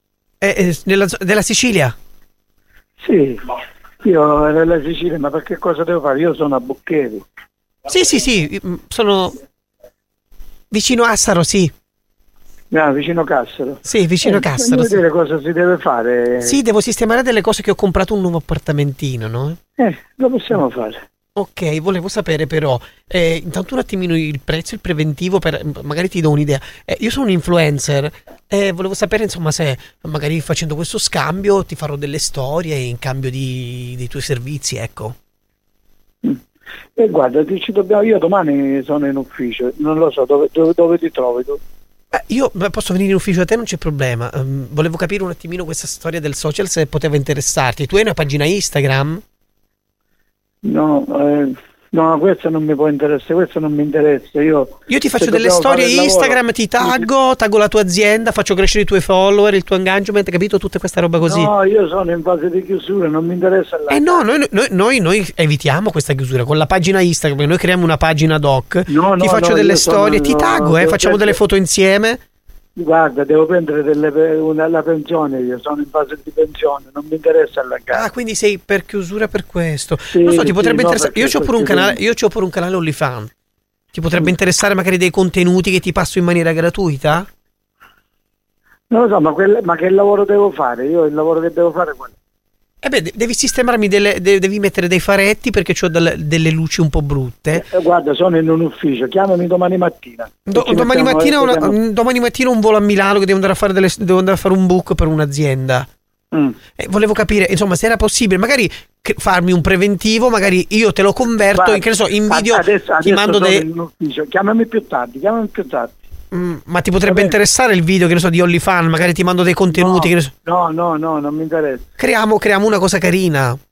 Della Sicilia? Sì, io nella Sicilia, ma per che cosa devo fare? Io sono a Boccheri. Sì, sono vicino Assaro, sì. No, vicino Cassaro. Sì, vicino Cassaro. Devi dire cosa si deve fare? Sì, devo sistemare delle cose che ho comprato un nuovo appartamentino, no? Lo possiamo fare. Ok, volevo sapere però, intanto un attimino il prezzo, il preventivo, magari ti do un'idea. Io sono un influencer e volevo sapere insomma se magari facendo questo scambio ti farò delle storie in cambio dei tuoi servizi, ecco. Guarda, io domani sono in ufficio, non lo so, dove ti trovi tu? Io posso venire in ufficio da te, non c'è problema. Volevo capire un attimino questa storia del social, se poteva interessarti. Tu hai una pagina Instagram? No, questo non mi può interessare, questo non mi interessa. Io ti faccio delle storie Instagram, ti taggo la tua azienda, faccio crescere i tuoi follower, il tuo engagement, capito? Tutta questa roba così. No, io sono in fase di chiusura, non mi interessa. No, noi evitiamo questa chiusura con la pagina Instagram, perché noi creiamo una pagina ad hoc. Ti faccio delle storie, ti taggo, facciamo delle foto insieme. Guarda, devo prendere la pensione, io sono in fase di pensione, non mi interessa allargare. Ah, quindi sei per chiusura per questo. Sì, non so, ti potrebbe interessare. Io c'ho pure un canale OnlyFans. Ti potrebbe interessare magari dei contenuti che ti passo in maniera gratuita? Non lo so, ma che lavoro devo fare? Io il lavoro che devo fare è quello. Devi sistemarmi devi mettere dei faretti perché ho delle luci un po' brutte. Guarda, sono in un ufficio, chiamami domani mattina. Domani mattina un volo a Milano che devo andare a fare un book per un'azienda. Volevo capire, insomma, se era possibile magari farmi un preventivo, magari io te lo converto in video. Adesso ti mando in ufficio. Chiamami più tardi. Ma ti potrebbe interessare il video, di OnlyFans? Magari ti mando dei contenuti. No, non mi interessa. Creiamo una cosa carina.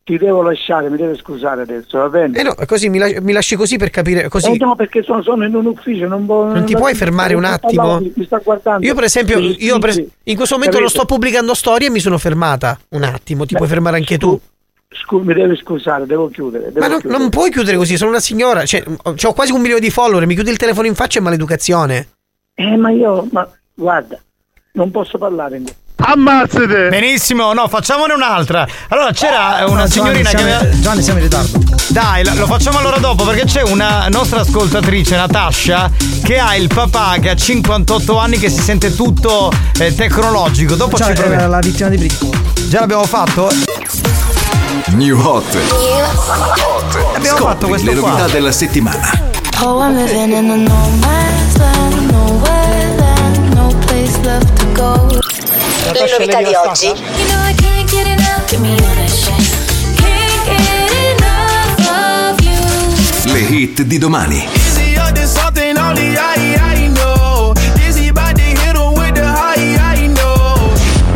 ti devo lasciare, mi devi scusare adesso, va bene? No, così mi lasci così per capire così. No, perché sono in un ufficio, non ti puoi fermare un attimo? Mi sta guardando. Io per esempio, in questo momento non sto pubblicando storie e mi sono fermata un attimo, ti puoi fermare anche tu. Mi devi scusare, devo chiudere. Non puoi chiudere così, sono una signora, ho quasi 1 milione di follower, mi chiudi il telefono in faccia, è maleducazione. Ma guarda, non posso parlare. Ammazzate! Benissimo, no, facciamone un'altra. Allora c'era una signorina Giovanni, siamo in ritardo. Dai, lo facciamo allora dopo, perché c'è una nostra ascoltatrice, Natascia, che ha il papà che ha 58 anni, che si sente tutto tecnologico. Dopo ci proviamo. La vittima di prima. Già l'abbiamo fatto? New Hot. Abbiamo fatto questo le novità della settimana. Oh, I'm living in a no man's land, nowhere land, no place left to go. Le novità di oggi. You know I can't get enough, give me all that shit. Can't get enough of you. Le hit di domani. Easy up to something only I know. Easy about to hit him with the I know.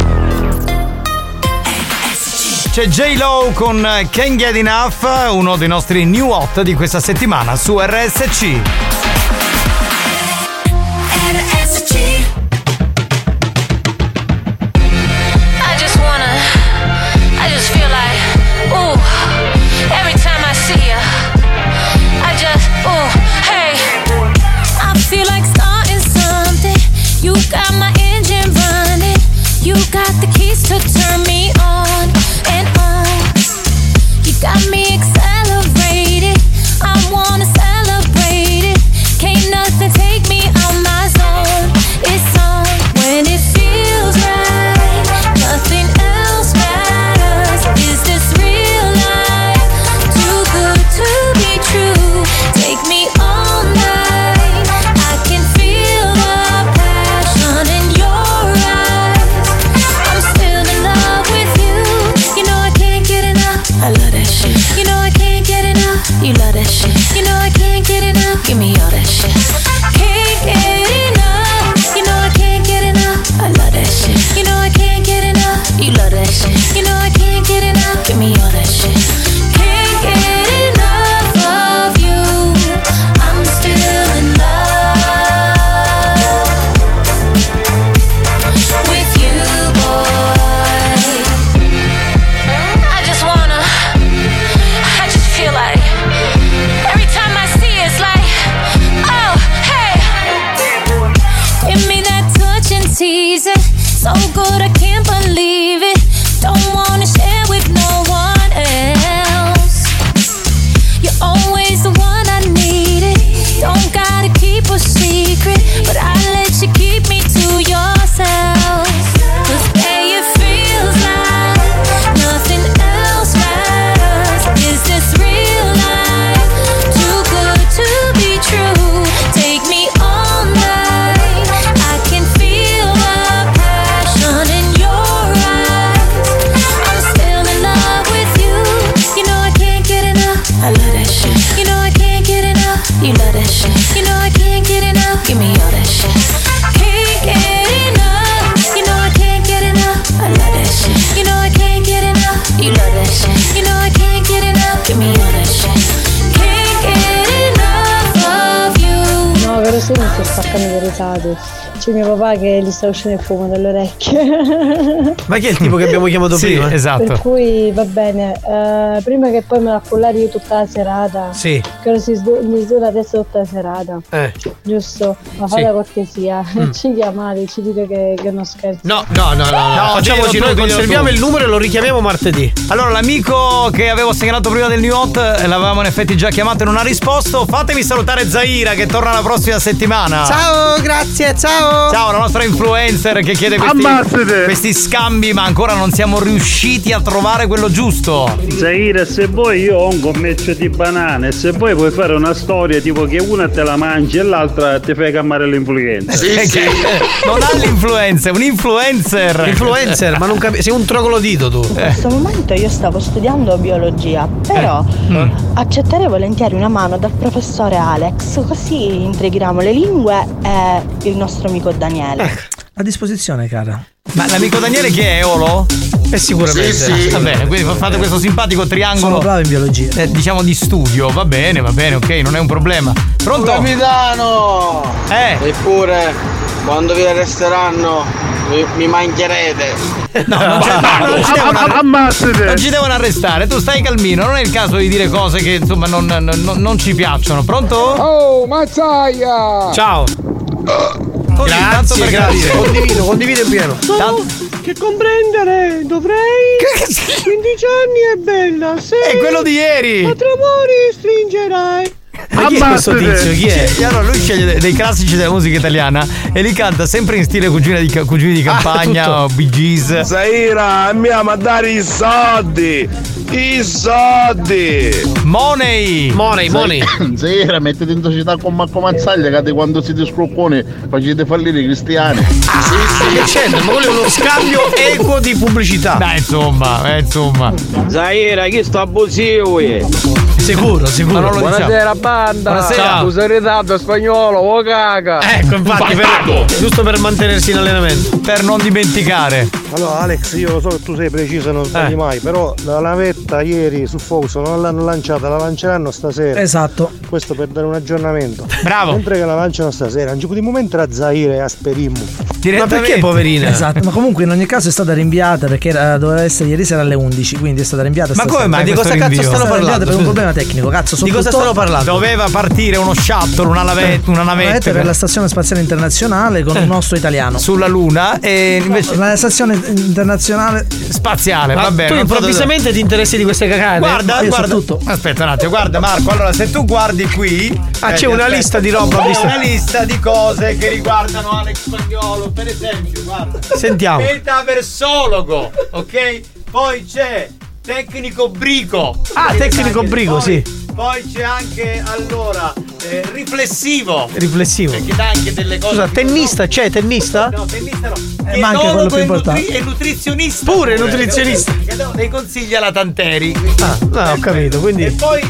C'è J-Lo con Can't Get Enough, uno dei nostri new hot di questa settimana su RSC. Got my engine running. You got the keys to turn me on and on. You got me accelerated. I wanna celebrate it. Can't nothing take me out my zone. It's on when it feels right. Nothing else matters. Is this real life? Too good to be true. Take me all night. I can feel the passion in your eyes. I'm still in love with you. You know I can't get enough. I love that shit. You know I can't get enough. You love that shit. You know I can't get enough. Give me all that shit. Can't get enough. You know I can't get enough. I love that shit. You know I can't get enough. You love that shit. You know I can't get enough. Give me all that shit. Can't get enough of you. I'm still in love with you, boy. I just feel like every time I see it, it's like, oh, hey. Give me that touch and tease it. So good, I can't believe it. Don't wanna share with no one else. You're always the one I needed. Don't gotta keep a secret, but I let you keep me to yourself. 'Cause babe, it feels like nothing else matters. Is this real life? Too good to be true. Take me all night. I can feel the passion in your eyes. I'm still in love with you. You know I can't get enough. I love that shit. You know I can't get enough. You love that shit. You know I can't get enough. Give me all that shit. Can't get enough. You know I can't get enough. I love that shit. You know I can't get enough. You love that shit. You know I can't get enough. Give me all that shit. Can't get enough of you. No, vero sì, mi sto spaccando le risate. C'è mio papà che gli sta uscendo il fumo dalle orecchie. Ma chi è il tipo che abbiamo chiamato prima? Esatto. Per cui va bene, prima che poi me la cullare io tutta la serata. Sì. Che ora mi suda la testa tutta la serata. Giusto? Ma fai la cortesia. Ci chiamate, ci dite che non scherzo. No, facciamoci, noi conserviamo il numero e lo richiamiamo martedì. Allora, l'amico che avevo segnalato prima del New Hot, l'avevamo in effetti già chiamato e non ha risposto. Fatemi salutare Zaira, che torna la prossima settimana. Ciao, grazie, ciao. Ciao, la nostra influencer che chiede questi scambi, ma ancora non siamo riusciti a trovare quello giusto. Zaira, se vuoi io ho un commercio di banane, se vuoi puoi fare una storia tipo che una te la mangi e l'altra ti fai cammare l'influenza. Sì. Non ha l'influenza, è un influencer. Influencer, ma non capisci, sei un troglodito tu. In questo momento io stavo studiando biologia, però accetterei volentieri una mano dal professore Alex, così integriamo le lingue e il nostro amico Daniele. A disposizione, cara. Ma l'amico Daniele chi è? Eolo? Sicuramente. Sì. Va bene, quindi fate questo simpatico triangolo. Sono bravo in biologia. Diciamo di studio, va bene, ok, non è un problema. Pronto? Capitano! Eppure, quando vi arresteranno, mi mancherete. Non ci devono arrestare, tu stai calmino, non è il caso di dire cose che insomma non ci piacciono. Pronto? Oh, Mazzaia! Ciao! Grazie. Condivido in pieno. Che comprendere dovrei 15 anni è bella, sì. È quello di ieri. A tramori stringerai. Ma chi è questo tizio? Chi è? E allora lui sceglie dei classici della musica italiana e li canta sempre in stile cugini di campagna o Bee Gees. Zaira, andiamo a dare i soldi! Money! Zaira, mettete in società con Marco Mazzaglia che quando siete scrocconi facete fallire i cristiani. Che c'è? Ma quello è uno scambio equo di pubblicità. Dai, insomma. Zaira, chi sto abusivo? Sicuro. Ma non lo Buonasera banda. Buonasera. Scusa il ritardo spagnolo, oh caga. Ecco, infatti, giusto per mantenersi in allenamento. Per non dimenticare. Allora Alex, io lo so che tu sei preciso e non sbagli mai, però la navetta ieri su Focus non l'hanno lanciata, la lanceranno stasera. Esatto. Questo per dare un aggiornamento. Bravo. Mentre che la lanciano stasera, non ci potremmo mettere a Zaire e a Sperimmo. Ma perché poverina? Esatto, ma comunque in ogni caso è stata rinviata perché doveva essere ieri sera alle 11, quindi è stata rinviata. Ma come mai? Di cosa cazzo stanno parlando? Per un problema tecnico, cazzo. Di cosa stanno parlando? Doveva partire uno shuttle, una navetta per la stazione spaziale internazionale con un nostro italiano sulla Luna e invece la stazione internazionale spaziale. Ma vabbè, tu improvvisamente ti interessi di queste cagate? Guarda. Tutto. Aspetta un attimo, guarda Marco, allora se tu guardi qui c'è una lista di roba, c'è una lista di cose che riguardano Alex Spagnolo, per esempio, guarda. Sentiamo. Metaversologo, ok? Poi c'è tecnico brico. Tecnico brico, sì. Poi c'è anche allora riflessivo. Perché dà anche delle cose. Scusa, tennista? C'è tennista? No, tennista no. Manca quello più importante. E nutrizionista. Pure nutrizionista. Che dei consigli alla Tanteri. Ho capito, quindi. E poi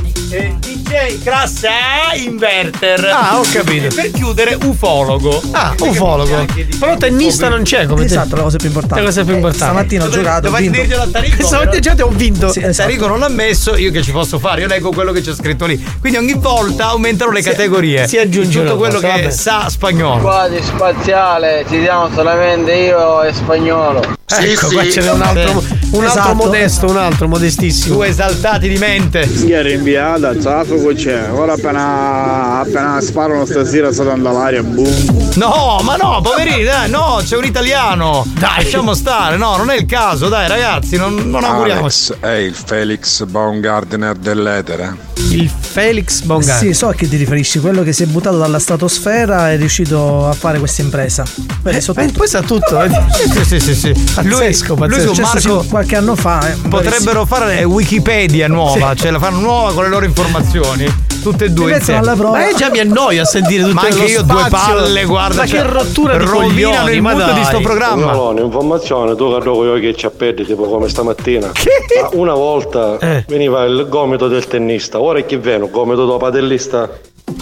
DJ classe A inverter. Ho capito. E per chiudere ufologo. Ufologo. Però tennista non c'è come esatto, la cosa più importante. Stamattina ho giocato. Dovete dirglielo a Tarico. Stamattina già ti ho vinto. Sì, esatto. Tarico non l'ha messo, io che ci posso fare? Io leggo quello che c'è scritto lì. Quindi ogni volta aumentano le categorie. Si aggiunge tutto quello che sa spagnolo. Qua di spaziale ci siamo solamente io e spagnolo. Qua ce n'è un altro modesto, un altro modestissimo. Due esaltati di mente. Si è rinviata, traffico c'è. Ora appena sparano stasera sta andando all'aria, boom. No, ma no, poverini, dai, no, c'è un italiano. Dai, lasciamo stare, no, non è il caso, dai ragazzi, non auguriamoci. Alex è il Felix Baumgartner dell'etere. Il Felix Baumgartner. Sì, so a che ti riferisci, quello che si è buttato dalla stratosfera e è riuscito a fare questa impresa. Poi sa tutto. Sì. Pazzesco. Lui su Marco qualche anno fa potrebbero fare Wikipedia nuova, cioè la fanno nuova con le loro informazioni. Tutte e due insieme. Alla prova. Ma già mi annoio a sentire tutto. Ma anche io due palle, guarda. Ma che rottura di rovinano il mood di sto programma. No, un'informazione, tu che che ci appedi tipo come stamattina. Ma una volta veniva il gomito del tennista, ora è chi viene? Il gomito del padellista?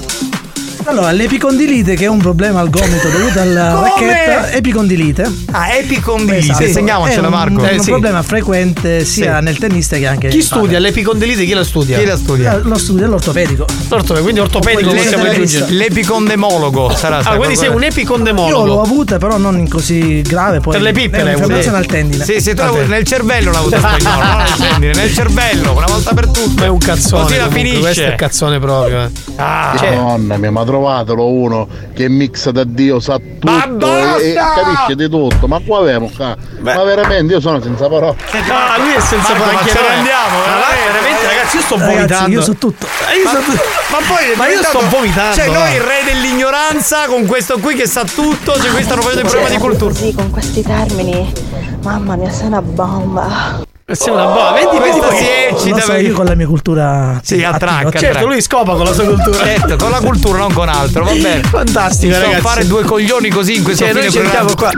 Allora, l'epicondilite, che è un problema al gomito dovuto alla racchetta, epicondilite. Epicondilite, esatto. Segniamocela Marco. È un problema frequente sia nel tennista che anche chi studia l'epicondilite? Chi la studia? Chi la studia? Lo studia l'ortopedico. Quindi ortopedico possiamo aggiungere. L'epicondemologo sarà. Quindi sei un epicondemologo. Io l'ho avuta, però non così grave. Poi per le pippe, un'infiammazione al tendine. Sì, tu nel cervello l'ha avuta spagnolo, non nel tendine, nel cervello, una volta per tutte. Ma è un cazzone. Così la finisce. Questo è cazzone proprio. Madonna mia, ma trovatelo uno che mixa da Dio, sa tutto e capisce di tutto. Ma qua avevo ma veramente io sono senza parole. Lui è senza parole. Ma ce ne andiamo, veramente ragazzi, io sto vomitando. Io so tutto. Ma io sto vomitando. Cioè noi il re dell'ignoranza con questo qui che sa tutto, cioè qui stanno facendo il problema di cultura. Così con questi termini, mamma mia, sei una bomba. Sei una bomba, vedi questa si eccita. So, io con la mia cultura attracca. Certo, lui scopa con la sua cultura. Certo, con la cultura, non con altro, va bene. Fantastico, ragazzi. Fare due coglioni così in questo noi cerchiamo qua.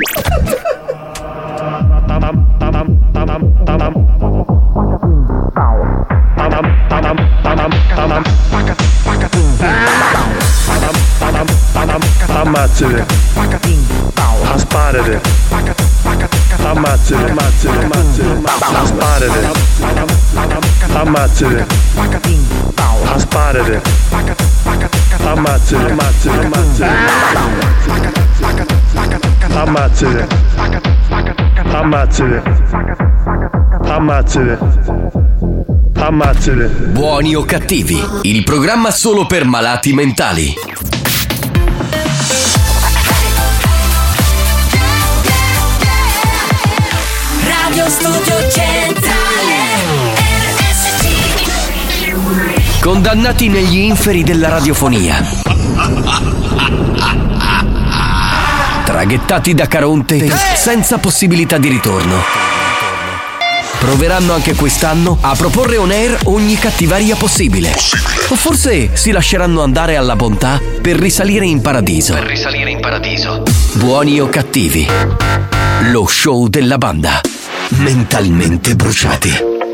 Ammazzate. Sparate. Ammazzate. Sparate. Ammazzate. Sparate. Ammazzate. Ammazzate. Buoni o cattivi, il programma solo per malati mentali. Radio Studio Centrale RSC. Condannati negli inferi della radiofonia. Traghettati da Caronte senza possibilità di ritorno. Proveranno anche quest'anno a proporre on air ogni cattiveria possibile. O forse si lasceranno andare alla bontà per risalire in paradiso. Buoni o cattivi, lo show della banda. Mentalmente bruciati.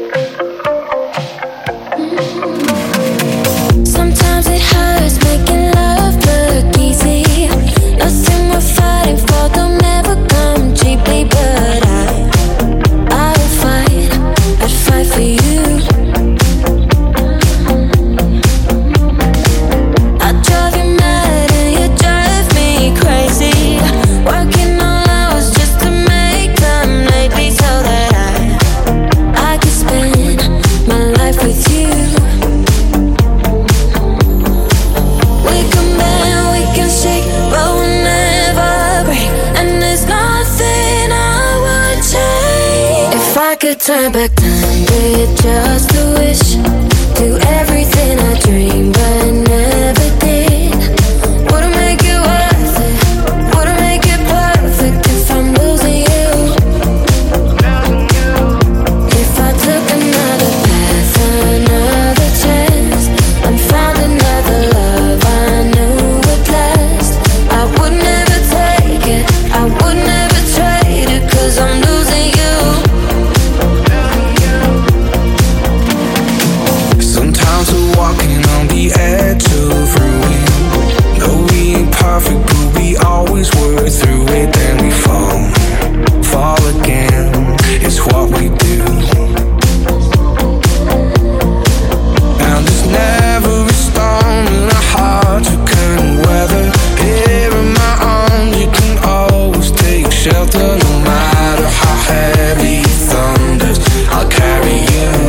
Sometimes it hurts making love look easy. Nothing we're fighting for don't ever come cheaply, but I'll fight. I'd fight for you. I drive you mad and you drive me crazy. Working all hours just to make them lately so that I can spend my life with you. We can bend, we can shake, but we'll never break. And there's nothing I would change. If I could turn back time with just a wish, do everything I dreamed but never did. Wouldn't make it worth it, wouldn't make it perfect if I'm losing you. If I took another path, another chance, and found another love I knew would last, I would never take it, I would never trade it, 'cause I'm losing you. Sometimes we're walking on the edge of ruin. No, we ain't perfect, but we always work through it. Then we fall again. It's what we do. And there's never a storm in our hearts we couldn't weather. Here in my arms, you can always take shelter. No matter how heavy it thunders, I'll carry you.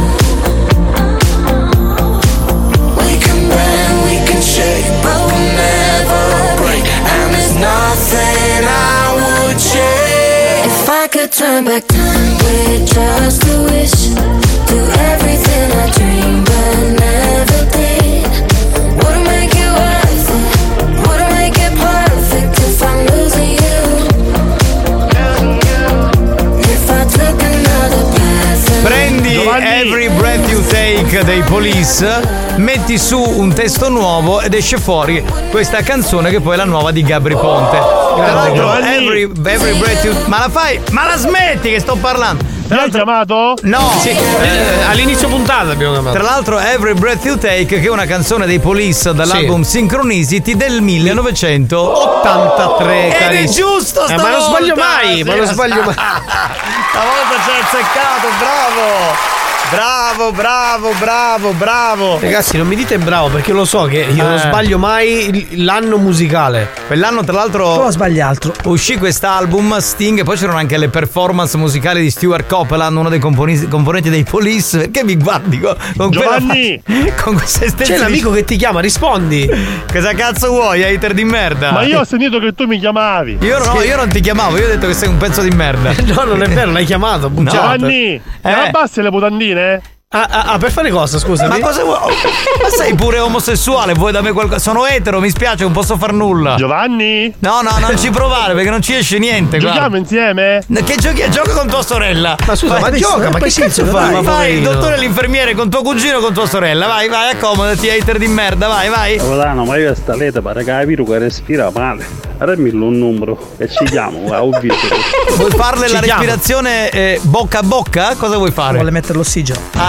We can bend, we can shake, but we'll never break. And there's nothing I would change. If I could turn back time with just a wish, do everything I dreamed but never did. Wouldn't make it worth it, wouldn't make it perfect if I'm losing you. If I took another path. Prendi Every Breath You Take dei Police, metti su un testo nuovo ed esce fuori questa canzone che poi è la nuova di Gabri Ponte. Tra l'altro Every Breath You... Ma la fai? Ma la smetti che sto parlando? L'hai chiamato? No, sì, all'inizio puntata abbiamo chiamato. Tra l'altro Every Breath You Take, che è una canzone dei Police dall'album Synchronicity del 1983. Ed è giusto ma non sbaglio mai, ma non sbaglio mai. Stavolta ci hai azzeccato, bravo. Ragazzi, non mi dite bravo perché lo so che io non sbaglio mai l'anno musicale. Quell'anno tra l'altro tu sbagli altro. Uscì quest'album Sting e poi c'erano anche le performance musicali di Stuart Copeland, uno dei componenti dei Police. Perché mi guardi con Giovanni con questa estensione? C'è l'amico che ti chiama, rispondi. Cosa cazzo vuoi, hater di merda? Ma io ho sentito che tu mi chiamavi. Io non ti chiamavo, io ho detto che sei un pezzo di merda. No, non è vero, l'hai chiamato, bugiato. Giovanni, abbassi le mutandine? Per fare cosa, scusa? Ma cosa vuoi? Ma sei pure omosessuale, vuoi da me qualcosa? Sono etero, mi spiace, non posso far nulla. Giovanni? No, non ci provare perché non ci esce niente. Giochiamo insieme? Che gioca con tua sorella? Ma scusa, ma gioca, ma che cazzo fai? Fai il dottore e l'infermiere con tuo cugino e con tua sorella. Vai, accomodati, hater di merda, vai. Capitano, ma io sta leta per capire che respira male. Dammelo un numero e ci chiamo, ho visto. Vuoi farle la respirazione bocca a bocca? Cosa vuoi fare? Vuole mettere l'ossigeno.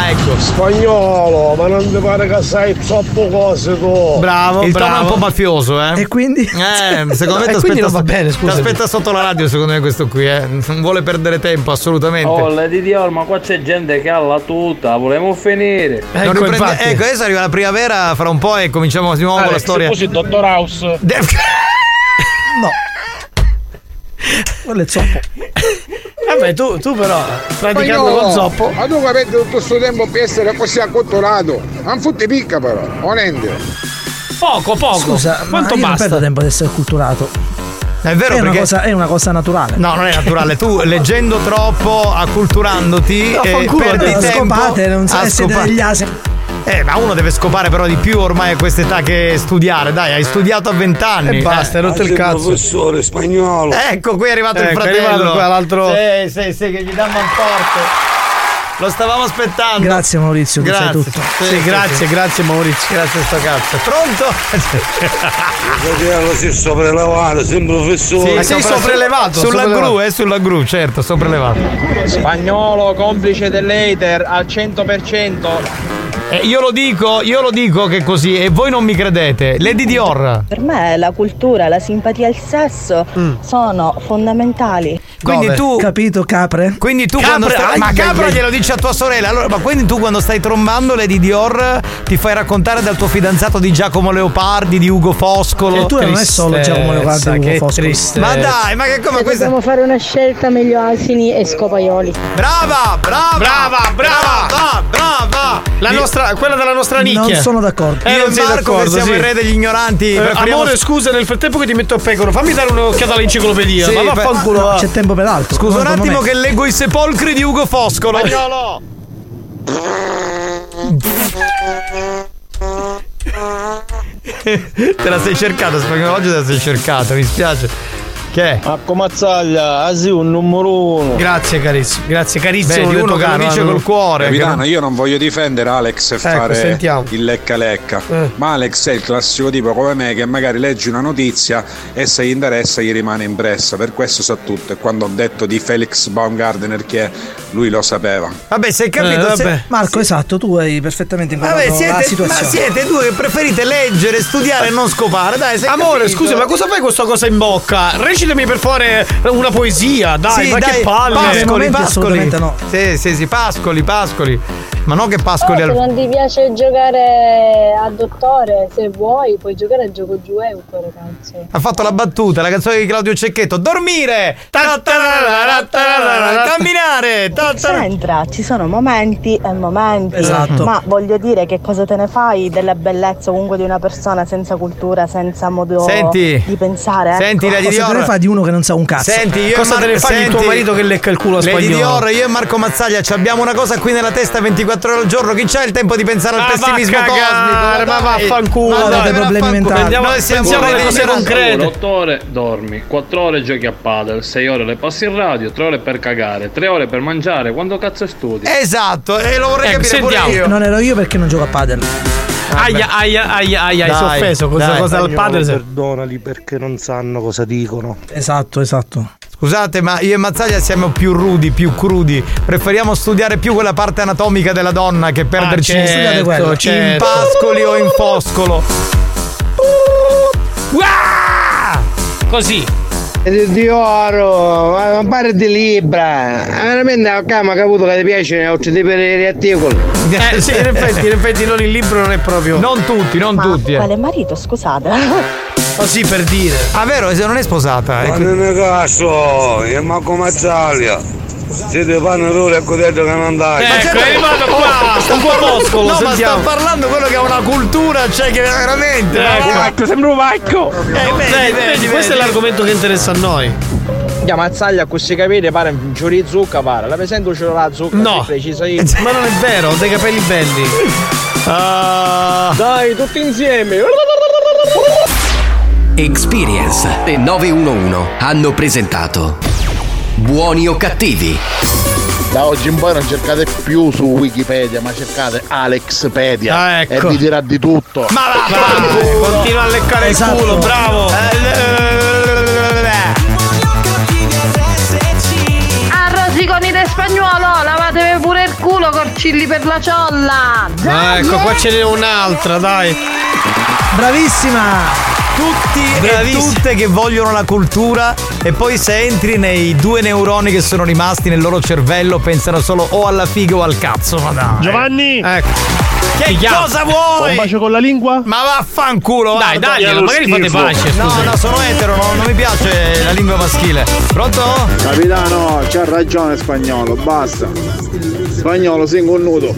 Ah, ecco. Spagnolo, ma non ti pare che sai troppo cose tu. Bravo, Il tono è un po' mafioso, eh. E quindi? Secondo me E quindi non va bene, scusa. Ti aspetta sotto la radio, secondo me, questo qui, non vuole perdere tempo, assolutamente. Oh, Lady Dior, ma qua c'è gente che ha la tuta, volevamo finire. Non riprende- ecco, adesso arriva la primavera, fra un po' e cominciamo di nuovo con la storia. Scusi, dottor House. No. Quello è zoppo. Vabbè, tu però, praticando con zoppo. Ma tu avete tutto questo tempo per essere così acculturato? Non fotti picca però, onende. Poco. Scusa, quanto io non basta? perdo tempo ad essere acculturato. È vero, perché è una cosa naturale. No, non è naturale. Tu leggendo troppo, acculturandoti, perdi tempo. Scopate, non so se siete degli asini. Ma uno deve scopare però di più ormai a quest'età che studiare. Dai, hai studiato a 20 anni. E basta, hai rotto il cazzo. Professore spagnolo. Ecco, qui è arrivato il È fratello. arrivato qua l'altro. Sì, che gli dà manforte. Lo stavamo aspettando. Grazie Maurizio, tu sai tutto. Sì, grazie Maurizio. Grazie a sto cazzo. Pronto? Si è sopraelevato, sei un professore. Ma sei sopraelevato? Sulla gru, certo, sopraelevato. Spagnolo, complice dell'hater al 100%. Io lo dico che è così e voi non mi credete. Lady Dior. Per me la cultura, la simpatia e il sesso sono fondamentali. Quindi tu capito, capre? Quindi tu quando stai, ma capra glielo dice a tua sorella. Allora, ma quindi tu quando stai trombando Lady Dior ti fai raccontare dal tuo fidanzato di Giacomo Leopardi, di Ugo Foscolo. E tu non è solo Giacomo Leopardi e Ugo Foscolo. Ma dai, ma che come questa? Dobbiamo fare una scelta meglio asini e scopaioli. Brava. Quella della nostra nicchia. Non sono d'accordo. Io e Marco che siamo il re degli ignoranti. Amore, scusa, nel frattempo che ti metto a pecora, fammi dare un'occhiata all'enciclopedia. Sì, ma vaffanculo. C'è tempo per altro. Scusa un attimo che leggo i sepolcri di Ugo Foscolo. Spagnolo. Te la sei cercata, Spagnolo, oggi te la sei cercata, mi spiace. Che è? Marco Mazzaglia, asi un numero 1. Grazie carissimo. Vedi, uno che lo dice col cuore. Capitano, io non voglio difendere Alex e fare il lecca. Ma Alex è il classico tipo come me che magari leggi una notizia e se gli interessa gli rimane impressa. Per questo sa tutto. E quando ho detto di Felix Baumgartner che lui lo sapeva. Vabbè, sei capito? Marco, esatto, tu hai perfettamente inquadrato la situazione. Ma siete due che preferite leggere, studiare e non scopare. Dai, amore, capito? scusa, ma cosa fai questa cosa in bocca? Recitami per fare una poesia, dai, sì, ma dai, che palle. Pascoli. No. Sì, Pascoli. Ma non che Pascoli Se non ti piace giocare a dottore, se vuoi, puoi giocare al gioco giù ancora, cazzo. Ha fatto la battuta, la canzone di Claudio Cecchetto. Dormire! Camminare! C'entra, ci sono momenti e momenti. Esatto. Ma voglio dire, che cosa te ne fai della bellezza comunque di una persona senza cultura, senza modo di pensare? Senti, Lady Cosa Dior, te ne fa di uno che non sa un cazzo? Senti, cosa te ne fai di tuo marito che lecca il culo a Spagnolo? Lady Dior, io e Marco Mazzaglia abbiamo una cosa qui nella testa 24 ore al giorno. Chi c'ha il tempo di pensare al pessimismo cosmico? Ma vaffanculo, avete problemi mentali. Pensiamo alle cose concrete. 8 ore dormi, 4 ore giochi a padel, 6 ore le passi in radio, 3 ore per cagare, 3 ore per mangiare. Quando cazzo studi? Esatto, e lo vorrei capire pure io. Non ero io perché non gioco a padel. Aia, hai offeso questa cosa al padre. Perdonali perché non sanno cosa dicono. Esatto. Scusate, ma io e Mazzaglia siamo più rudi, più crudi. Preferiamo studiare più quella parte anatomica della donna che perderci in Pascoli o in Foscolo. Così. Di oro, ma pare di libra. Veramente a cama ho caputo che ti piace oltre di per gli articoli. Sì, in effetti non il libro non è proprio. Non tutti. Quale marito, scusate? Così per dire. Ah, vero, se non è sposata. Ma non è cazzo, è Marco Mazzaglia. Siete panneroli e detto che non dai. Ecco, è arrivato qua, sta un po' Foscolo. No, ma sta parlando quello che ha una cultura, cioè che veramente. Ecco, sembra un vacco. Vedi, questo è l'argomento che interessa a noi. Mazzaglia a questi capelli pare un giuri zucca, pare. La presento c'è la zucca, no, precisa io. Ma non è vero, ho dei capelli belli. Dai, tutti insieme. Experience e 911 hanno presentato Buoni o cattivi. Da oggi in poi non cercate più su Wikipedia, ma cercate Alexpedia e vi dirà di tutto. Ma va, continua a leccare il culo, bravo. Arrosiconi del Spagnolo, lavatevi pure il culo culo corcilli per la ciolla. Dai, ecco, qua ce n'è un'altra, dai. Bravissima. Tutti e tutte che vogliono la cultura e poi se entri nei 2 neuroni che sono rimasti nel loro cervello pensano solo o alla figa o al cazzo, ma dai. Giovanni! Ecco. Che cosa vuoi? Un bacio con la lingua? Ma vaffanculo! Dai, daglielo, magari fate pace. No, sono etero, non mi piace la lingua maschile. Pronto? Capitano, c'ha ragione spagnolo, basta. Spagnolo, sei un nudo.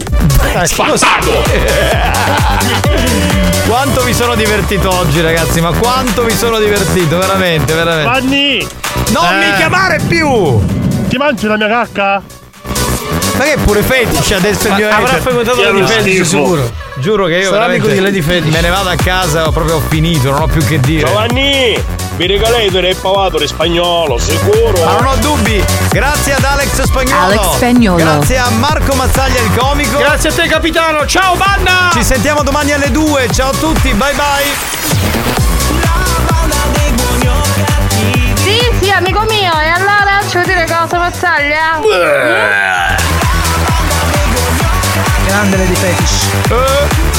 Quanto mi sono divertito oggi, ragazzi, ma quanto mi sono divertito, veramente. Giovanni! Non mi chiamare più! Ti mangi la mia cacca? Ma che pure fetici adesso il mio avrà frequentato Lady Fetici sicuro. Giuro che io sarà amico di Lady Fetici. Me ne vado a casa, ho proprio finito, non ho più che dire. Giovanni, mi regalai del pavato di spagnolo, sicuro. Ma non ho dubbi. Grazie ad Alex Spagnuolo. Grazie a Marco Mazzaglia il comico. Grazie a te capitano. Ciao banda. Ci sentiamo domani alle 2. Ciao a tutti, bye bye. Sì, amico mio, e allora ci vuoi dire cosa Mazzaglia? Grande Lady Fetish.